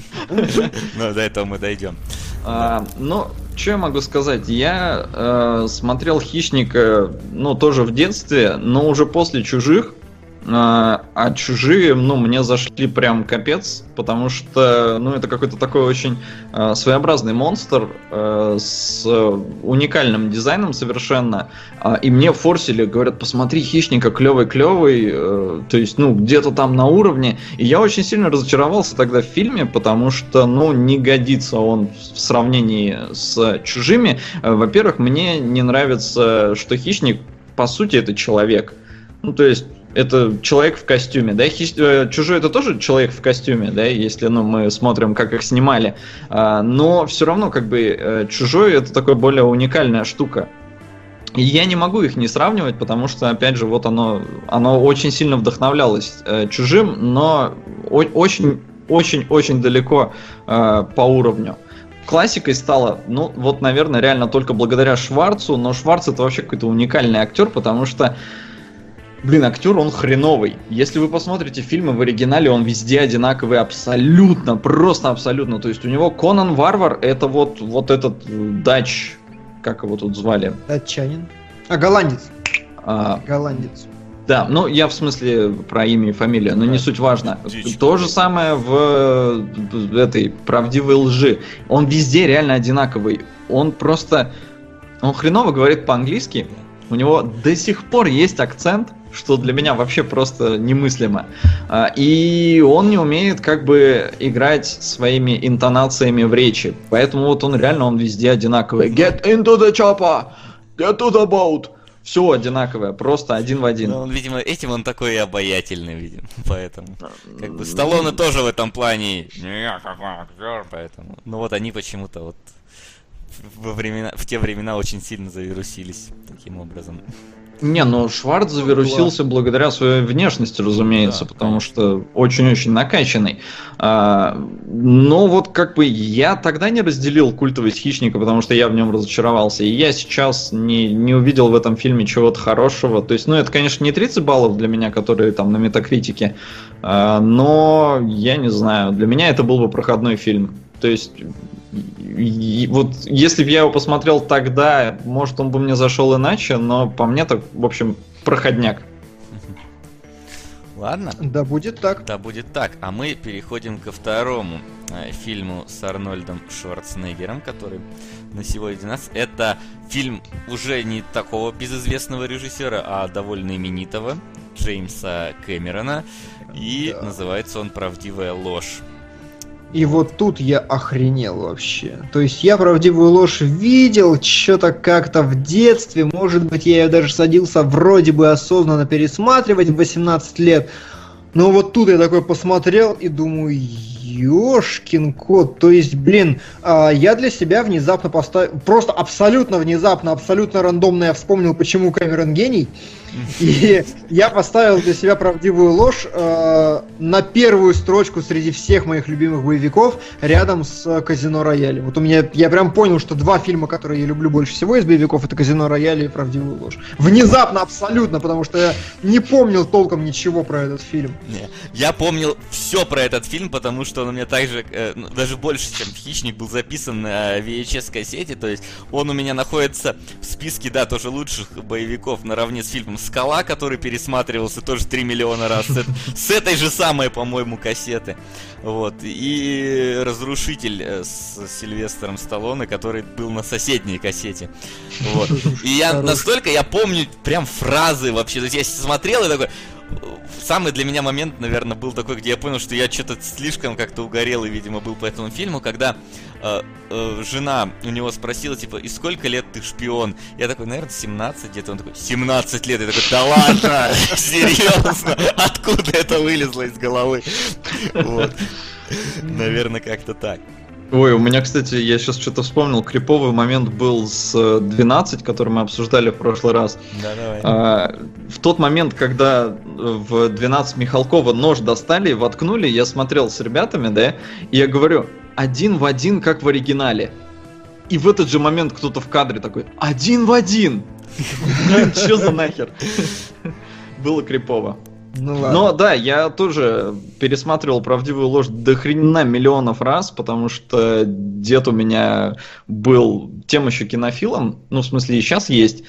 Ну, до этого мы дойдем. Ну, что я могу сказать? Я смотрел «Хищника», ну, тоже в детстве, но уже после «Чужих». А, а «Чужие», ну, мне зашли прям капец, потому что, ну, это какой-то такой очень а, своеобразный монстр а, с уникальным дизайном совершенно, а, и мне форсили, говорят, посмотри «Хищника», клевый-клевый, а, то есть, ну, где-то там на уровне, и я очень сильно разочаровался тогда в фильме, потому что, ну, не годится он в сравнении с «Чужими». А, во-первых, мне не нравится, что «Хищник», по сути, это человек, ну, то есть это человек в костюме, да, Хищ... «Чужой» это тоже человек в костюме, да, если, ну, мы смотрим, как их снимали, а, но все равно, как бы, «Чужой» это такая более уникальная штука. И я не могу их не сравнивать, потому что, опять же, вот оно, оно очень сильно вдохновлялось «Чужим», но очень-очень-очень далеко а, по уровню. Классикой стало, ну, вот, наверное, реально только благодаря Шварцу, но Шварц это вообще какой-то уникальный актер, потому что, блин, актер, он хреновый. Если вы посмотрите фильмы в оригинале, он везде одинаковый абсолютно, просто абсолютно. То есть у него Конан Варвар, это вот, вот этот дач, как его тут звали? Датчанин. А, голландец. А, голландец. Да, ну я в смысле про имя и фамилию, но не суть важно. То же самое в, в этой «Правдивой лжи». Он везде реально одинаковый. Он просто... Он хреново говорит по-английски. У него до сих пор есть акцент, что для меня вообще просто немыслимо. И он не умеет как бы играть своими интонациями в речи. Поэтому вот он реально, он везде одинаковый. Get into the chopper! Get to the boat! Все одинаковое, просто один в один. Ну, он, видимо, этим он такой и обаятельный, видимо. Поэтому. Как бы Сталлоне тоже в этом плане. Поэтому. Ну вот они почему-то вот во времена, в те времена очень сильно завирусились таким образом. Не, ну Шварц завирусился благодаря своей внешности, разумеется, да, потому что очень-очень накачанный. А, но вот как бы я тогда не разделил культовость «Хищника», потому что я в нем разочаровался. И я сейчас не, не увидел в этом фильме чего-то хорошего. То есть, ну это, конечно, не тридцать баллов для меня, которые там на Метакритике, а, но я не знаю, для меня это был бы проходной фильм. То есть... И вот если бы я его посмотрел тогда, может, он бы мне зашел иначе, но по мне так, в общем, проходняк. Ладно. Да будет так. Да будет так. А мы переходим ко второму э, фильму с Арнольдом Шварценеггером, который на сегодня у нас. Это фильм уже не такого безызвестного режиссера, а довольно именитого, Джеймса Кэмерона. И да. Называется он «Правдивая ложь». И вот тут я охренел вообще. То есть я «Правдивую ложь» видел что-то как-то в детстве. Может быть, я ее даже садился вроде бы осознанно пересматривать в восемнадцать лет. Но вот тут я такой посмотрел и думаю, Ёшкин кот, то есть, блин, э, я для себя внезапно поставил, просто абсолютно внезапно, абсолютно рандомно я вспомнил, почему Кэмерон гений, и я поставил для себя правдивую ложь э, на первую строчку среди всех моих любимых боевиков рядом с Казино Рояль. Вот у меня, я прям понял, что два фильма, которые я люблю больше всего из боевиков, это Казино Рояль и Правдивую ложь. Внезапно абсолютно, потому что я не помнил толком ничего про этот фильм. Не, я помнил все про этот фильм, потому что он у меня также, э, даже больше, чем «Хищник», был записан на ви эйч эс-кассете, то есть он у меня находится в списке, да, тоже лучших боевиков наравне с фильмом «Скала», который пересматривался тоже три миллиона раз, с, с этой же самой, по-моему, кассеты. Вот. И «Разрушитель» с Сильвестром Сталлоне, который был на соседней кассете. Вот. И я настолько, я помню прям фразы вообще, то есть я смотрел и такой... Самый для меня момент, наверное, был такой, где я понял, что я что-то слишком как-то угорелый, видимо, был по этому фильму, когда э, э, жена у него спросила, типа, и сколько лет ты шпион? Я такой, наверное, семнадцать где-то. Он такой, семнадцать лет. Я такой, да ладно, серьезно? Откуда это вылезло из головы? Вот. Наверное, как-то так. Ой, у меня, кстати, я сейчас что-то вспомнил, криповый момент был с двенадцать, который мы обсуждали в прошлый раз. Да, давай. А, в тот момент, когда в двенадцать Михалкова нож достали и воткнули, я смотрел с ребятами, да, и я говорю, один в один, как в оригинале. И в этот же момент кто-то в кадре такой, один в один! Че за нахер? Было крипово. Ну, ладно. Но да, я тоже пересматривал «Правдивую ложь» до хрена миллионов раз, потому что дед у меня был тем еще кинофилом, ну в смысле и сейчас есть.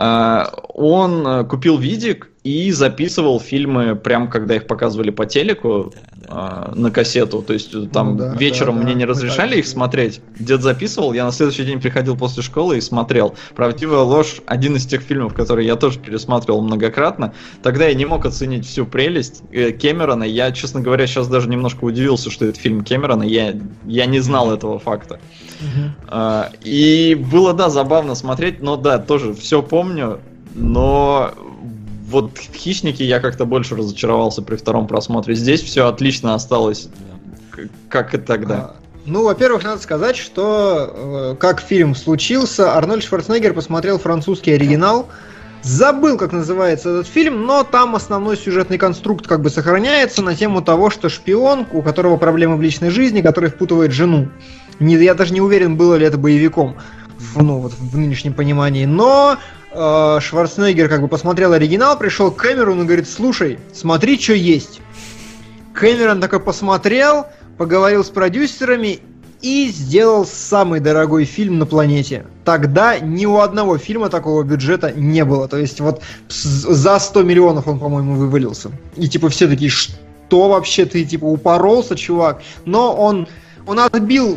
Он купил видик и записывал фильмы прям когда их показывали по телеку, да, да. на кассету. То есть там ну, да, вечером да, мне да. не разрешали их смотреть. Дед записывал, я на следующий день приходил после школы и смотрел. «Правдивая ложь» — один из тех фильмов, которые я тоже пересматривал многократно. Тогда я не мог оценить всю прелесть Кэмерона. Я, честно говоря, сейчас даже немножко удивился, что это фильм Кэмерона. Я, я не знал этого факта. Uh-huh. А, и было, да, забавно смотреть, но да, тоже все помню, но вот в «Хищнике» я как-то больше разочаровался при втором просмотре. Здесь все отлично осталось, как и тогда. А, ну, во-первых, надо сказать, что э, как фильм случился, Арнольд Шварценеггер посмотрел французский оригинал, забыл, как называется этот фильм, но там основной сюжетный конструкт как бы сохраняется на тему того, что шпион, у которого проблемы в личной жизни, который впутывает жену. Не, я даже не уверен, было ли это боевиком, в, ну, вот, в нынешнем понимании, но э, Шварценеггер как бы посмотрел оригинал, пришел к Кэмерону и говорит, слушай, смотри, что есть. Кэмерон такой посмотрел, поговорил с продюсерами и сделал самый дорогой фильм на планете. Тогда ни у одного фильма такого бюджета не было. То есть вот за сто миллионов он, по-моему, вывалился. И типа все такие, что вообще ты типа упоролся, чувак? Но он... Он отбил,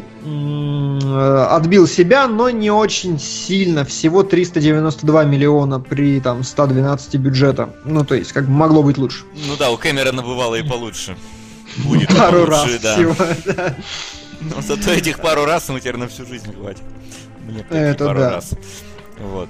отбил себя, но не очень сильно. Всего триста девяносто два миллиона при там сто двенадцать бюджета. Ну, то есть, как бы могло быть лучше. Ну да, у Кэмерона бывало и получше. Будет пару получше, раз да. всего, да. Но зато этих пару раз мы теперь на всю жизнь хватит. Мне это пару да. раз. Вот.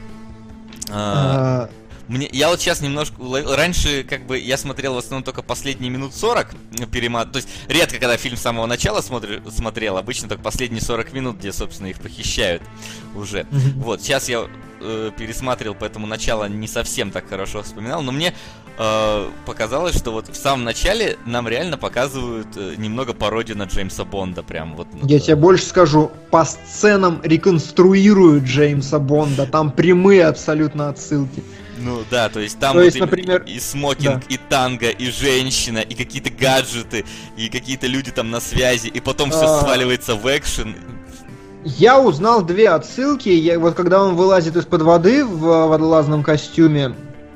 А... Мне, я вот сейчас немножко... Раньше, как бы, я смотрел в основном только последние минут сорок перемат... То есть, редко, когда фильм с самого начала смотри... смотрел, обычно только последние сорок минут, где, собственно, их похищают уже. Mm-hmm. Вот, сейчас я э, пересматривал, поэтому начало не совсем так хорошо вспоминал, но мне э, показалось, что вот в самом начале нам реально показывают э, немного пародию на Джеймса Бонда, прям вот. Я э... тебе больше скажу, по сценам реконструируют Джеймса Бонда, там прямые абсолютно отсылки. Ну да, то есть там то вот есть, и, например... и смокинг, да. и танго, и женщина, и какие-то гаджеты, и какие-то люди там на связи, и потом все а... сваливается в экшен. Я узнал две отсылки. Я, вот когда он вылазит из-под воды в водолазном костюме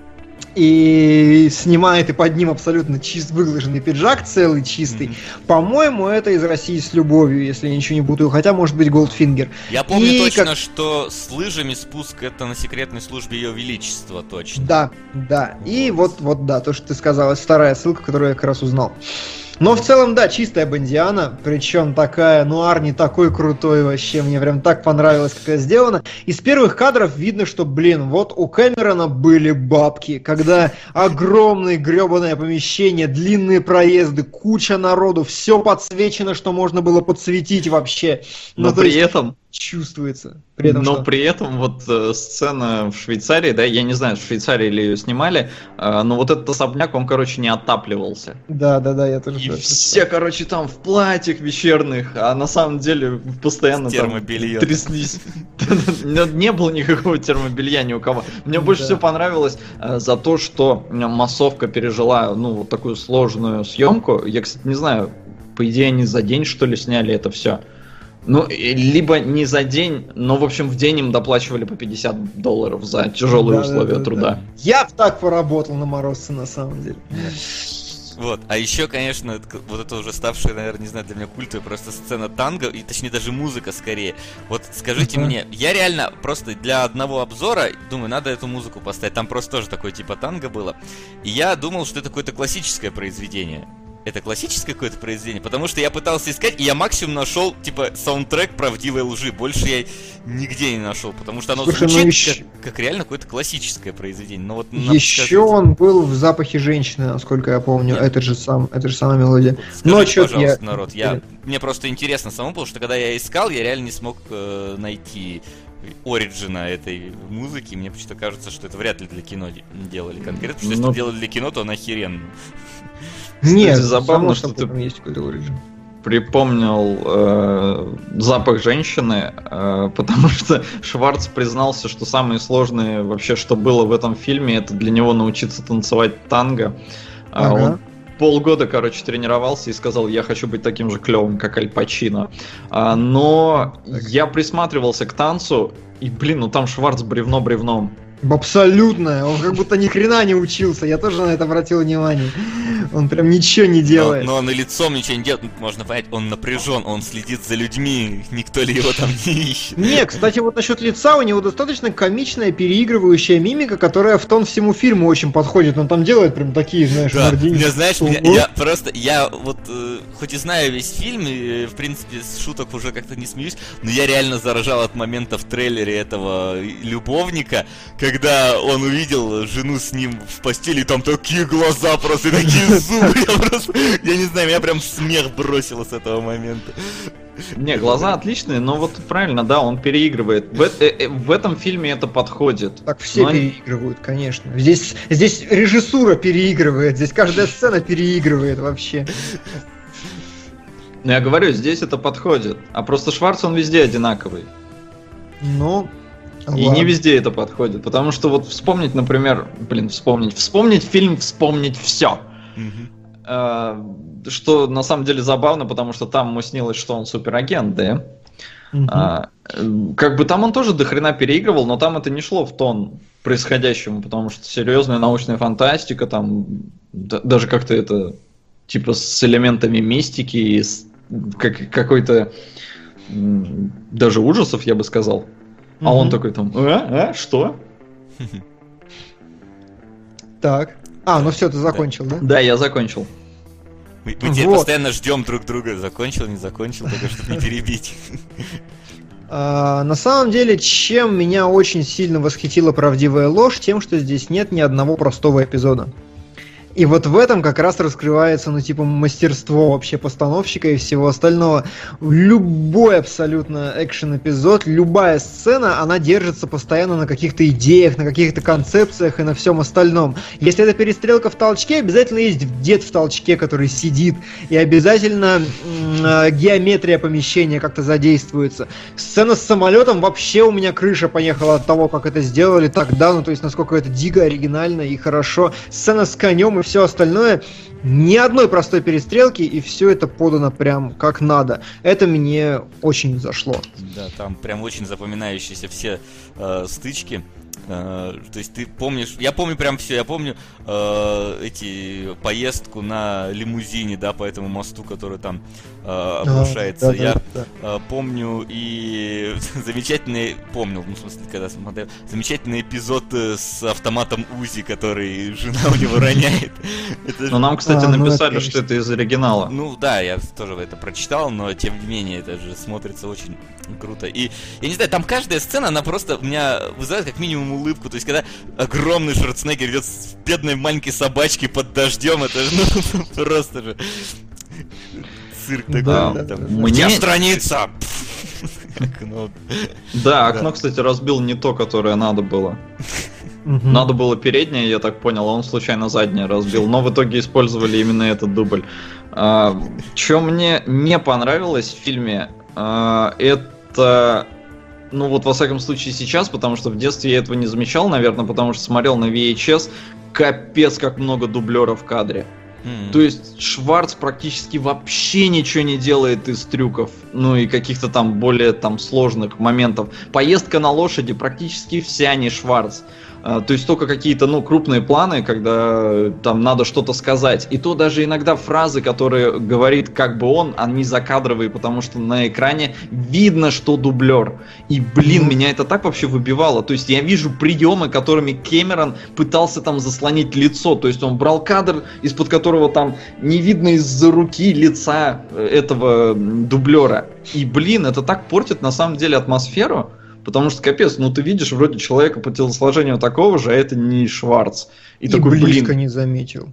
и снимает, и под ним абсолютно чист выглаженный пиджак, целый чистый. Mm-hmm. По-моему, это из «России с любовью», если я ничего не путаю. Хотя, может быть, Голдфингер. Я помню и точно, как... что с лыжами спуск это на секретной службе Ее Величества, точно. Да, да. И вот, вот, да, то, что ты сказал, это вторая ссылка, которую я как раз узнал. Но в целом, да, чистая Бондиана, причем такая, нуар не такой крутой вообще, мне прям так понравилось, как это сделано. Из первых кадров видно, что, блин, вот у Кэмерона были бабки, когда огромное гребаное помещение, длинные проезды, куча народу, все подсвечено, что можно было подсветить вообще. Но ну, при есть... этом... чувствуется. При этом но что? при этом вот э, сцена в Швейцарии, да, я не знаю, в Швейцарии ли ее снимали, э, но вот этот особняк, он, короче, не отапливался. Да, да, да, я тоже. И все, короче, там в платьях вечерных, а на самом деле постоянно там тряслись. Не было никакого термобелья ни у кого. Мне больше всего понравилось за то, что массовка пережила, ну, вот такую сложную съемку. Я, кстати, не знаю, по идее, они за день, что ли, сняли это все. Ну, либо не за день, но, в общем, в день им доплачивали по пятьдесят долларов за тяжелые да, условия да, да, труда. Да. Я б так поработал на Морозце, на самом деле. Вот, а еще, конечно, вот это уже ставшая, наверное, не знаю, для меня культовая просто сцена танго, и точнее даже музыка скорее. Вот скажите uh-huh. мне, я реально просто для одного обзора, думаю, надо эту музыку поставить, там просто тоже такое типа танго было, и я думал, что это какое-то классическое произведение. Это классическое какое-то произведение, потому что я пытался искать, и я максимум нашел, типа, саундтрек правдивой лжи. Больше я нигде не нашел, потому что оно Слушай, звучит ну еще... как, как реально какое-то классическое произведение. Но вот еще сказать... он был в «Запахе женщины», насколько я помню, Нет. это же сам, это же самая мелодия. Скажите, Но пожалуйста, я... народ, я... мне просто интересно самому, потому что когда я искал, я реально не смог э, найти ориджина этой музыки. Мне почему-то кажется, что это вряд ли для кино делали конкретно, потому что Но... если делали для кино, то он охеренно. Нет, Кстати, забавно, что ты есть какой-то оригин. Припомнил э, «Запах женщины», э, потому что Шварц признался, что самое сложное вообще, что было в этом фильме, это для него научиться танцевать танго. Ага. Он полгода, короче, тренировался и сказал, я хочу быть таким же клевым, как Аль Пачино. А, но так. я присматривался к танцу, и, блин, ну там Шварц бревно бревном. Абсолютно, он как будто ни хрена не учился, я тоже на это обратил внимание. Он прям ничего не делает. Но, но он и лицом ничего не делает, можно понять, он напряжен, он следит за людьми, никто ли его там не ищет. Не, кстати, вот насчет лица у него достаточно комичная, переигрывающая мимика, которая в тон всему фильму очень подходит. Он там делает прям такие, знаешь, да, мордини. Меня, знаешь, меня, я просто, я вот, э, хоть и знаю весь фильм, и, в принципе, с шуток уже как-то не смеюсь, но я реально заражал от момента в трейлере этого любовника, когда он увидел жену с ним в постели, и там такие глаза просто, и такие зубы, я просто, я не знаю, меня прям смех бросило с этого момента. Не, глаза отличные, но вот правильно, да, он переигрывает. В, э, в этом фильме это подходит. Так все но... переигрывают, конечно. Здесь, здесь режиссура переигрывает, здесь каждая сцена переигрывает вообще. Ну я говорю, здесь это подходит. А просто Шварц, он везде одинаковый. Ну... И Ладно. не везде это подходит, потому что вот вспомнить, например, блин, вспомнить, вспомнить фильм, вспомнить все. Mm-hmm. Uh, что на самом деле забавно, потому что там ему снилось, что он суперагент, да? Mm-hmm. Uh, как бы там он тоже дохрена переигрывал, но там это не шло в тон происходящему, потому что серьезная научная фантастика, там да, даже как-то это типа с элементами мистики, с, как, какой-то м, даже ужасов, я бы сказал. А mm-hmm. он такой там, а, а, что? Так. А, ну все, ты закончил, да? Да, я закончил. Мы, мы вот. постоянно ждем друг друга. Закончил, не закончил, только чтобы не перебить. А, на самом деле, чем меня очень сильно восхитила правдивая ложь, тем, что здесь нет ни одного простого эпизода. И вот в этом как раз раскрывается, ну, типа, мастерство вообще постановщика и всего остального. Любой абсолютно экшен-эпизод, любая сцена, она держится постоянно на каких-то идеях, на каких-то концепциях и на всем остальном. Если это перестрелка в толчке, обязательно есть дед в толчке, который сидит, и обязательно м- геометрия помещения как-то задействуется. Сцена с самолетом, вообще у меня крыша поехала от того, как это сделали тогда, ну, то есть, насколько это дико оригинально и хорошо. Сцена с конем и все остальное, ни одной простой перестрелки, и все это подано прям как надо. Это мне очень зашло. Да, там прям очень запоминающиеся все э, стычки. Uh, то есть ты помнишь, я помню прям все, я помню uh, эти поездку на лимузине, да, по этому мосту, который там uh, обрушается. Да, да, я да, да. Uh, помню и замечательный, помнил, ну, в смысле, когда смотрел, замечательный эпизод с автоматом УЗИ, который жена у него роняет. Но нам, кстати, написали, что это из оригинала. Ну да, я тоже это прочитал, но тем не менее, это же смотрится очень круто. И, я не знаю, там каждая сцена, она просто у меня вызывает как минимум улыбку. То есть, когда огромный Шварценеггер идет с бедной маленькой собачкой под дождем, это же ну, просто же цирк такой. Да, там, да, Мне страница! Да, окно, кстати, разбил не то, которое надо было. Надо было переднее, я так понял, а он случайно заднее разбил. Но в итоге использовали именно этот дубль. Что мне не понравилось в фильме, это... Ну вот, во всяком случае, сейчас, потому что в детстве я этого не замечал, наверное, потому что смотрел на ви эйч эс, капец, как много дублеров в кадре. Mm-hmm. То есть Шварц практически вообще ничего не делает из трюков, ну и каких-то там более там сложных моментов. Поездка на лошади практически вся не Шварц. То есть только какие-то, ну, крупные планы, когда там надо что-то сказать. И то даже иногда фразы, которые говорит как бы он, они закадровые, потому что на экране видно, что дублер. И, блин, меня это так вообще выбивало. То есть я вижу приемы, которыми Кэмерон пытался там заслонить лицо. То есть он брал кадр, из-под которого там не видно из-за руки лица этого дублера. И, блин, это так портит на самом деле атмосферу. Потому что, капец, ну ты видишь вроде человека по телосложению такого же, а это не Шварц. И, и такой, близко блин, не заметил.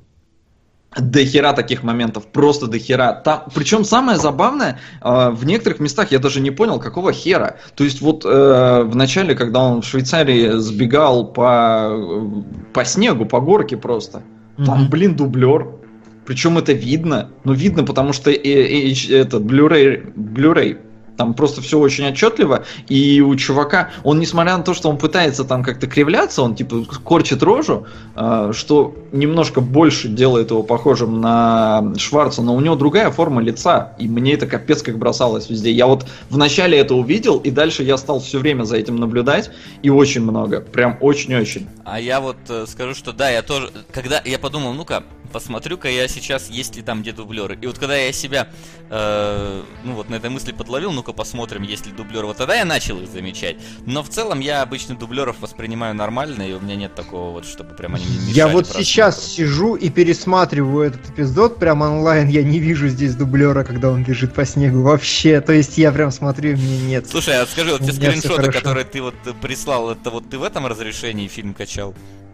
До хера таких моментов, просто до хера. Там, причем самое забавное, э, в некоторых местах я даже не понял, какого хера. То есть вот э, в начале, когда он в Швейцарии сбегал по, по снегу, по горке просто, mm-hmm. там, блин, дублер. Причем это видно. Ну, видно, потому что э, э, э, этот Blu-ray, Blu-ray там просто все очень отчетливо, и у чувака, он, несмотря на то, что он пытается там как-то кривляться, он типа корчит рожу, э, что немножко больше делает его похожим на Шварца, но у него другая форма лица, и мне это капец как бросалось везде. Я вот вначале это увидел, и дальше я стал все время за этим наблюдать, и очень много, прям очень-очень. А я вот э, скажу, что да, я тоже, когда я подумал, ну-ка, посмотрю-ка я сейчас, есть ли там где дублеры. И вот когда я себя, э, ну вот на этой мысли подловил, ну-ка посмотрим, есть ли дублеры. Вот тогда я начал их замечать. Но в целом я обычно дублеров воспринимаю нормально, и у меня нет такого вот, чтобы прям они мне мешали. Я вот сейчас сижу и пересматриваю этот эпизод прям онлайн, я не вижу здесь дублера, когда он бежит по снегу вообще. То есть я прям смотрю, мне нет. Слушай, а скажи, вот те скриншоты, которые ты вот прислал, это вот ты в этом разрешении фильм качал?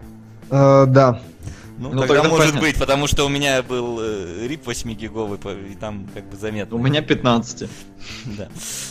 Uh, да. Ну, ну тогда, тогда может понятно. Быть, потому что у меня был э, рип восьмигиговый, и там как бы заметно. У меня пятнадцать. Да.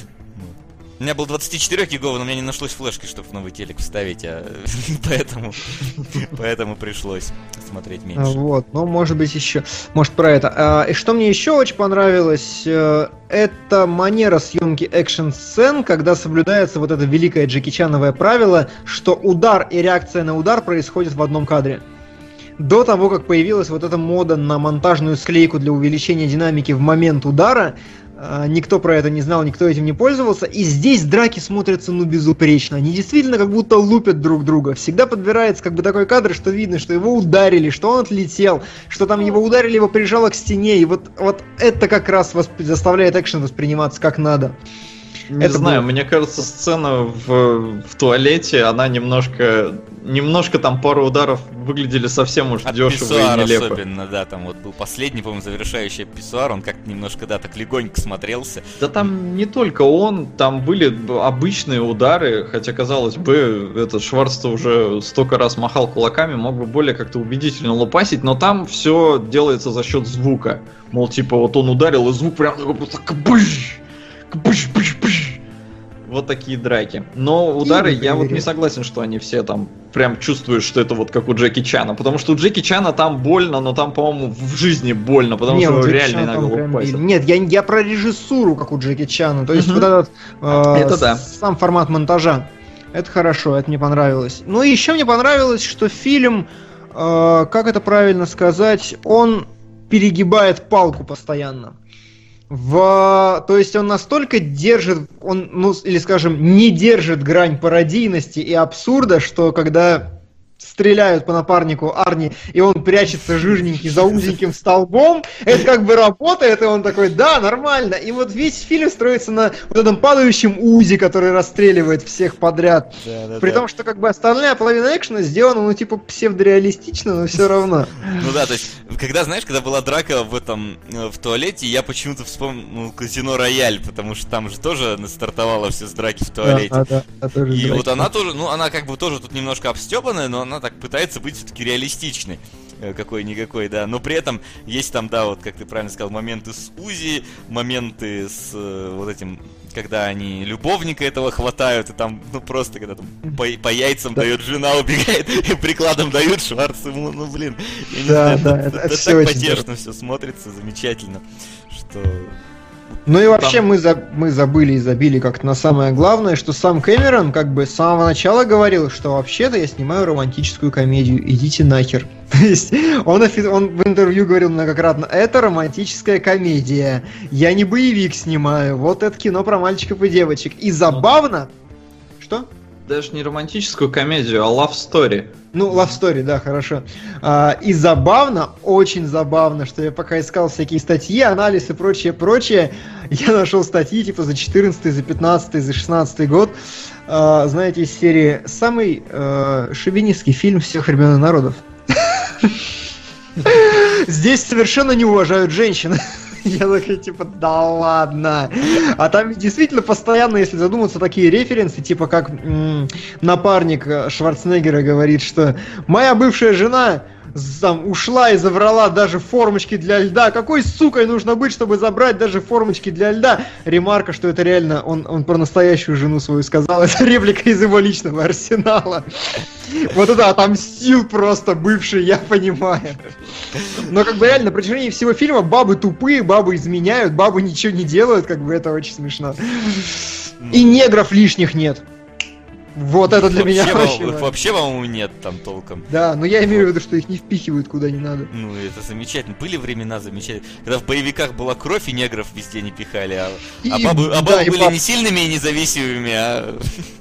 У меня был двадцатичетырёхгиговый, но у меня не нашлось флешки, чтобы в новый телек вставить, а поэтому, поэтому пришлось смотреть меньше. Вот, ну может быть еще, может про это. И что мне еще очень понравилось, это манера съемки экшн-сцен, когда соблюдается вот это великое Джеки Чановое правило, что удар и реакция на удар происходят в одном кадре. До того, как появилась вот эта мода на монтажную склейку для увеличения динамики в момент удара, никто про это не знал, никто этим не пользовался, и здесь драки смотрятся ну безупречно. Они действительно как будто лупят друг друга. Всегда подбирается как бы такой кадр, что видно, что его ударили, что он отлетел, что там его ударили, его прижало к стене, и вот, вот это как раз восп... заставляет экшен восприниматься как надо. Не это знаю, было... мне кажется, сцена в, в туалете, она немножко, немножко там пару ударов выглядели совсем уж от дешево и нелепо. Особенно, да, там вот был последний, по-моему, завершающий писсуар, он как-то немножко, да, так легонько смотрелся. Да там не только он, там были обычные удары, хотя, казалось бы, этот Шварц-то уже столько раз махал кулаками, мог бы более как-то убедительно лупасить, но там все делается за счет звука. Мол, типа, вот он ударил, и звук прям такой просто кабыш! Пыш-пыш-пыш. Вот такие драки. Но удары, я вот не согласен, что они все там прям чувствуют, что это вот как у Джеки Чана. Потому что у Джеки Чана там больно, но там, по-моему, в жизни больно, потому не, что реально иногда лупасит. Нет, я, я про режиссуру, как у Джеки Чана. То есть вот этот э, это да. сам формат монтажа. Это хорошо, это мне понравилось. Ну и еще мне понравилось, что фильм, э, как это правильно сказать, он перегибает палку постоянно. В, то есть он настолько держит, он, ну, или скажем, не держит грань пародийности и абсурда, что когда стреляют по напарнику Арни, и он прячется жирненький за узеньким столбом, это как бы работает, и он такой, да, нормально. И вот весь фильм строится на вот этом падающем Узи, который расстреливает всех подряд. Да, да, При да. том, что как бы остальная половина экшена сделана, ну, типа, псевдореалистично, но все равно. Ну да, то есть, когда, знаешь, когда была драка в этом, в туалете, я почему-то вспомнил Казино Рояль, потому что там же тоже стартовало все с драки в туалете. Да, да, да, тоже и вот она тоже, ну, она как бы тоже тут немножко обстебанная, но она так пытается быть все-таки реалистичной, какой-никакой, да, но при этом есть там, да, вот как ты правильно сказал, моменты с Узи, моменты с э, вот этим, когда они любовника этого хватают, и там, ну, просто, когда там по, по яйцам да. дает жена, убегает, и прикладом дают, Шварц ему, ну, блин, я не да, знаю, да, это, это, это все так потешно все смотрится, замечательно, что... Ну и вообще там... мы, за, мы забыли и забили как-то на самое главное, что сам Кэмерон как бы с самого начала говорил, что вообще-то я снимаю романтическую комедию, идите нахер. То есть он, он в интервью говорил многократно, это романтическая комедия, я не боевик снимаю, вот это кино про мальчиков и девочек. И забавно... Что? Даже не романтическую комедию, а love story. Ну, love story, да, хорошо. А, и забавно, очень забавно, что я пока искал всякие статьи, анализ и прочее, прочее, я нашел статьи типа за четырнадцатый, за пятнадцатый, за шестнадцатый год. А, знаете, из серии «Самый а, шовинистский фильм всех времен и народов». Здесь совершенно не уважают женщин. Я такой, типа, да ладно. А там действительно постоянно, если задуматься, такие референсы, типа как м- напарник Шварценеггера говорит, что моя бывшая жена там ушла и забрала даже формочки для льда. Какой сукой нужно быть, чтобы забрать даже формочки для льда? Ремарка, что это реально, он, он про настоящую жену свою сказал, это реплика из его личного арсенала. Вот это отомстил просто бывший, я понимаю. Но как бы реально, на протяжении всего фильма бабы тупые, бабы изменяют, бабы ничего не делают, как бы это очень смешно. И негров лишних нет. Вот это для вообще, меня вообще... Вот, вообще, по-моему, нет там толком. Да, но я имею в виду, что их не впихивают куда не надо. Ну, это замечательно. Были времена замечательные. Когда в боевиках была кровь, и негров везде не пихали, а, и, а бабы, а бабы да, были баб... не сильными и независимыми, а...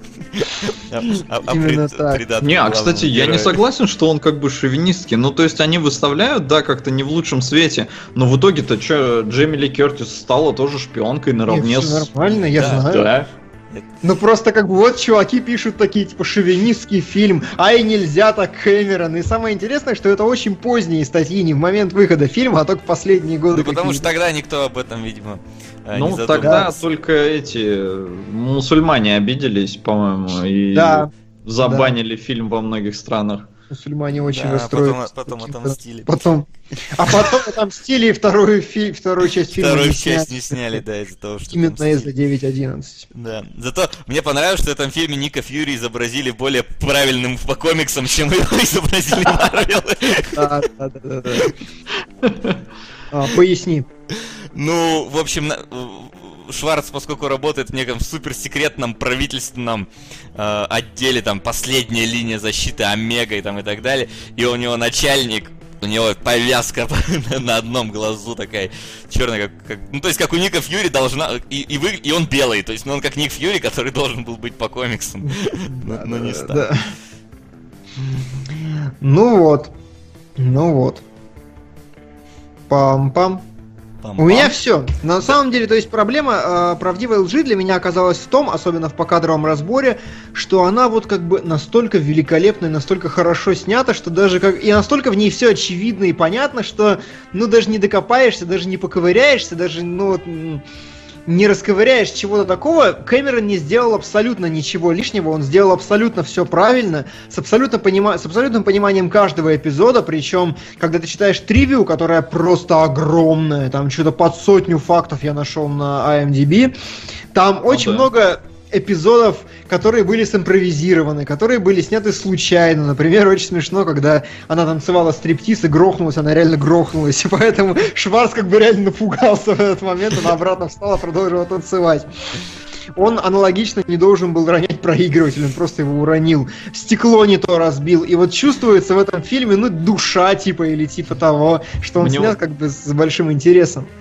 Именно так. Не, а, кстати, я не согласен, что он как бы шовинистский. Ну, то есть они выставляют, да, как-то не в лучшем свете, но в итоге-то что, Джейми Ли Кертис стала тоже шпионкой наравне с... Нормально, я знаю. Да. Ну просто как бы вот чуваки пишут такие, типа, шовинистский фильм, ай, нельзя так, Кэмерон. И самое интересное, что это очень поздние статьи, не в момент выхода фильма, а только последние годы. Ну потому что тогда никто об этом, видимо, ну, не задумывался. Ну тогда только эти мусульмане обиделись, по-моему, и да. забанили да. фильм во многих странах. Мусульмане очень да, расстроились. Потом, потом отомстили. Потом. А потом отомстили и вторую, фи... вторую часть фильма. Вторую не часть сняли. не сняли, да, из-за того, что. Именно из-за девять одиннадцать. Да. Зато мне понравилось, что в этом фильме Ника Фьюри изобразили более правильным по комиксам, чем его изобразили Марвел. Да, да, да, да. Поясни. Ну, в общем, Шварц, поскольку работает в неком суперсекретном правительственном э, отделе, там, последняя линия защиты Омега и там и так далее, и у него начальник, у него повязка на одном глазу такая черная, как, как, ну, то есть, как у Ника Фьюри должна, и, и, вы, и он белый, то есть, ну, он как Ник Фьюри, который должен был быть по комиксам, но не стал. Ну вот, ну вот. Пам-пам. Пам-пам. У меня все. На самом деле, то есть проблема э, правдивой лжи для меня оказалась в том, особенно в покадровом разборе, что она вот как бы настолько великолепна и настолько хорошо снята, что даже как... И настолько в ней все очевидно и понятно, что ну даже не докопаешься, даже не поковыряешься, даже ну вот... не расковыряешь чего-то такого. Кэмерон не сделал абсолютно ничего лишнего, он сделал абсолютно все правильно, с, абсолютно понима... с абсолютным пониманием каждого эпизода, причем, когда ты читаешь тривию, которая просто огромная, там что-то под сотню фактов я нашел на ай эм ди би, там ну, очень да. много эпизодов, которые были симпровизированы, которые были сняты случайно. Например, очень смешно, когда она танцевала стриптиз и грохнулась, она реально грохнулась. И поэтому Шварц как бы реально напугался в этот момент, она обратно встала, продолжила танцевать. Он аналогично не должен был ронять проигрыватель, он просто его уронил. Стекло не то разбил. И вот чувствуется в этом фильме, ну, душа типа или типа того, что он Мне снят как бы с большим интересом.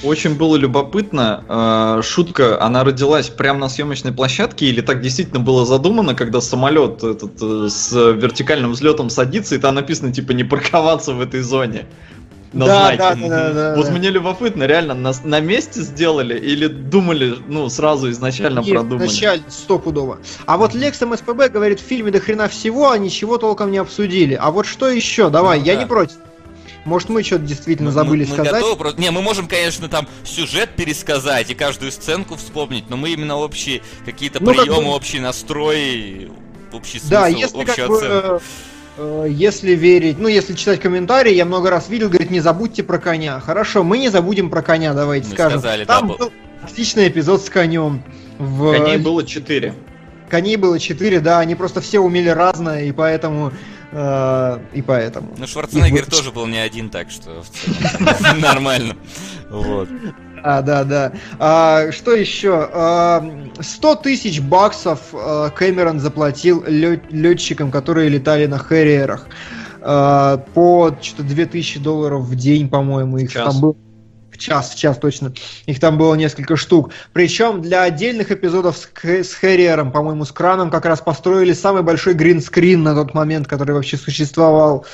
Очень было любопытно. Шутка, она родилась прямо на съемочной площадке, или так действительно было задумано, когда самолет этот с вертикальным взлетом садится, и там написано, типа, не парковаться в этой зоне. На да, знаке. Да, да, да, вот да. мне любопытно, реально, на, на месте сделали или думали, ну, сразу изначально Нет, продумали? Изначально, стопудово. А вот Лекс МСПБ говорит, в фильме до хрена всего, а ничего толком не обсудили. А вот что еще? Давай, Ну, я да. не против. Может, мы что-то действительно Мы- забыли мы, мы сказать? готовы просто- Не, мы можем, конечно, там сюжет пересказать и каждую сценку вспомнить, но мы именно общие какие-то Ну, как приемы, бы- общий настрой, общий смысл, Да, если как общую бы, оценку. э, если верить, ну, если читать комментарии, я много раз видел, говорит, не забудьте про коня. Хорошо, мы не забудем про коня, давайте Мы скажем. сказали, да, Там был- был отличный эпизод с конем. В... Коней было четыре. Коней было четыре, да, они просто все умели разное, и поэтому... э, и поэтому. Ну, Шварценеггер Их было- тоже был не один, так что в целом нормально. Вот. А, да, да. А, что еще? А, сто тысяч баксов а, Кэмерон заплатил лё- летчикам, которые летали на Хэрриерах. А, по что-то две тысячи долларов в день, по-моему, их час. там было. В час, в час точно. Их там было несколько штук. Причем для отдельных эпизодов с, Хэ- с Хэрриером, по-моему, с краном как раз построили самый большой гринскрин на тот момент, который вообще существовал.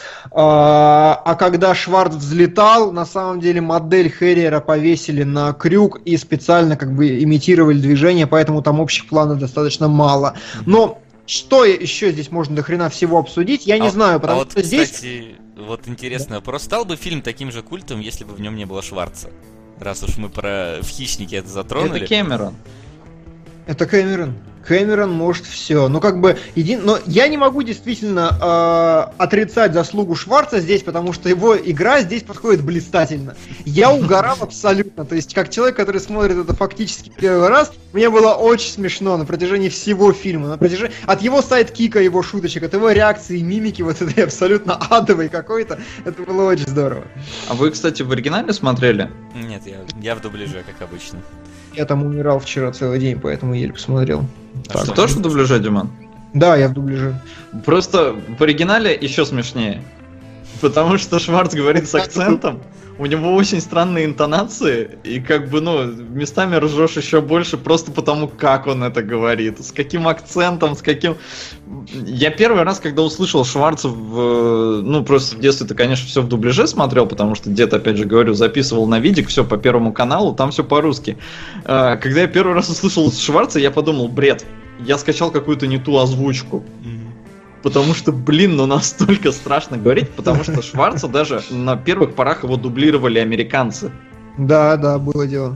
А, а когда Шварц взлетал, на самом деле модель Хэрриера повесили на крюк и специально как бы имитировали движение, поэтому там общих планов достаточно мало. Но что еще здесь можно до хрена всего обсудить, я не А- знаю, а потому вот, что здесь... кстати, вот интересный вопрос. Стал бы фильм таким же культом, если бы в нем не было Шварца? Раз уж мы про в «Хищнике» это затронули. Это Кэмерон. Это Кэмерон. Кэмерон может все. Ну, как бы, еди... но я не могу действительно э, отрицать заслугу Шварца здесь, потому что его игра здесь подходит блистательно. Я угорал абсолютно. То есть, как человек, который смотрит это фактически первый раз, мне было очень смешно на протяжении всего фильма. На протяжении... От его сайдкика, его шуточек, от его реакции, мимики вот этой абсолютно адовой какой-то. Это было очень здорово. А вы, кстати, в оригинале смотрели? Нет, я, я в дубляже, как обычно. Я там умирал вчера целый день, поэтому еле посмотрел. А Ты что? тоже в дубляже, Диман? Да, я в дубляже. Просто в оригинале еще смешнее. Потому что Шварц говорит с акцентом, у него очень странные интонации, и как бы, ну, местами ржешь еще больше просто потому, как он это говорит, с каким акцентом, с каким... Я первый раз, когда услышал Шварца в... Ну, просто в детстве-то, конечно, все в дубляже смотрел, потому что дед, опять же говорю, записывал на видик все по Первому каналу, там все по-русски. А, Когда я первый раз услышал Шварца, я подумал, бред, я скачал какую-то не ту озвучку. Потому что, блин, ну настолько страшно говорить, потому что Шварца даже на первых порах его дублировали американцы. Да, да, было дело.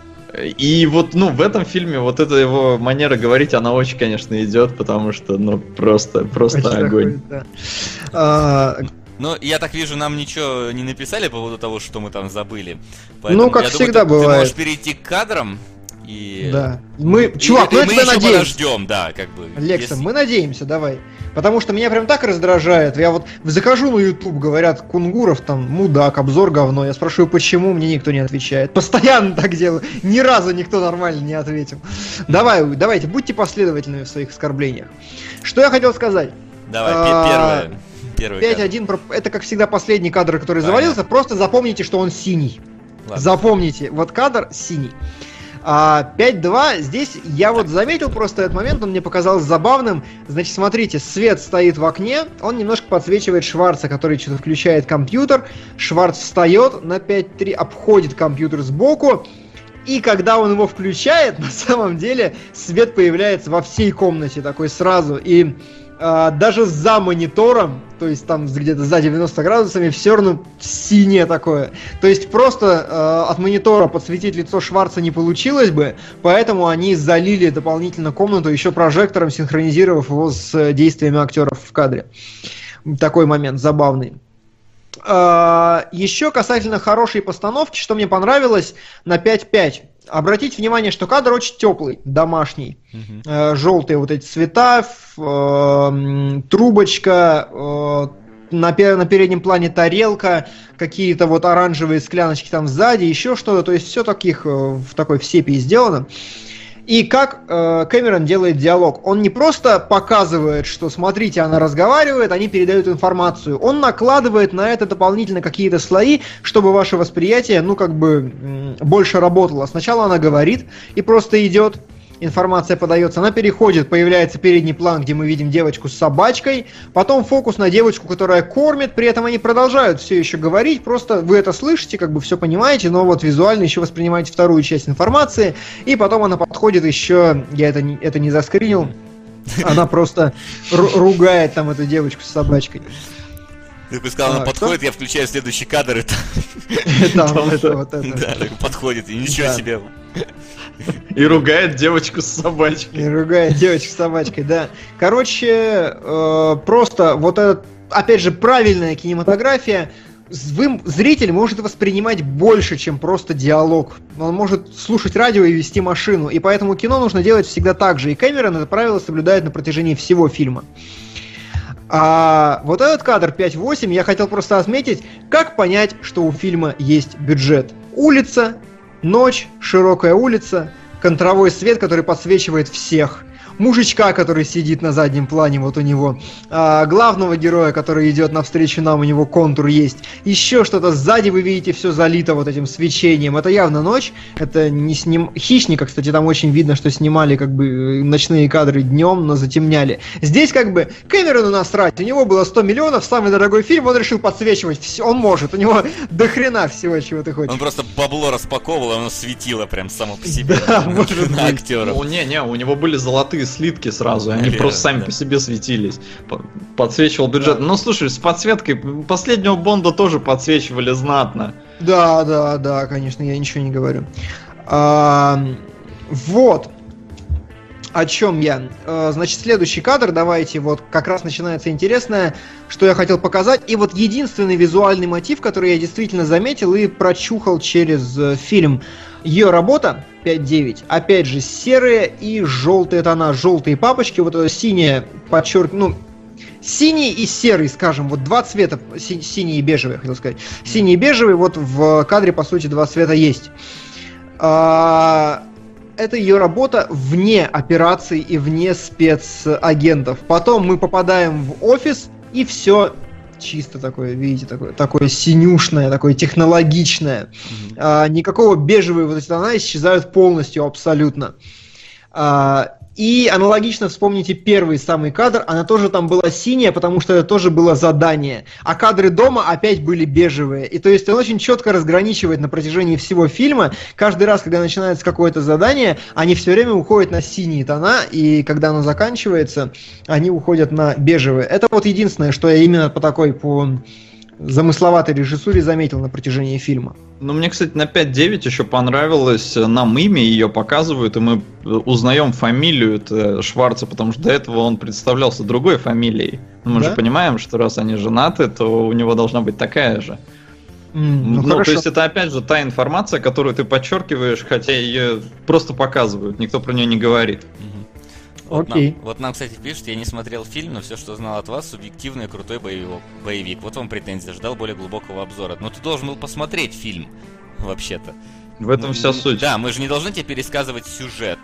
И вот, ну, в этом фильме вот эта его манера говорить, она очень, конечно, идет, потому что, ну, просто, просто Очень огонь. такой, да. А, Ну, я так вижу, нам ничего не написали по поводу того, что мы там забыли. Поэтому, Ну, как я думаю, всегда ты, бывает. Ты можешь перейти к кадрам и... Да. Мы, и- чувак, и мы мы тебя еще надеемся. подождем, да, как бы. Лекса, если- мы надеемся, давай. Потому что меня прям так раздражает. Я вот захожу на YouTube, говорят, Кунгуров там мудак, обзор говно. Я спрашиваю, почему, мне никто не отвечает. Постоянно так делаю. Ни разу никто нормально не ответил. Давай, давайте, будьте последовательными в своих оскорблениях. Что я хотел сказать? Давай, А, пе- первое. Первый пять кадр. один, про- это как всегда последний кадр, который Понятно. завалился. Просто запомните, что он синий. Ладно. Запомните, вот кадр синий. А, пять два, здесь я вот заметил просто этот момент, он мне показался забавным. Значит, смотрите, свет стоит в окне, он немножко подсвечивает Шварца, который что-то включает компьютер. Шварц встает на пять три, обходит компьютер сбоку. И когда он его включает, на самом деле свет появляется во всей комнате такой сразу. И а, даже за монитором, то есть там где-то за девяносто градусами, все равно синее такое. То есть просто а, от монитора подсветить лицо Шварца не получилось бы, поэтому они залили дополнительно комнату еще прожектором, синхронизировав его с действиями актеров в кадре. Такой момент забавный. А, еще касательно хорошей постановки, что мне понравилось на пять пять. Обратите внимание, что кадр очень теплый, домашний. Мгм. Э, желтые вот эти цвета, ф- э, м, трубочка, э, на, пе- на переднем плане тарелка, какие-то вот оранжевые скляночки там сзади, еще что-то. То есть все таких, э, в такой в сепии сделано. И как э, Кэмерон делает диалог? Он не просто показывает, что смотрите, она разговаривает, они передают информацию. Он накладывает на это дополнительно какие-то слои, чтобы ваше восприятие, ну, как бы, м- больше работало. Сначала она говорит и просто идет, информация подается, она переходит, появляется передний план, где мы видим девочку с собачкой, потом фокус на девочку, которая кормит, при этом они продолжают все еще говорить, просто вы это слышите, как бы все понимаете, но вот визуально еще воспринимаете вторую часть информации, и потом она подходит еще, я это не, это не заскринил, она просто ру- ругает там эту девочку с собачкой. Ты бы сказал, она А, подходит, кто? я включаю следующий кадр, и там... Там там это, это- вот это. Да, так подходит, и ничего Да. себе. И ругает девочку с собачкой. И ругает девочку с собачкой, да. Короче, э, просто вот это, опять же, правильная кинематография. Вы, зритель может воспринимать больше, чем просто диалог. Он может слушать радио и вести машину. И поэтому кино нужно делать всегда так же. И Кэмерон это правило соблюдает на протяжении всего фильма. А вот этот кадр пять восемь я хотел просто отметить, как понять, что у фильма есть бюджет. Улица, ночь, широкая улица, контровой свет, который подсвечивает всех. Мужичка, который сидит на заднем плане, вот у него. А, главного героя, который идет навстречу нам, у него контур есть. Еще что-то сзади, вы видите, все залито вот этим свечением. Это явно ночь. Это не сним... Хищника, кстати, там очень видно, что снимали как бы ночные кадры днем, но затемняли. Здесь как бы Кэмерону насрать. У него было сто миллионов, самый дорогой фильм, он решил подсвечивать. Все, он может. У него до хрена всего, чего ты хочешь. Он просто бабло распаковывал, и оно светило прям само по себе. Да, может быть. На актеров. Ну, не-не, у него были золотые слитки сразу, и они Или, просто сами да. по себе светились. П- Подсвечивал бюджет. Ну, слушай, с подсветкой последнего Бонда тоже подсвечивали знатно. Да, да, да, конечно, я ничего не говорю. А, вот. О чем я. А, значит, следующий кадр, давайте, вот как раз начинается интересное, что я хотел показать. И вот единственный визуальный мотив, который я действительно заметил и прочухал через э, фильм. Ее работа пять девять, опять же, серые и желтые тона, желтые папочки, вот это синее, подчерк... ну, синий и серый, скажем, вот два цвета, си- синий и бежевый, я хотел сказать. Синий и бежевый, вот в кадре, по сути, два цвета есть. А, это ее работа вне операций и вне спецагентов. Потом мы попадаем в офис, и все чисто такое, видите, такое, такое синюшное, такое технологичное. Mm-hmm. А, никакого бежевого вот эти тона исчезают полностью, абсолютно. А, и аналогично вспомните первый самый кадр, она тоже там была синяя, потому что это тоже было задание. А кадры дома опять были бежевые. И то есть он очень четко разграничивает на протяжении всего фильма. Каждый раз, когда начинается какое-то задание, они все время уходят на синие тона, и когда оно заканчивается, они уходят на бежевые. Это вот единственное, что я именно по такой, по замысловатой режиссуре заметил на протяжении фильма. Ну, мне, кстати, на пять девять еще понравилось, нам имя ее показывают, и мы узнаем фамилию Шварца, потому что до этого он представлялся другой фамилией. Но мы Да? же понимаем, что раз они женаты, то у него должна быть такая же. Mm, ну, Ну, хорошо. то есть это опять же та информация, которую ты подчеркиваешь, хотя ее просто показывают, никто про нее не говорит. Вот Окей. нам, вот нам, кстати, пишут, я не смотрел фильм, но все, что знал от вас, субъективный крутой боевик. боевик. Вот вам претензия, ждал более глубокого обзора. Но ты должен был посмотреть фильм, вообще-то. В этом Ну, вся суть. Да, мы же не должны тебе пересказывать сюжет.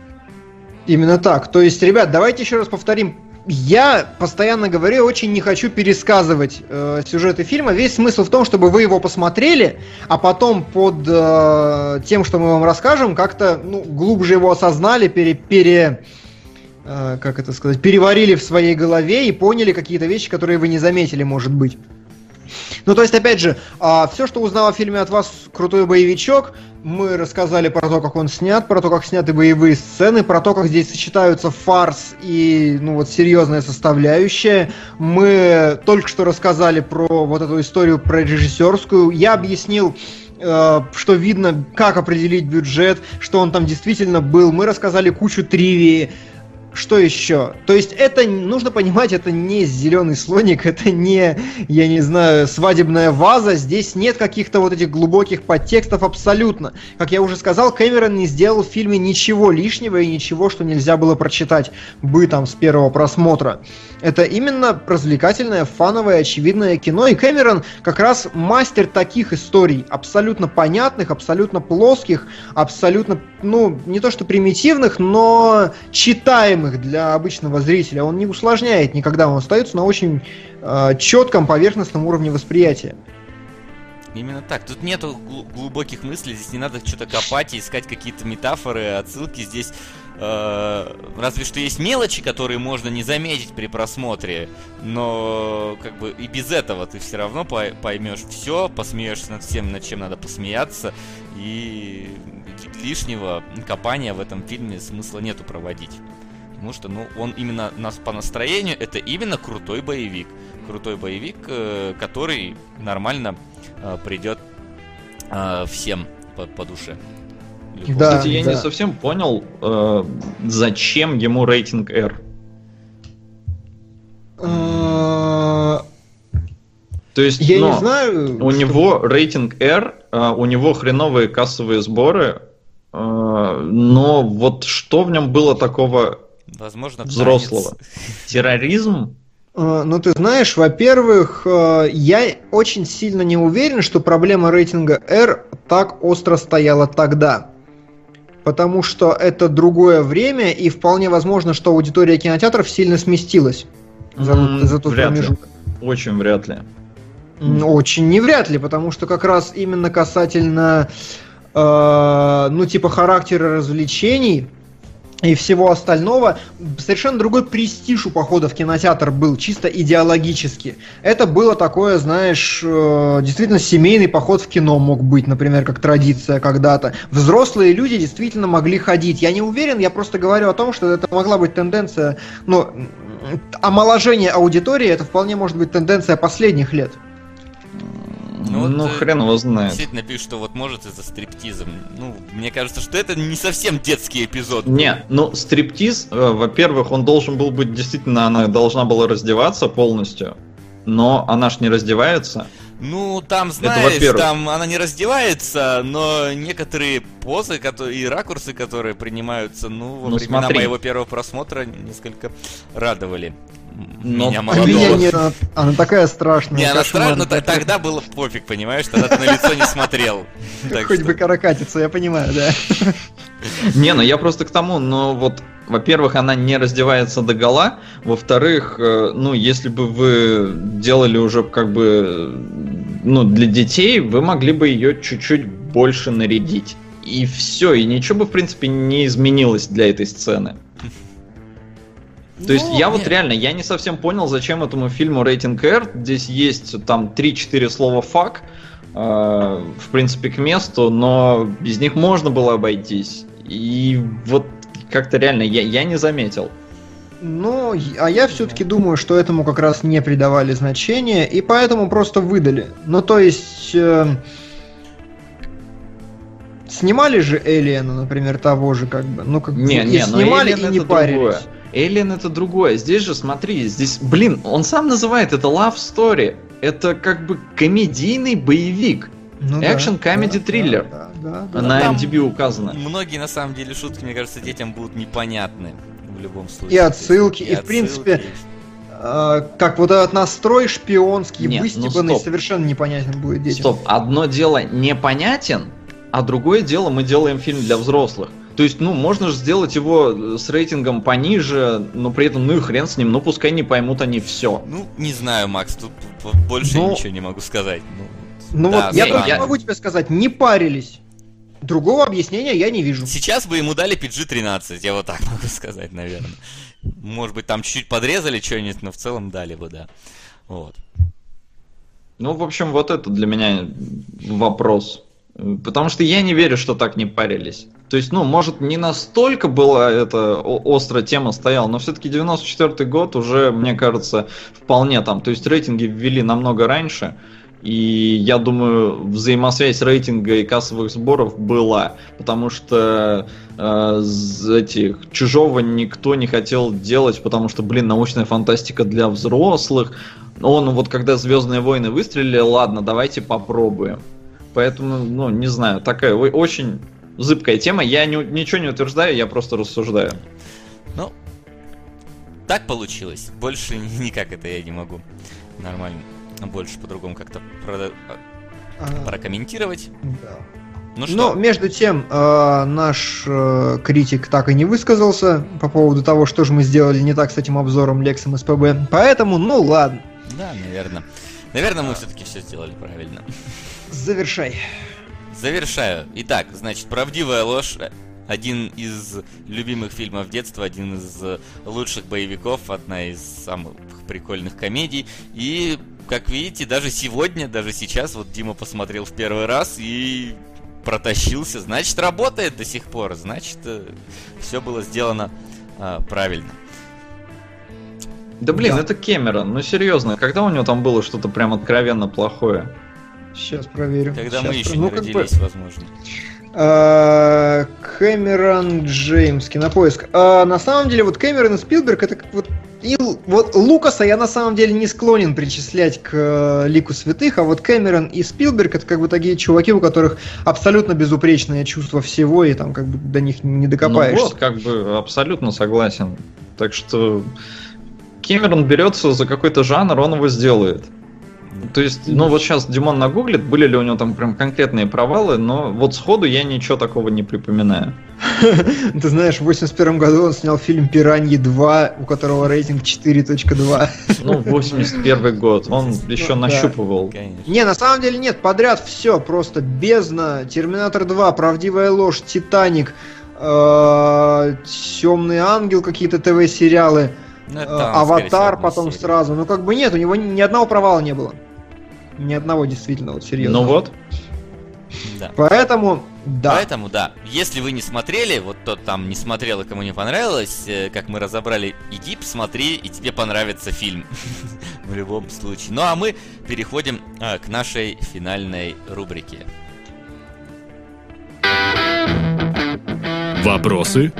Именно так. То есть, ребят, давайте еще раз повторим. Я постоянно говорю, я очень не хочу пересказывать э, сюжеты фильма. Весь смысл в том, чтобы вы его посмотрели, а потом под э, тем, что мы вам расскажем, как-то ну, глубже его осознали, пере, пере, э, как это сказать, переварили в своей голове и поняли какие-то вещи, которые вы не заметили, может быть. Ну, то есть, опять же, э, все, что узнал о фильме от вас, крутой боевичок. Мы рассказали про то, как он снят, про то, как сняты боевые сцены, про то, как здесь сочетаются фарс и, ну, вот, серьезная составляющая. Мы только что рассказали про вот эту историю, про режиссерскую. Я объяснил, э, что видно, как определить бюджет, что он там действительно был. Мы рассказали кучу тривии. Что еще? То есть это, нужно понимать, это не зеленый слоник, это не, я не знаю, свадебная ваза. Здесь нет каких-то вот этих глубоких подтекстов абсолютно. Как я уже сказал, Кэмерон не сделал в фильме ничего лишнего и ничего, что нельзя было прочитать бы там с первого просмотра. Это именно развлекательное, фановое, очевидное кино. И Кэмерон как раз мастер таких историй. Абсолютно понятных, абсолютно плоских, абсолютно, ну, не то что примитивных, но читаемых для обычного зрителя. Он не усложняет никогда, он остается на очень э, четком поверхностном уровне восприятия. Именно так. Тут нету глубоких мыслей, здесь не надо что-то копать и искать какие-то метафоры, отсылки. Здесь э, разве что есть мелочи, которые можно не заметить при просмотре, но как бы и без этого ты все равно поймешь все, посмеешься над всем, над чем надо посмеяться, и лишнего копания в этом фильме смысла нету проводить. Потому что, ну, он именно нас по настроению, это именно крутой боевик. Крутой боевик, э, который нормально э, придет э, всем по, по душе. Да, кстати, я да. не совсем понял, э, зачем ему рейтинг R. То есть, я не знаю, у что... него рейтинг R, э, у него хреновые кассовые сборы, э, но вот что в нем было такого... Возможно, взрослого. Танец. Терроризм? Ну, ты знаешь, во-первых, я очень сильно не уверен, что проблема рейтинга R так остро стояла тогда. Потому что это другое время, и вполне возможно, что аудитория кинотеатров сильно сместилась за, mm, за тот промежуток. Очень вряд ли. Очень не вряд ли, потому что как раз именно касательно, э, ну, типа характера развлечений и всего остального, совершенно другой престиж у похода в кинотеатр был, чисто идеологически. Это было такое, знаешь, действительно семейный поход в кино мог быть, например, как традиция когда-то. Взрослые люди действительно могли ходить. Я не уверен, я просто говорю о том, что это могла быть тенденция, ну, омоложение аудитории, это вполне может быть тенденция последних лет. Ну, ну вот, хрен его знает. Действительно пишут, что вот может из-за стриптиза. Ну, мне кажется, что это не совсем детский эпизод. Не, ну стриптиз, э, во-первых, он должен был быть действительно, она должна была раздеваться полностью, но она ж не раздевается. Ну, там, знаешь, это, там она не раздевается, но некоторые позы которые, и ракурсы, которые принимаются, ну, во ну, времена смотри. моего первого просмотра несколько радовали. Но меня молодого. Меня не, она, она такая страшная. Не, она страшная, но тогда было пофиг, понимаешь, тогда ты на лицо не смотрел. Хоть бы каракатица, я понимаю, да. Не, ну я просто к тому, ну вот, во-первых, она не раздевается догола, во-вторых, ну если бы вы делали уже как бы, ну для детей, вы могли бы ее чуть-чуть больше нарядить. И все, и ничего бы в принципе не изменилось для этой сцены. То есть ну, я нет. вот реально, я не совсем понял, зачем этому фильму рейтинг R. Здесь есть там три-четыре слова «фак», э, в принципе, к месту, но без них можно было обойтись. И вот как-то реально я, я не заметил. Ну, а я все-таки думаю, что этому как раз не придавали значения, и поэтому просто выдали. Ну, то есть... Э, снимали же Элиена, например, того же, как бы. Ну, как не, бы, не, и снимали, и не парились. Другое. Элиен это другое. Здесь же, смотри, здесь, блин, он сам называет это love story. Это как бы комедийный боевик. Ну, Action да, comedy да, триллер. Да, да, да, на эм ди би указано. Многие, на самом деле, шутки, мне кажется, детям будут непонятны в любом случае. И отсылки, и, и в отсылки. принципе, э, как вот этот настрой шпионский, Нет, выстебанный, ну, совершенно непонятен будет детям. Стоп, одно дело непонятен, а другое дело мы делаем фильм для взрослых. То есть, ну, можно же сделать его с рейтингом пониже, но при этом, ну и хрен с ним, ну пускай не поймут они все. Ну, не знаю, Макс, тут больше ну, ничего не могу сказать. Ну, ну да, вот я только я... могу тебе сказать, не парились. Другого объяснения я не вижу. Сейчас бы ему дали пи джи тринадцать, я вот так могу сказать, наверное. Может быть, там чуть-чуть подрезали что-нибудь, но в целом дали бы, да. Вот. Ну, в общем, вот это для меня вопрос. Потому что я не верю, что так не парились. То есть, ну, может, не настолько была эта острая тема стояла, но все-таки девяносто четвёртый год уже, мне кажется, вполне там. То есть рейтинги ввели намного раньше. И я думаю, взаимосвязь рейтинга и кассовых сборов была, потому что э, этих Чужого никто не хотел делать, потому что, блин, научная фантастика для взрослых. Он вот когда Звездные войны выстрелили, ладно, давайте попробуем. Поэтому, ну, не знаю, такая очень зыбкая тема. Я не, ничего не утверждаю, я просто рассуждаю. Ну, так получилось. Больше никак это я не могу нормально. Больше по-другому как-то про... а... прокомментировать. Да. Ну что? Но между тем, э, наш э, критик так и не высказался по поводу того, что же мы сделали не так с этим обзором Лексом СПБ. Поэтому, ну ладно. Да, наверное. Наверное, мы все-таки все сделали правильно. Завершай. Завершаю. Итак, значит, «Правдивая ложь». Один из любимых фильмов детства, один из лучших боевиков, одна из самых прикольных комедий. И, как видите, даже сегодня, даже сейчас, вот Дима посмотрел в первый раз и протащился. Значит, работает до сих пор. Значит, все было сделано а, правильно. Да блин, Да. это Кэмерон, ну серьезно, когда у него там было что-то прям откровенно плохое? Сейчас проверю. Когда Сейчас мы еще про- не ну, как бы, родились, возможно. э, Кэмерон Джеймс, Кинопоиск. А, на самом деле, вот Кэмерон и Спилберг, это как вот... И Л- вот Лукаса я на самом деле не склонен причислять к э, лику святых, а вот Кэмерон и Спилберг это как бы такие чуваки, у которых абсолютно безупречное чувство всего, и там как бы до них не докопаешься. Ну вот, как бы абсолютно согласен. Так что Кэмерон берется за какой-то жанр, он его сделает. То есть, ну вот сейчас Димон нагуглит, были ли у него там прям конкретные провалы, но вот сходу я ничего такого не припоминаю. Ты знаешь, в восемьдесят первом году он снял фильм «Пираньи два», у которого рейтинг четыре точка два. Ну, восемьдесят первый год, он еще Да. нащупывал. Конечно. Не, на самом деле нет, подряд все, просто «Бездна», «Терминатор два», «Правдивая ложь», «Титаник», э, «Темный ангел», какие-то т.в.-сериалы, Ну, э, это там, скорее всего, «Аватар» одна потом серия. сразу. Ну как бы нет, у него ни ни одного провала не было. Ни одного действительно, вот серьезно. Ну вот. Да. Поэтому, да. Поэтому, да, если вы не смотрели, вот тот там не смотрел и кому не понравилось, э, как мы разобрали, иди посмотри, и тебе понравится фильм. В любом случае. Ну а мы переходим а, к нашей финальной рубрике. Вопросы?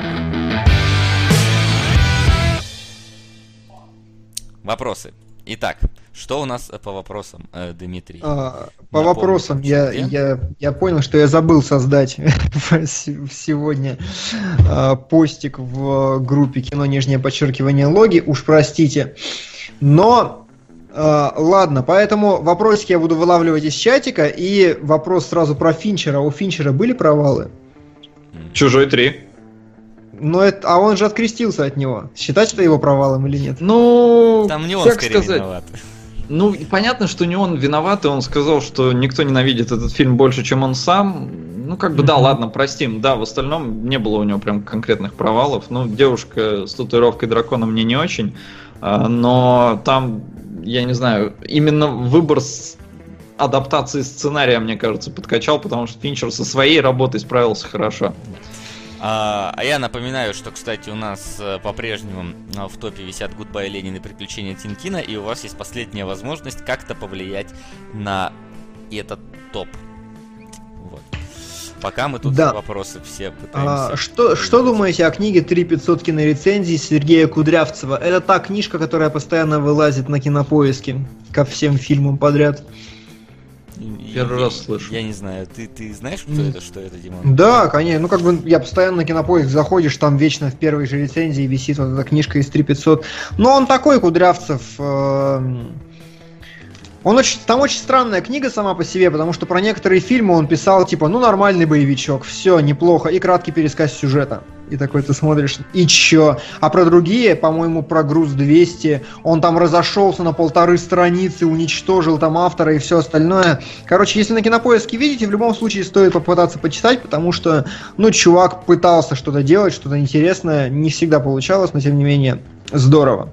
Вопросы. Итак, что у нас по вопросам, э, Дмитрий? А, по Напомни, вопросам я, где? я, я понял, что я забыл создать сегодня а, постик в группе «Кино нижнее подчеркивание логи», уж простите. Но, а, ладно, поэтому вопросики я буду вылавливать из чатика, и вопрос сразу про Финчера. У Финчера были провалы? Чужой три. Но это, а он же открестился от него. Считать это его провалом или нет? Ну, Там не он как скорее сказать? виноват. Ну, и понятно, что не он виноват, и он сказал, что никто ненавидит этот фильм больше, чем он сам. Ну, как бы, да, Мгм. ладно, простим. Да, в остальном не было у него прям конкретных провалов. Ну, девушка с татуировкой дракона мне не очень. а, Но там, я не знаю, именно выбор с адаптации сценария, мне кажется, подкачал, потому что Финчер со своей работой справился хорошо. А, а я напоминаю, что, кстати, у нас э, по-прежнему э, в топе висят «Гудбай, Ленин» и «Приключения Тинтина», и у вас есть последняя возможность как-то повлиять на этот топ. Вот. Пока мы тут Да. вопросы все пытаемся... А, что, что думаете о книге «три пятьсот кинорецензий» Сергея Кудрявцева? Это та книжка, которая постоянно вылазит на Кинопоиске ко всем фильмам подряд. И- Первый я- раз слышу. Я не знаю, ты, ты знаешь, кто М. это, что это, Димон? Да, конечно. Ну, как бы я постоянно на Кинопоиск заходишь, там вечно в первой же рецензии висит вот эта книжка из три пятьсот. Но он такой, Кудрявцев. эм, Он очень, там очень странная книга сама по себе, потому что про некоторые фильмы он писал, типа, ну, нормальный боевичок, все, неплохо, и краткий пересказ сюжета. И такой ты смотришь, и чё? А про другие, по-моему, про «Груз двести», он там разошелся на полторы страницы, уничтожил там автора и все остальное. Короче, если на Кинопоиске видите, в любом случае стоит попытаться почитать, потому что, ну, чувак пытался что-то делать, что-то интересное, не всегда получалось, но тем не менее, здорово.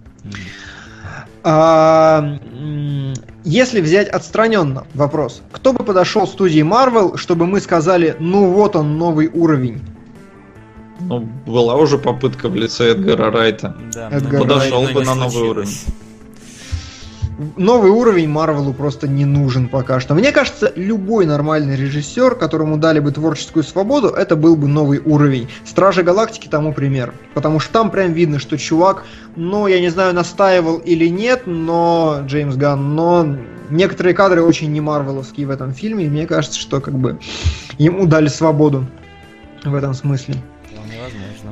А, м, если взять отстраненно вопрос, кто бы подошел к студии Marvel, чтобы мы сказали, ну вот он, новый уровень? Ну, была уже попытка в лице Эдгара Райта. Да, Эдгар но- Райт. но Подошел не бы на новый случилось. новый уровень Марвелу просто не нужен пока что. Мне кажется, любой нормальный режиссер, которому дали бы творческую свободу, это был бы новый уровень. Стражи Галактики тому пример. Потому что там прям видно, что чувак, ну, я не знаю, настаивал или нет, но Джеймс Ганн, но некоторые кадры очень не марвеловские в этом фильме, и мне кажется, что как бы ему дали свободу в этом смысле. Невозможно.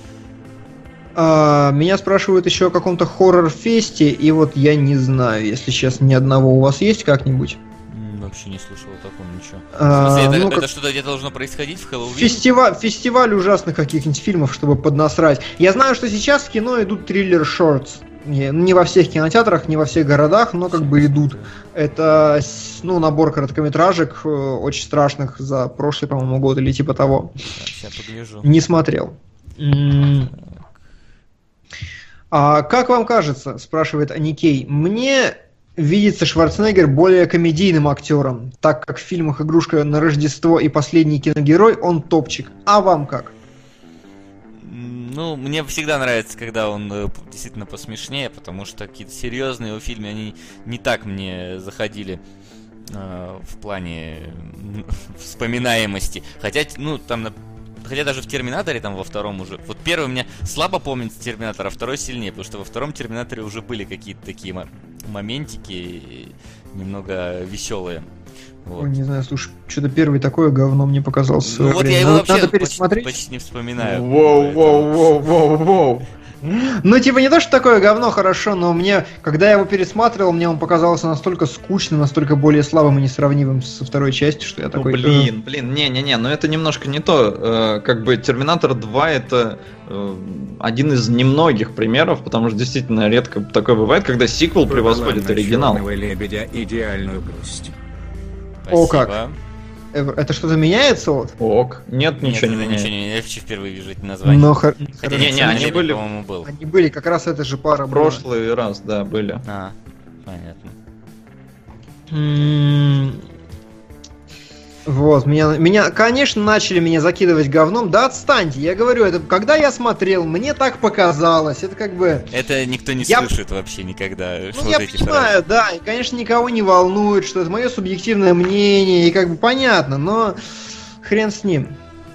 А, меня спрашивают еще о каком-то хоррор-фесте, и вот я не знаю, если честно, ни одного у вас есть как-нибудь? Вообще не слышал о таком ничего. А, в смысле, это, ну, это как... что-то где-то должно происходить в Хэллоуин? Фестиваль, фестиваль ужасных каких-нибудь фильмов, чтобы поднасрать. Я знаю, что сейчас в кино идут триллер-шортс. Не, не во всех кинотеатрах, не во всех городах, но как бы идут. Это, ну, набор короткометражек э, очень страшных за прошлый, по-моему, год или типа того. Сейчас погляжу. Не смотрел. М- А как вам кажется, спрашивает Аникей, мне видится Шварценеггер более комедийным актером, так как в фильмах «Игрушка на Рождество» и «Последний киногерой» он топчик. А вам как? Ну, мне всегда нравится, когда он э, действительно посмешнее, потому что какие-то серьезные его фильмы, они не так мне заходили э, в плане э, вспоминаемости. Хотя, ну, там, на... Хотя даже в «Терминаторе», там во втором уже... Вот первый мне слабо помнится «Терминатор», а второй сильнее, потому что во втором «Терминаторе» уже были какие-то такие м- моментики немного веселые. Вот. Ой, не знаю, слушай, что-то первый такое говно мне показался. Ну вот время. я его Надо, вообще надо почти, пересмотреть. почти не вспоминаю. Воу, воу, воу, воу, воу. Ну, типа, не то, что такое говно хорошо, но мне, когда я его пересматривал, мне он показался настолько скучным, настолько более слабым и несравнимым со второй частью, что я Ну, такой... блин, блин, не-не-не, но это немножко не то. Э, как бы «Терминатор два» это э, один из немногих примеров, потому что действительно редко такое бывает, когда сиквел превосходит оригинал. Черного лебедя идеальную грусть. Спасибо. О, как. Это что-то меняется, вот? Ок. Нет, Нет, ничего это не ничего меняется. не меняется. Я впервые вижу эти названия. Но хор- Хотя хорошо. не, не, они «Лебедь», были- по-моему, был. Они были, как раз эта же пара В была. прошлый раз, да, были. А, понятно. М, Вот, меня, меня, конечно, начали меня закидывать говном. Да отстаньте, я говорю, это когда я смотрел, мне так показалось. Это как бы... Это никто не Я- слышит вообще никогда. Ну, вот я эти понимаю, да, и, конечно, никого не волнует, что это мое субъективное мнение, и как бы понятно, но хрен с ним.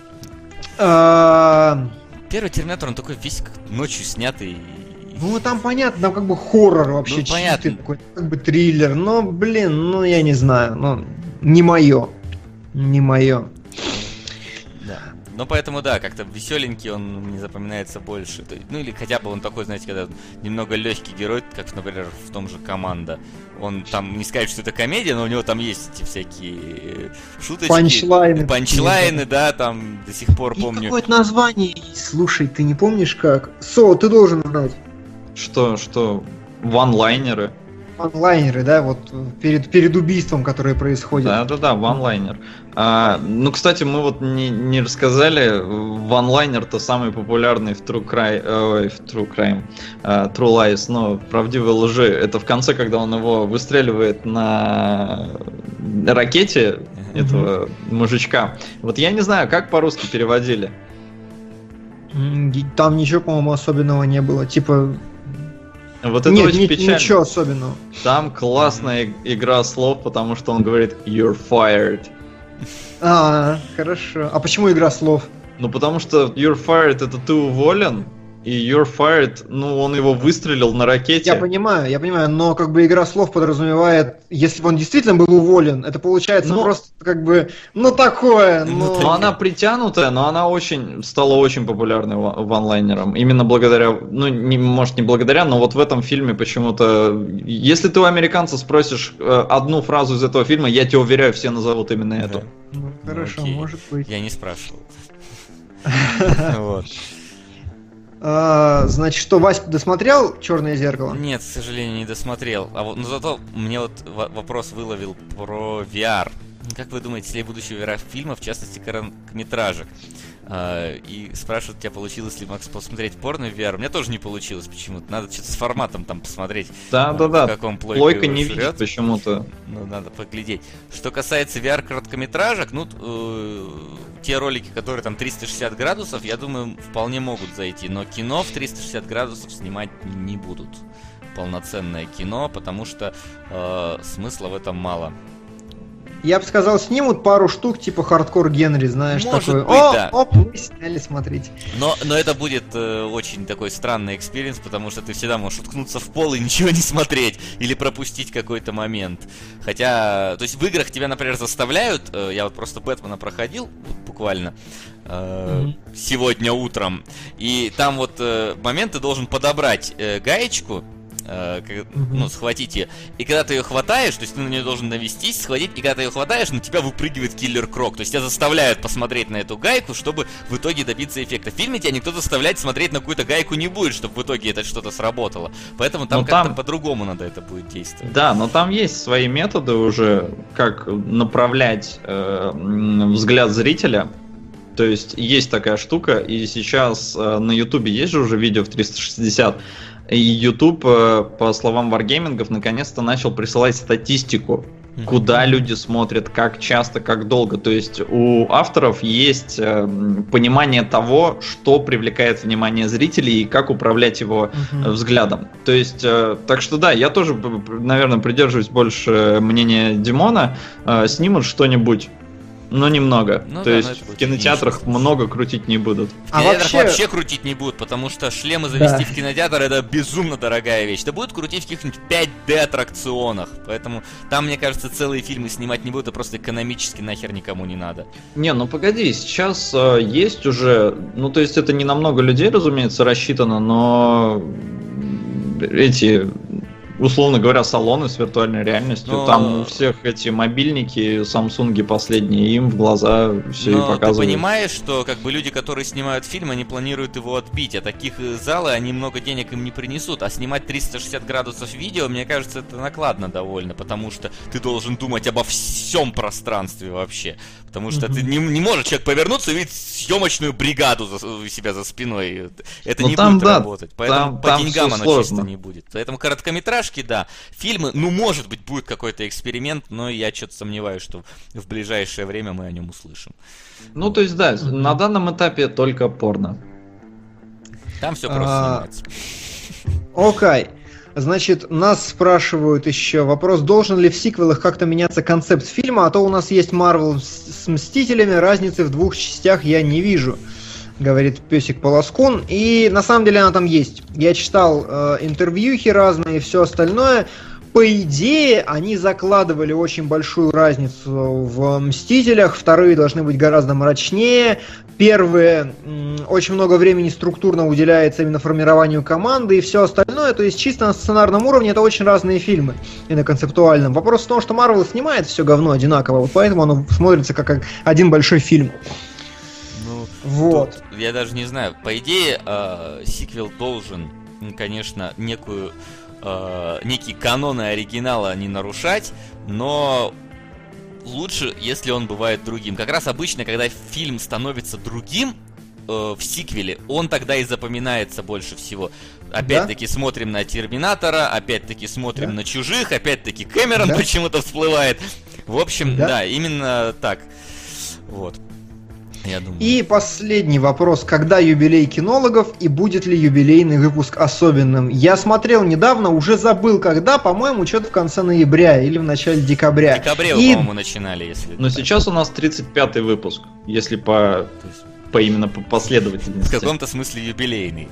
А, фразы. Первый «Терминатор», он такой весь как ночью снятый. Ну, там понятно, там как бы хоррор вообще Ну, чистый понятно. такой, как бы триллер, но, блин, ну, я не знаю, ну, не мое. Не мое. Да. Ну, поэтому, да, как-то веселенький он мне запоминается больше. То есть, ну, или хотя бы он такой, знаете, когда немного легкий герой, как, например, в том же «Команда». Он там, не сказать, что это комедия, но у него там есть эти всякие э, шуточки. Панчлайны. Панчлайны, да, там до сих пор И помню. какое-то название есть. Слушай, ты не помнишь как? Со, ты должен знать. Что, что, ванлайнеры? Онлайнеры, да, вот перед, перед убийством, которое происходит. Да-да-да, ванлайнер. А, ну, кстати, мы вот не, не рассказали, ванлайнер-то самый популярный в True Crime, ой, в True Crime, uh, True Lies, но правдивой лжи. Это в конце, когда он его выстреливает на ракете этого мужичка. Вот я не знаю, как по-русски переводили. М, Там ничего, по-моему, особенного не было. Типа, Вот это нет, очень ни- печально. ничего особенного. Там классная и- игра слов, потому что он говорит «You're fired». А, хорошо. А почему игра слов? Ну, потому что you're fired — это ты уволен, и you're fired, ну, он его выстрелил на ракете. Я понимаю, я понимаю, но как бы игра слов подразумевает, если бы он действительно был уволен, это получается Ну, просто как бы, ну такое, ну, ну... Но она притянутая, но она очень стала очень популярной ва- ванлайнером. Именно благодаря, ну, не, может, не благодаря, но вот в этом фильме почему-то... Если ты у американца спросишь э, одну фразу из этого фильма, я тебе уверяю, все назовут именно эту. Да. Ну, хорошо, окей. может быть. Я не спрашивал. Вот. А, значит, что, Вась, досмотрел «Черное зеркало»? Нет, к сожалению, не досмотрел. А вот, но зато мне вот во- вопрос выловил про ви ар. Как вы думаете, если будущего ви ар-фильма, в частности, короткометражек? А, и спрашивают тебя, получилось ли, Макс, посмотреть порно в ви ар? У меня тоже не получилось почему-то. Надо что-то с форматом там посмотреть. Да-да-да. В каком плойка, Плойка его не жрет. видит почему-то. Ну, надо поглядеть. Что касается ви ар-короткометражек, ну, э, те ролики, которые там триста шестьдесят градусов, я думаю, вполне могут зайти. Но кино в триста шестьдесят градусов снимать не будут. полноценное кино, потому что э, смысла в этом мало. Я бы сказал, снимут пару штук, типа Хардкор Генри, знаешь, Может такой. быть, О, да. оп, мы сняли, смотрите. Но, но это будет э, очень такой странный экспириенс, потому что ты всегда можешь уткнуться в пол и ничего не смотреть, или пропустить какой-то момент. Хотя, то есть в играх тебя, например, заставляют, э, я вот просто Бэтмена проходил, вот буквально, э, mm-hmm. сегодня утром, и там вот э, момент ты должен подобрать э, гаечку, Uh, ну, схватить ее. И когда ты ее хватаешь, то есть ты на нее должен навестись, схватить, и когда ты ее хватаешь, на тебя выпрыгивает Киллер Крок. То есть тебя заставляют посмотреть на эту гайку, чтобы в итоге добиться эффекта. В фильме тебя никто заставлять смотреть на какую-то гайку не будет, чтобы в итоге это что-то сработало. Поэтому там но как-то там... по-другому надо это будет действовать. Да, но там есть свои методы уже, как направлять э, взгляд зрителя. То есть есть такая штука, и сейчас э, на Ютубе есть же уже видео в триста шестьдесят. И YouTube, по словам варгеймингов, наконец-то начал присылать статистику, mm-hmm. куда люди смотрят, как часто, как долго. То есть у авторов есть э, понимание того, что привлекает внимание зрителей и как управлять его mm-hmm. взглядом. То есть, э, так что да, я тоже, наверное, придерживаюсь больше мнения Димона. Э, снимут что-нибудь. Но немного. Ну, То да, есть в кинотеатрах много крутить не будут. В кинотеатрах а вообще... вообще крутить не будут, потому что шлемы завести да. в кинотеатр — это безумно дорогая вещь. Да будут крутить в каких-нибудь пять дэ аттракционах. Поэтому там, мне кажется, целые фильмы снимать не будут, это просто экономически нахер никому не надо. Не, ну погоди, сейчас э, есть уже. Ну, то есть это не на много людей, разумеется, рассчитано, но эти. Условно говоря, салоны с виртуальной реальностью. Но... Там у всех эти мобильники, самсунги последние, им в глаза все Но и показывают. Ты понимаешь, что как бы люди, которые снимают фильм, они планируют его отбить, а таких залы они много денег им не принесут. А снимать триста шестьдесят градусов видео, мне кажется, это накладно довольно, потому что ты должен думать обо всем пространстве вообще. Потому что mm-hmm. ты не, не можешь человек повернуться и видеть съемочную бригаду за, у себя за спиной. Это Но не там, будет да, работать. Поэтому там, по там деньгам оно сложно. чисто не будет. Поэтому короткометражки, да. Фильмы, ну, может быть, будет какой-то эксперимент, но я что-то сомневаюсь, что в ближайшее время мы о нем услышим. Ну, то есть, да, mm-hmm. на данном этапе только порно. Там все просто а... снимается. Окей. Значит, нас спрашивают еще вопрос, должен ли в сиквелах как-то меняться концепт фильма, а то у нас есть Марвел с Мстителями, разницы в двух частях я не вижу, говорит Песик Полоскун. И на самом деле она там есть. Я читал э, интервьюхи разные и все остальное. По идее, они закладывали очень большую разницу в Мстителях. Вторые должны быть гораздо мрачнее. Первые м, очень много времени структурно уделяется именно формированию команды и все остальное. То есть чисто на сценарном уровне это очень разные фильмы. И на концептуальном. Вопрос в том, что Марвел снимает все говно одинаково. Вот поэтому оно смотрится как один большой фильм. Ну, вот. Тут, я даже не знаю. По идее, э, сиквел должен, конечно, некую... Э, некие каноны оригинала не нарушать, но лучше, если он бывает другим. Как раз обычно, когда фильм становится другим э, в сиквеле, он тогда и запоминается больше всего. Опять-таки да? смотрим на Терминатора, опять-таки смотрим да? на Чужих, опять-таки Кэмерон да? почему-то всплывает. В общем, да, да именно так. Вот. Я думаю. И последний вопрос. Когда юбилей кинологов и будет ли юбилейный выпуск особенным? Я смотрел недавно, уже забыл когда, по-моему, что-то в конце ноября или в начале декабря. В декабре, и... по-моему, начинали, если... Но сейчас у нас тридцать пятый выпуск, если по, по именно по последовательности. В каком-то смысле юбилейный.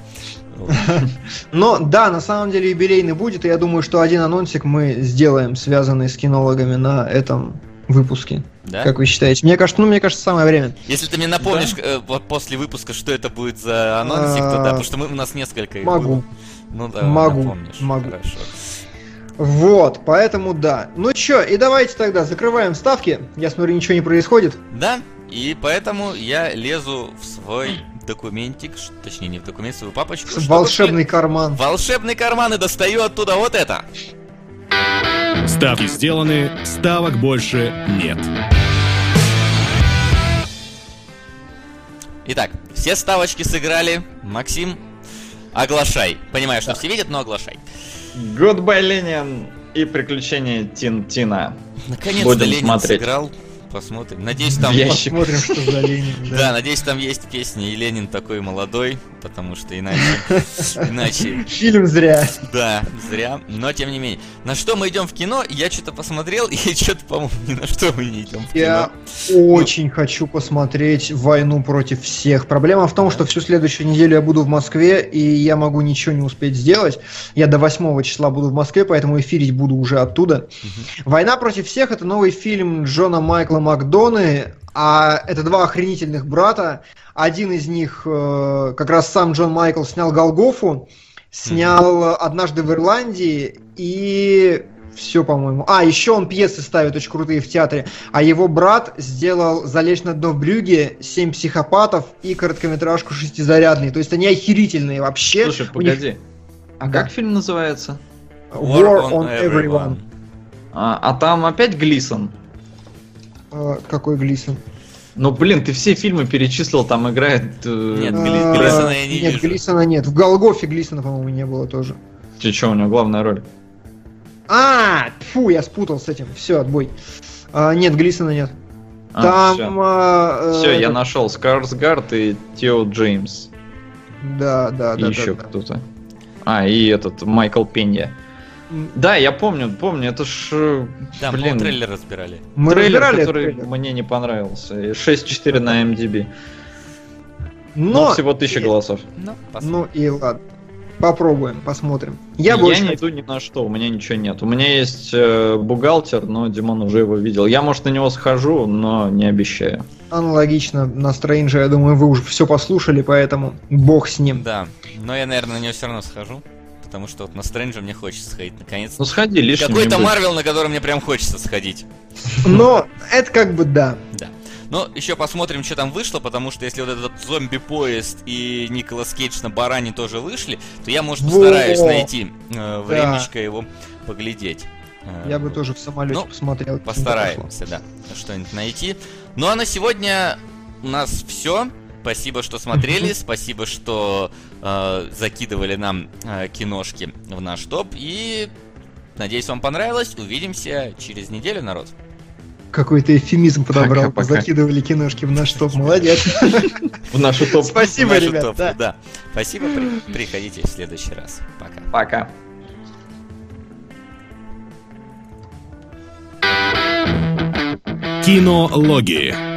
Но да, на самом деле юбилейный будет, и я думаю, что один анонсик мы сделаем, связанный с кинологами на этом выпуске. Да? Как вы считаете? Мне кажется, ну, мне кажется, самое время. Если ты мне напомнишь да? э, после выпуска, что это будет за анонсик, то да, потому что мы, у нас несколько их Могу. Было. Ну да, могу. Напомнишь. Могу. Хорошо. Вот, поэтому да. Ну чё, и давайте тогда закрываем ставки. Я смотрю, ничего не происходит. Да, и поэтому я лезу в свой документик, точнее не в документ, в свою папочку. Волшебный карман. Волшебный карман, и достаю оттуда вот это. Ставки сделаны, ставок больше нет. Итак, все ставочки сыграли. Максим, оглашай. Понимаю, что все видят, но оглашай. Goodbye, Ленин и приключения Тин-Тина. Наконец-то Ленин смотреть. Сыграл. посмотрим. Надеюсь, там... Посмотрим, что за Ленин. Да, надеюсь, там есть песни, и Ленин такой молодой, потому что иначе... иначе... Фильм зря. Да, зря, но тем не менее. На что мы идем в кино, я что-то посмотрел, и что-то, по-моему, ни на что мы не идем в кино. Я очень хочу посмотреть «Войну против всех». Проблема в том, что всю следующую неделю я буду в Москве, и я могу ничего не успеть сделать. Я до восьмого числа буду в Москве, поэтому эфирить буду уже оттуда. «Война против всех» — это новый фильм Джона Майкла Макдоны, а это два охренительных брата. Один из них, э, как раз сам Джон Майкл, снял «Голгофу», снял mm-hmm. «Однажды в Ирландии» и все, по-моему. А, еще он пьесы ставит очень крутые в театре. А его брат сделал «Залечь на дно в Брюгге», «Семь психопатов» и короткометражку «Шестизарядный». То есть они охерительные вообще. Слушай, погоди. Них... А ага. как фильм называется? War on, on Everyone. everyone. А, а там опять Глисон? А, какой Глисон? Ну, блин, ты все фильмы перечислил, там играет... Э... Нет, Гли... Глисона я не нет, вижу. Глисона нет. В «Голгофе» Глисона, по-моему, не было тоже. Ты что, у него главная роль? А, фу, я спутал с этим. Все, отбой. А, нет, Глисона нет. А, там... Все, а, все э... я нашел. Скарсгард и Тео Джеймс. Да, да, и да. еще да, кто-то. Да. А, и этот, Майкл Пенья. Да, я помню, помню, это ж... Да, блин, мы трейлер разбирали. Мы трейлер, разбирали который трейлер. мне не понравился. шесть четыре на эм ди би. Но... Но всего тысяча голосов. Ну, ну и ладно. Попробуем, посмотрим. Я, я больше... не иду ни на что, у меня ничего нет. У меня есть э, бухгалтер, но Димон уже его видел. Я, может, на него схожу, но не обещаю. Аналогично на Стрэнджа, я думаю, вы уже все послушали, поэтому бог с ним. Да, но я, наверное, на него все равно схожу. Потому что вот на Стрэнджа мне хочется сходить наконец. Ну сходи, лишним. Какой-то Марвел, на который мне прям хочется сходить. Но это как бы да. Да. Но еще посмотрим, что там вышло, потому что если вот этот зомби-поезд и Николас Кейдж на баране тоже вышли, то я, может, постараюсь Во! найти э, времечко да. его поглядеть. Я бы тоже в самолете ну, посмотрел. Постараемся, да, что-нибудь найти. Ну а на сегодня у нас все. Спасибо, что смотрели, спасибо, что э, закидывали нам э, киношки в наш топ. И надеюсь, вам понравилось. Увидимся через неделю, народ. Какой-то эвфемизм подобрал. Пока, пока. Закидывали киношки в наш топ. Молодец. В нашу топ. Спасибо, ребят. Да. Спасибо, приходите в следующий раз. Пока. Пока. Кинологии.